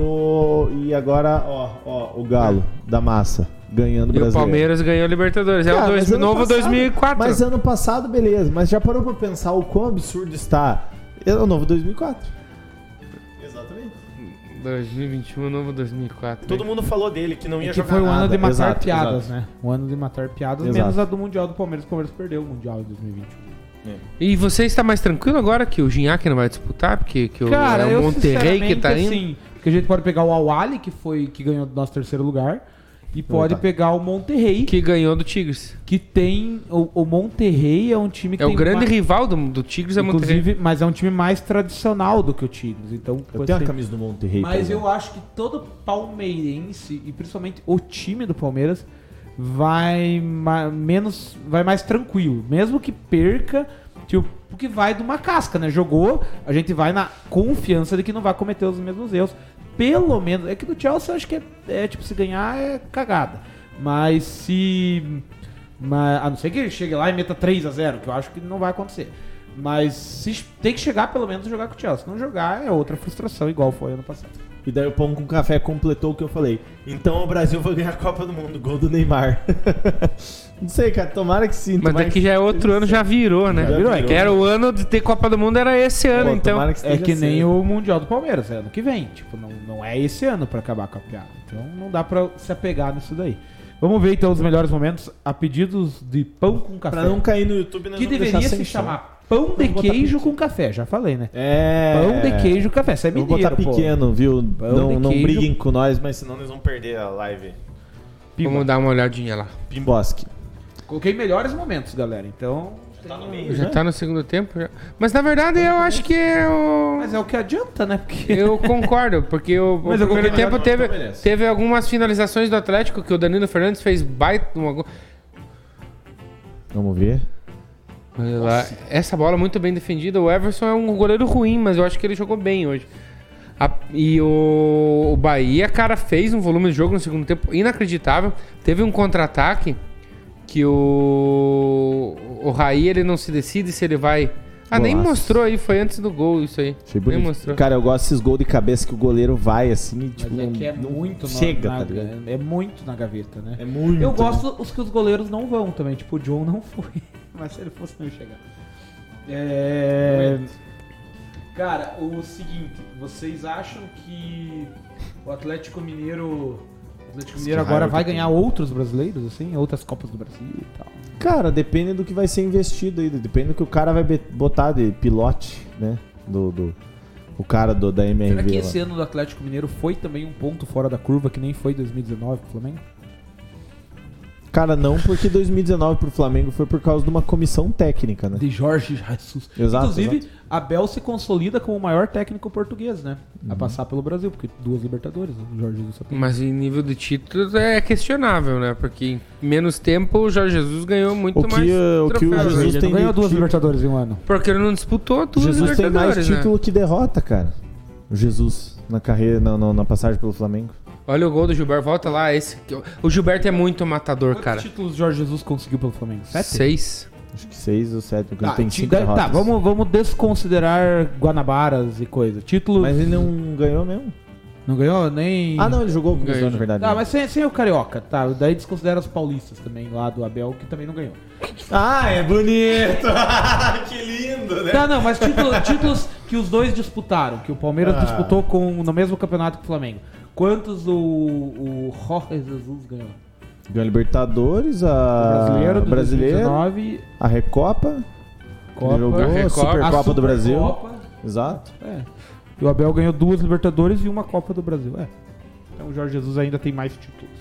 E agora, ó, o Galo da Massa ganhando o E o Brasileiro. Palmeiras ganhou a Libertadores. É o Cara, mas ano novo passado- 2004. Mas ano passado, beleza. Mas já parou pra pensar o quão absurdo está? É o novo 2004. Exatamente. 2021, novo 2004. Todo mundo falou dele, que não ia Que jogar foi o ano nada. de matar Exato, piadas, exato. né? O ano de matar piadas, Exato. menos a do Mundial do Palmeiras. O Palmeiras perdeu o Mundial em 2021. E você está mais tranquilo agora que o Gignac não vai disputar? Porque que Cara, é eu o Monterrey que tá indo? assim, porque a gente pode pegar o Al-Ahly, que ganhou do nosso terceiro lugar, e pode pegar o Monterrey, Que ganhou do Tigres. que tem... O Monterrey é um time que É o tem grande uma- rival do Tigres, é o Monterrey. Inclusive, mas é um time mais tradicional do que o Tigres. Então, Eu pode tenho a ser- camisa do Monterrey. Mas por eu exemplo. acho que todo palmeirense, e principalmente o time do Palmeiras, vai mais tranquilo. Mesmo que perca, tipo, porque vai de uma casca, né? Jogou, a gente vai na confiança de que não vai cometer os mesmos erros. Pelo menos, é que do Chelsea eu acho que é tipo, se ganhar é cagada. Mas se... a não ser que ele chegue lá e meta 3-0, que eu acho que não vai acontecer. Mas se tem que chegar pelo menos a jogar com o Chelsea. Se não jogar é outra frustração, igual foi ano passado. E daí o Pão com Café completou o que eu falei. Então o Brasil vai ganhar a Copa do Mundo, gol do Neymar. Não sei, cara, tomara que sim. Mas daqui já é outro ano, já virou, né? Já virou. É que era o ano de ter Copa do Mundo, era esse ano, Pô, então. tomara que É esteja que nem certo. o Mundial do Palmeiras, é ano que vem. Tipo, não é esse ano pra acabar com a piada. Então não dá pra se apegar nisso daí. Vamos ver então os melhores momentos a pedidos de pão com café. Pra não cair no YouTube, nós que vamos deveria deixar se sem som. chamar pão de botar queijo pizza. com café, já falei, né? É. Pão de queijo com café, isso é Eu vou mineiro, botar pô. pequeno, viu? Pão de Não queijo. briguem com nós, mas senão nós vamos perder a live. Pimba. Vamos dar uma olhadinha lá. Pimbosque. Coloquei melhores momentos, galera, então... Tá no meio, Já tá no segundo tempo. Já. Mas na verdade eu acho que Mas é o que adianta, né? Porque... Eu concordo, porque o Mas eu primeiro coloquei tempo melhor, então teve, merece. teve algumas finalizações do Atlético que o Danilo Fernandes fez baita. Vamos ver. Olha lá, essa bola muito bem defendida. O Everson é um goleiro ruim, mas eu acho que ele jogou bem hoje. E o Bahia, cara, fez um volume de jogo no segundo tempo inacreditável. Teve um contra-ataque que o Raí, ele não se decide se ele vai... nem Golaço. mostrou aí, foi antes do gol isso aí. Achei Nem bonito. mostrou. Cara, eu gosto desses gols de cabeça que o goleiro vai assim, e, tipo, Mas é que é não muito chega, na, tá ligado? é muito na gaveta, né? É muito. Eu gosto os que os goleiros não vão também, tipo o John não foi, mas se ele fosse não ia chegar. Cara, o seguinte, vocês acham que o Atlético Mineiro agora vai ganhar outros brasileiros, assim, outras Copas do Brasil e tal? Cara, depende do que vai ser investido aí, depende do que o cara vai botar de pilote, né? O cara da MRV. Será que lá. esse ano do Atlético Mineiro foi também um ponto fora da curva que nem foi 2019 pro Flamengo? Cara, não, porque 2019 pro Flamengo foi por causa de uma comissão técnica, né? De Jorge Jesus. Exato, Inclusive, exato. Abel se consolida como o maior técnico português, né? A passar pelo Brasil, porque 2 Libertadores, o Jorge Jesus só tem. Mas em nível de títulos é questionável, né? Porque em menos tempo o Jorge Jesus ganhou muito O que, mais o que o troféus. Jesus Ele tem não ganhou de 2 título. Libertadores em um ano. Porque ele não disputou duas Jesus tem mais Libertadores, título né? que derrota, cara. O Jesus na carreira, na passagem pelo Flamengo. Olha o gol do Gilberto, volta lá. O Gilberto é muito matador, Quantos cara. títulos Jorge Jesus conseguiu pelo Flamengo? 7? 6. Acho que 6 ou 7, porque ele Tá, tem 5 derrotas. tá, vamos desconsiderar Guanabaras e coisa. Títulos. Mas ele não ganhou mesmo. Não ganhou nem. Ah, não, ele jogou com o Ganhou. na verdade. Tá, mas sem o Carioca, tá? Daí desconsidera os paulistas também, lá do Abel, que também não ganhou. Ah, é bonito! Que lindo, né? Tá, não, mas títulos que os dois disputaram, que o Palmeiras disputou no mesmo campeonato que o Flamengo. Quantos o Jorge Jesus ganhou? Ganhou a Libertadores, O a brasileiro do Brasileiro, 2019, a Recopa, Copa, ele jogou, a a Recopa, Supercopa do Brasil. Supercopa. Exato. É. E o Abel ganhou 2 Libertadores e uma Copa do Brasil. Então o Jorge Jesus ainda tem mais títulos.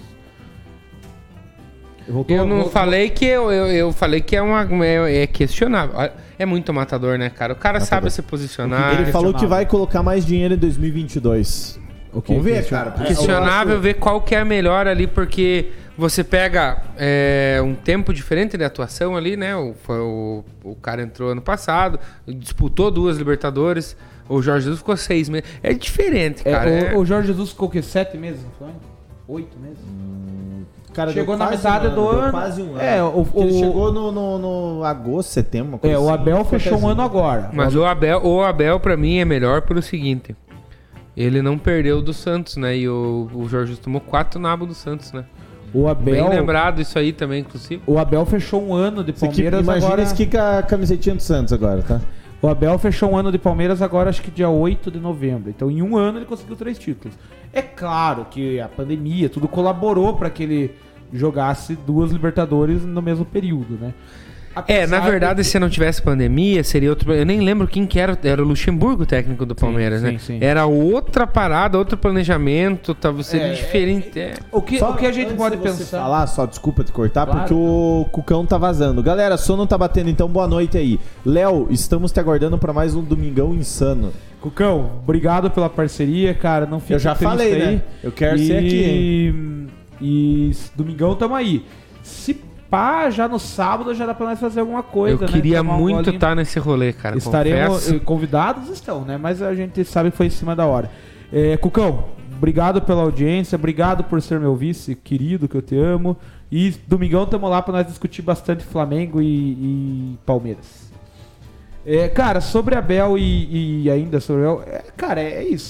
Eu não falei que eu falei que é questionável. É muito matador, né, cara? O cara sabe se posicionar. Ele falou que vai colocar mais dinheiro em 2022. Vamos ver, cara. porque Questionável eu acho- ver qual que é a melhor ali, porque você pega um tempo diferente de atuação ali, né? O cara entrou ano passado, disputou 2 Libertadores, o Jorge Jesus ficou 6 meses. É diferente, cara. O Jorge Jesus ficou o quê? 7 meses no Flamengo? 8 meses? Cara, Chegou deu na quase metade um ano, do deu ano. quase um ano. É, Porque ele chegou no agosto, setembro, uma coisa O assim. Abel fechou um Acontece. ano agora. Mas o Abel pra mim é melhor pelo seguinte. Ele não perdeu do Santos, né? E o Jorge Jesus tomou 4 nabos do Santos, né? O Abel, Bem lembrado isso aí também, inclusive. o Abel fechou um ano de Esse aqui, Palmeiras imagina agora. esse aqui com a camisetinha do Santos agora, tá? O Abel fechou um ano de Palmeiras agora, acho que dia 8 de novembro. Então, em um ano, ele conseguiu 3 títulos. É claro que a pandemia, tudo colaborou para que ele jogasse 2 Libertadores no mesmo período, né? Na Apesar verdade, de- se não tivesse pandemia, seria outro. Eu nem lembro quem que era. Era o Luxemburgo, o técnico do Palmeiras, sim, né? sim. Era outra parada, outro planejamento, talvez seria diferente. O que a gente antes pode de você pensar... falar, só desculpa te cortar, Claro. porque o Cucão tá vazando. Galera, som não tá batendo, então boa noite aí. Léo, estamos te aguardando pra mais um Domingão Insano. Cucão, obrigado pela parceria, cara. Não fica Eu já triste falei, aí. né? Eu quero ser aqui, hein? E domingão tamo aí. Se pá, já no sábado já dá pra nós fazer alguma coisa, Eu né? queria Tomar um muito golinho. estar nesse rolê, cara. Estaremos confesso. convidados, estão, né? Mas a gente sabe que foi em cima da hora. Cucão, obrigado pela audiência, obrigado por ser meu vice, querido, que eu te amo. E domingão tamo lá pra nós discutir bastante Flamengo e Palmeiras. Cara, sobre Abel e ainda sobre Abel, cara, é isso.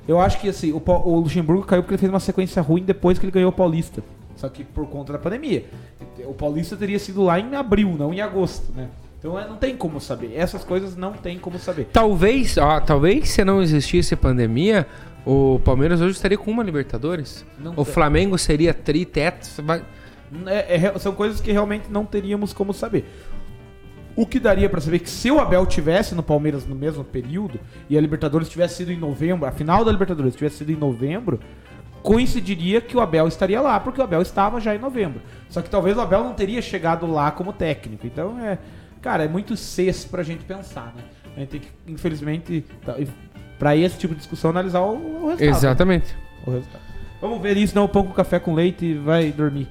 Eu acho que assim, o Luxemburgo caiu porque ele fez uma sequência ruim depois que ele ganhou o Paulista. Só que por conta da pandemia. O Paulista teria sido lá em abril, não em agosto, né? Então não tem como saber. Essas coisas não tem como saber. Talvez se não existisse pandemia, o Palmeiras hoje estaria com uma Libertadores. O Flamengo seria tri-teto. São coisas que realmente não teríamos como saber. O que daria pra saber que se o Abel tivesse no Palmeiras no mesmo período e a Libertadores tivesse sido em novembro, a final da Libertadores tivesse sido em novembro, coincidiria que o Abel estaria lá, porque o Abel estava já em novembro. Só que talvez o Abel não teria chegado lá como técnico. Então cara, é muito cedo pra gente pensar, né? A gente tem que, infelizmente, pra esse tipo de discussão, analisar o resultado. Exatamente. Né? O resultado. Vamos ver isso, não, pão com café com leite e vai dormir.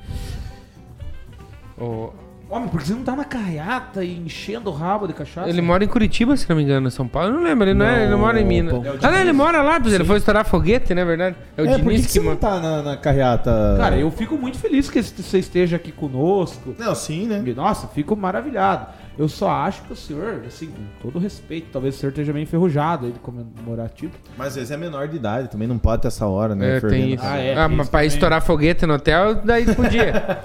Homem, porque você não tá na carreata e enchendo o rabo de cachaça? Ele mora em Curitiba, se não me engano, em São Paulo. Eu não lembro, ele não mora em Minas. Ele mora lá, ele foi estourar foguete, né, verdade? É o Diniz por que que você não tá na carreata? Cara, eu fico muito feliz que você esteja aqui conosco. Não, sim, né? Nossa, fico maravilhado. Eu só acho que o senhor, assim, com todo respeito, talvez o senhor esteja meio enferrujado aí de comemorar título. Mas às vezes é menor de idade, também não pode ter essa hora, né? Tem isso. Mas isso pra também. Estourar foguete no hotel, daí podia.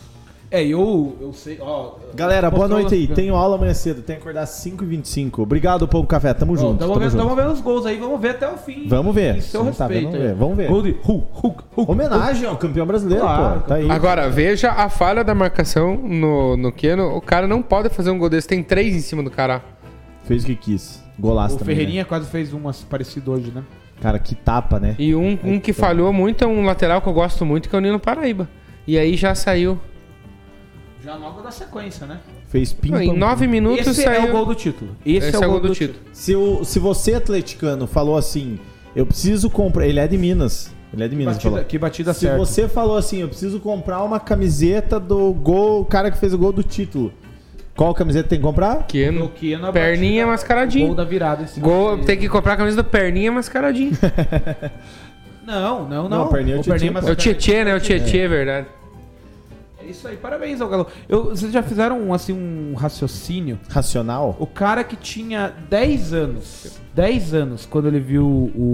Eu sei, ó... Galera, boa noite aí. Tenho aula amanhã cedo, tenho que acordar às 5h25. Obrigado, Pão com Café. Tamo junto. Tamo vendo os gols aí, vamos ver até o fim. Vamos ver. Em seu respeito. Vamos ver. Gol de Homenagem ao campeão brasileiro, Claro. pô. Tá aí. Agora, veja a falha da marcação no Keno. O cara não pode fazer um gol desse. Tem 3 em cima do cara. Fez o que quis. Golaço O também. Ferreirinha quase fez umas parecido hoje, né? Cara, que tapa, né? E um que falhou muito é um lateral que eu gosto muito, que é o Nino Paraíba. E aí já saiu. Já logo da sequência, né? Fez pim Em 9 minutos Esse saiu. é o gol do título. Esse é o gol do título. Se você, atleticano, falou assim, eu preciso comprar... Ele é de Minas. Que batida Se certa. você falou assim, eu preciso comprar uma camiseta do gol, o cara que fez o gol do título. Qual camiseta tem que comprar? Keno. O Keno, Perninha mascaradinho. Gol da virada em cima Gol, dele. tem que comprar a camisa do Perninha mascaradinho. Não. Não, o Perninha é o Tietê. É o Tietê, né? O Tietê, é verdade. É isso aí, parabéns ao Galo. Vocês já fizeram um raciocínio? Racional? O cara que tinha 10 anos, quando ele viu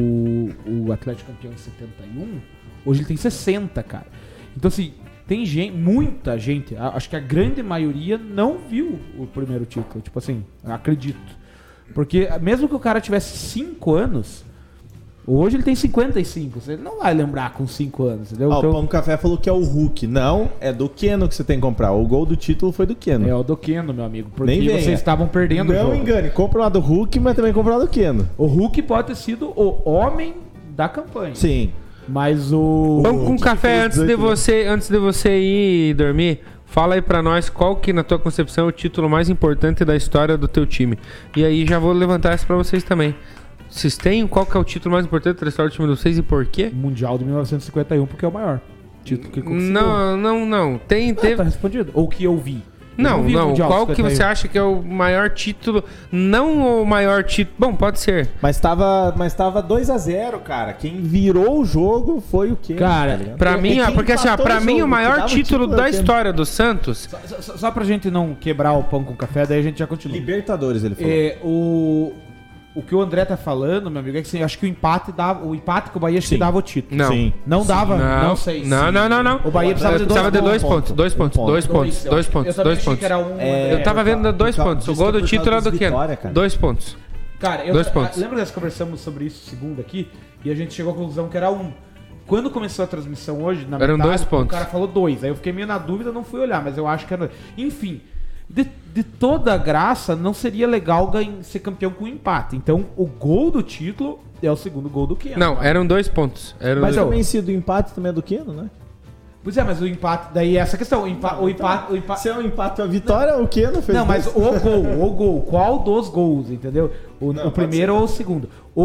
o Atlético campeão em 71, hoje ele tem 60, cara. Então assim, tem gente, muita gente, acho que a grande maioria não viu o primeiro título, tipo assim, acredito. Porque mesmo que o cara tivesse 5 anos, hoje ele tem 55, você não vai lembrar com 5 anos, entendeu? O Pão Café falou que é o Hulk. Não, é do Keno que você tem que comprar. O gol do título foi do Keno. É o do Keno, meu amigo, porque Nem venha. vocês estavam perdendo o Não jogo. engane, compra lá do Hulk, mas também compra lá do Keno. O Hulk pode ter sido o homem da campanha. Sim. Mas o... Vamos com café antes de você ir dormir. Fala aí pra nós qual que, na tua concepção, é o título mais importante da história do teu time. E aí já vou levantar isso pra vocês também. Vocês têm qual que é o título mais importante da história do time de vocês e por quê? Mundial de 1951, porque é o maior título que conquistou. Não. Tá respondido. Ou que eu vi. Não. vi o Mundial Qual que 51. você acha que é o maior título? Não o maior título. Bom, pode ser. Mas tava 2-0, cara. Quem virou o jogo foi o Keno. Cara, tá ligado? Pra mim, quem porque assim, ó, empatou pra o mim jogo, o que maior dava o título é o da Keno. história do Santos. Só pra gente não quebrar o pão com café, daí a gente já continua. Libertadores, ele falou. O que o André tá falando, meu amigo, é que assim, acho que o empate com o Bahia acho que dava o título. Não. Sim. Não dava? Não sei. Não. O Bahia precisava de dois pontos. Dois pontos. Eu também achei que era um... Eu tava vendo 2 pontos. O gol do título era do Keno. 2 pontos. Cara, 2 pontos. Lembra que nós conversamos sobre isso segunda aqui? E a gente chegou à conclusão que era 1. Quando começou a transmissão hoje, na Eram metade, 2 pontos. o cara falou 2. Aí eu fiquei meio na dúvida, não fui olhar, mas eu acho que era... Enfim, de toda a graça, não seria legal ser campeão com empate. Então, o gol do título é o segundo gol do Keno. Não, eram 2 pontos. Mas também se do empate também é do Keno, né? Pois é, mas o empate... Daí essa questão, o empate... Se é um empate ou a vitória, o Keno fez Não, mas dois. o gol. Qual dos gols, entendeu? O primeiro ou o segundo. O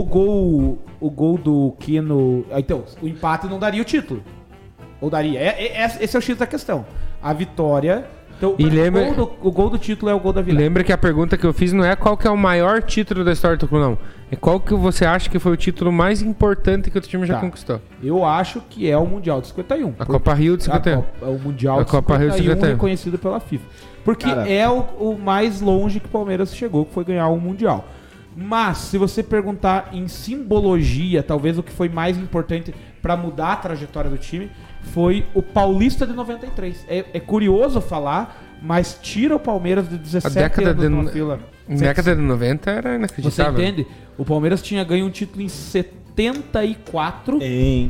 gol do Keno... Então, o empate não daria o título. Ou daria? Esse é o X da questão. A vitória... Então, E lembra- o gol do título é o gol da virada. Lembra que a pergunta que eu fiz não é qual que é o maior título da história do clube, não. É qual que você acha que foi o título mais importante que o teu time já Tá. conquistou. Eu acho que é o Mundial de 51. A Copa Rio de 51. O Mundial A de Copa Rio de 51. reconhecido pela FIFA. Porque Cara, é o mais longe que o Palmeiras chegou, que foi ganhar o Mundial. Mas, se você perguntar em simbologia, talvez o que foi mais importante pra mudar a trajetória do time foi o Paulista de 93. É curioso falar, mas tira o Palmeiras de 17 anos numa fila. Na década de 90 era Você inacreditável. entende? O Palmeiras tinha ganho um título em 74... Em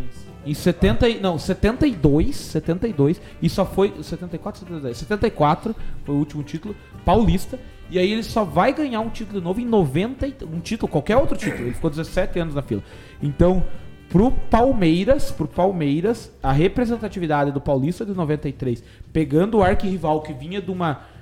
72, e só foi 74 foi o último título paulista, e aí ele só vai ganhar um título novo em 90, um título, qualquer outro título, ele ficou 17 anos na fila. Então, pro Palmeiras, a representatividade do Paulista de 93, pegando o arquirrival que vinha de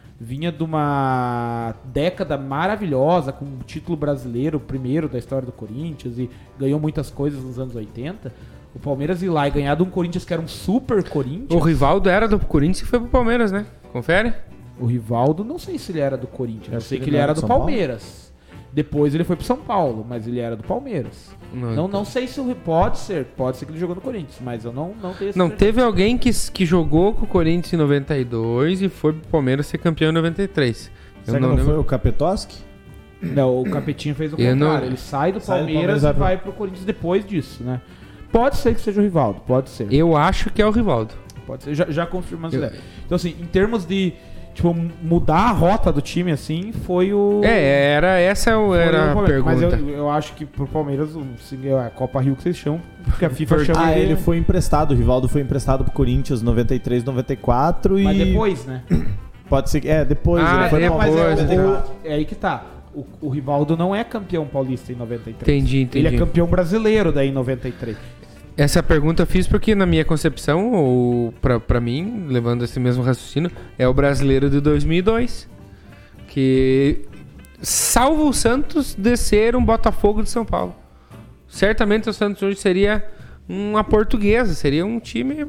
uma década maravilhosa, com um título brasileiro, o primeiro da história do Corinthians, e ganhou muitas coisas nos anos 80, o Palmeiras ir lá e ganhar de um Corinthians que era um super Corinthians. O Rivaldo era do Corinthians e foi pro Palmeiras, né? Confere? O Rivaldo, não sei se ele era do Corinthians, eu sei que ele não era era do São Paulo? Palmeiras. Depois ele foi pro São Paulo, mas ele era do Palmeiras. Não sei se pode ser que ele jogou no Corinthians, mas eu não tenho essa Não, certeza. teve alguém que jogou com o Corinthians em 92 e foi pro Palmeiras ser campeão em 93. Será que não foi o Capetoski? Não, o Capetinha fez o Eu contrário. não- Ele sai do Sai do Palmeiras Palmeiras, e vai pro Corinthians depois disso, né? Pode ser que seja o Rivaldo, pode ser. Eu acho que é o Rivaldo. Pode ser, já confirmando isso. Então, assim, em termos de mudar a rota do time, assim, foi o... Essa foi era o a Palmeiras. pergunta. Mas eu acho que pro Palmeiras, a Copa Rio que vocês chamam, porque a FIFA chama de... Ele foi emprestado, o Rivaldo foi emprestado pro Corinthians 93, 94 e... Mas depois, né? Pode ser que... depois Ah, ele foi pro depois, Palmeiras. É aí que tá. O Rivaldo não é campeão paulista em 93. Entendi. Ele é campeão brasileiro daí em 93. Essa pergunta eu fiz porque, na minha concepção, ou pra mim, levando esse mesmo raciocínio, é o brasileiro de 2002. Que salvo o Santos de ser um Botafogo de São Paulo. Certamente o Santos hoje seria uma portuguesa, seria um time...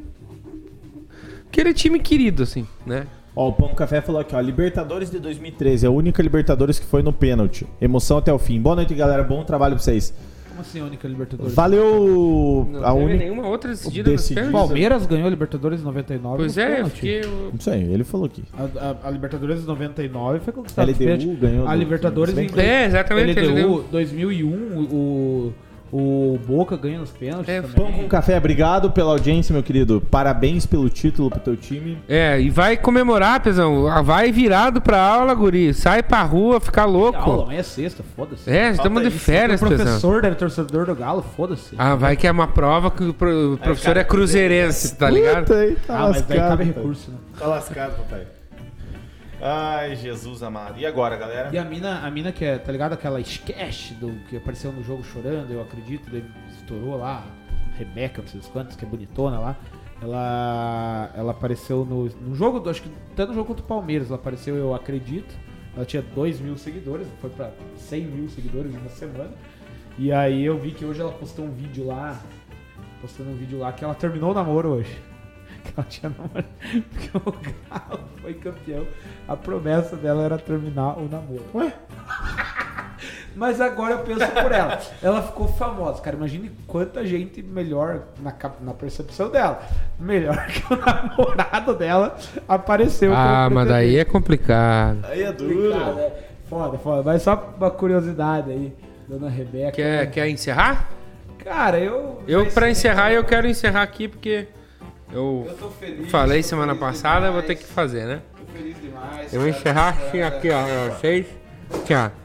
Aquele time querido, assim, né? Ó, o Pão Café falou aqui, ó, Libertadores de 2013, a única Libertadores que foi no pênalti. Emoção até o fim. Boa noite, galera, bom trabalho pra vocês. Como assim a única Libertadores? Valeu Não a teve única... nenhuma outra decidida nos Decidida. O pênaltis. Palmeiras ganhou a Libertadores em 99. Pois no é, eu pênalti. fiquei... Não sei, ele falou aqui. A Libertadores de 99 foi conquistada nos LDU pênaltis. ganhou A do- Libertadores em É, exatamente. LDU 2001, o Boca ganha nos pênaltis É, também. Pão com Café, obrigado pela audiência, meu querido. Parabéns pelo título pro teu time. E vai comemorar, Pezão. Vai virado pra aula, guri. Sai pra rua, ficar Que louco. aula, amanhã é sexta, foda-se. Estamos de isso. férias, O Pezão. professor deve torcedor do Galo, foda-se. Vai que é uma prova que o professor é cruzeirense, tá ligado? Puta, aí, tá mas daí cabe pai. recurso, né? Tá lascado, papai. Ai, Jesus amado. E agora, galera? E a mina que é, tá ligado? Aquela sketch que apareceu no jogo chorando, eu acredito, daí estourou lá, Rebeca, não sei quantos, que é bonitona lá. Ela apareceu no jogo, acho que até no jogo contra o Palmeiras, ela apareceu, eu acredito. Ela tinha 2.000 seguidores, foi pra 100.000 seguidores em uma semana. E aí eu vi que hoje ela postou um vídeo lá, que ela terminou o namoro hoje. Que ela tinha namorado, porque o Galo foi campeão. A promessa dela era terminar o namoro. Ué? Mas agora eu penso por ela. Ela ficou famosa. Cara, imagine quanta gente melhor, na percepção dela, melhor que o namorado dela apareceu. Mas daí é complicado. Aí é duro. Foda. Mas só uma curiosidade aí, dona Rebeca. Quer encerrar? Cara, eu Pra encerrar, eu quero encerrar aqui porque eu tô feliz. falei tô semana feliz passada, demais. vou ter que fazer, né? Tô feliz demais. Eu vou encerrar assim, aqui, ó, pra vocês. Aqui, ó.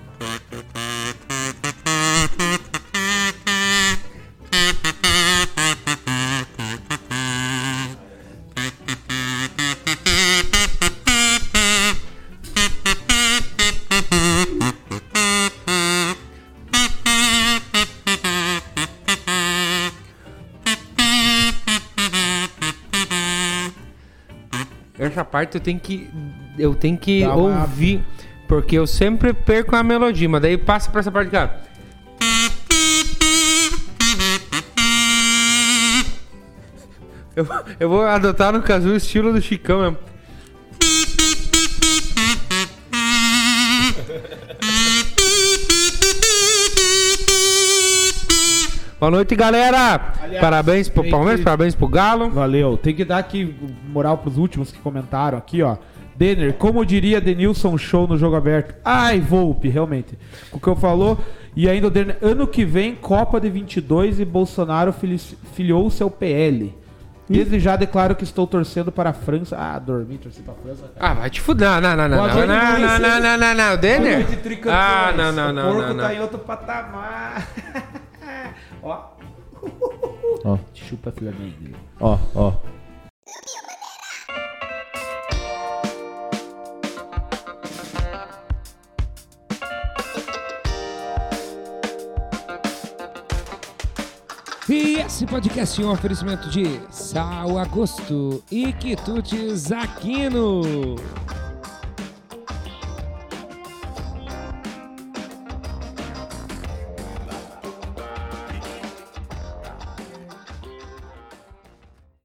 Essa parte eu tenho que Dá uma- ouvir, porque eu sempre perco a melodia, mas daí passa pra essa parte, cara. Eu vou adotar no caso o estilo do Chicão mesmo. Boa noite, galera! Aliás, Parabéns pro tem Palmeiras, que- parabéns pro Galo. Valeu. Tem que dar aqui moral pros últimos que comentaram aqui, ó. Denner, como diria Denilson Show no Jogo Aberto. Ai, Volpe, realmente. O que eu falou. E ainda o Denner, ano que vem, Copa de 22 e Bolsonaro filiou seu PL. Desde já declaro que estou torcendo para a França. Ah, torci para a França. Cara. Vai te fuder. Não, o Denner? Não. O porco tá em outro patamar. Ó. Chupa Flamengo. Ó. E esse podcast é um oferecimento de Sal Agosto e Quitutes Aquino.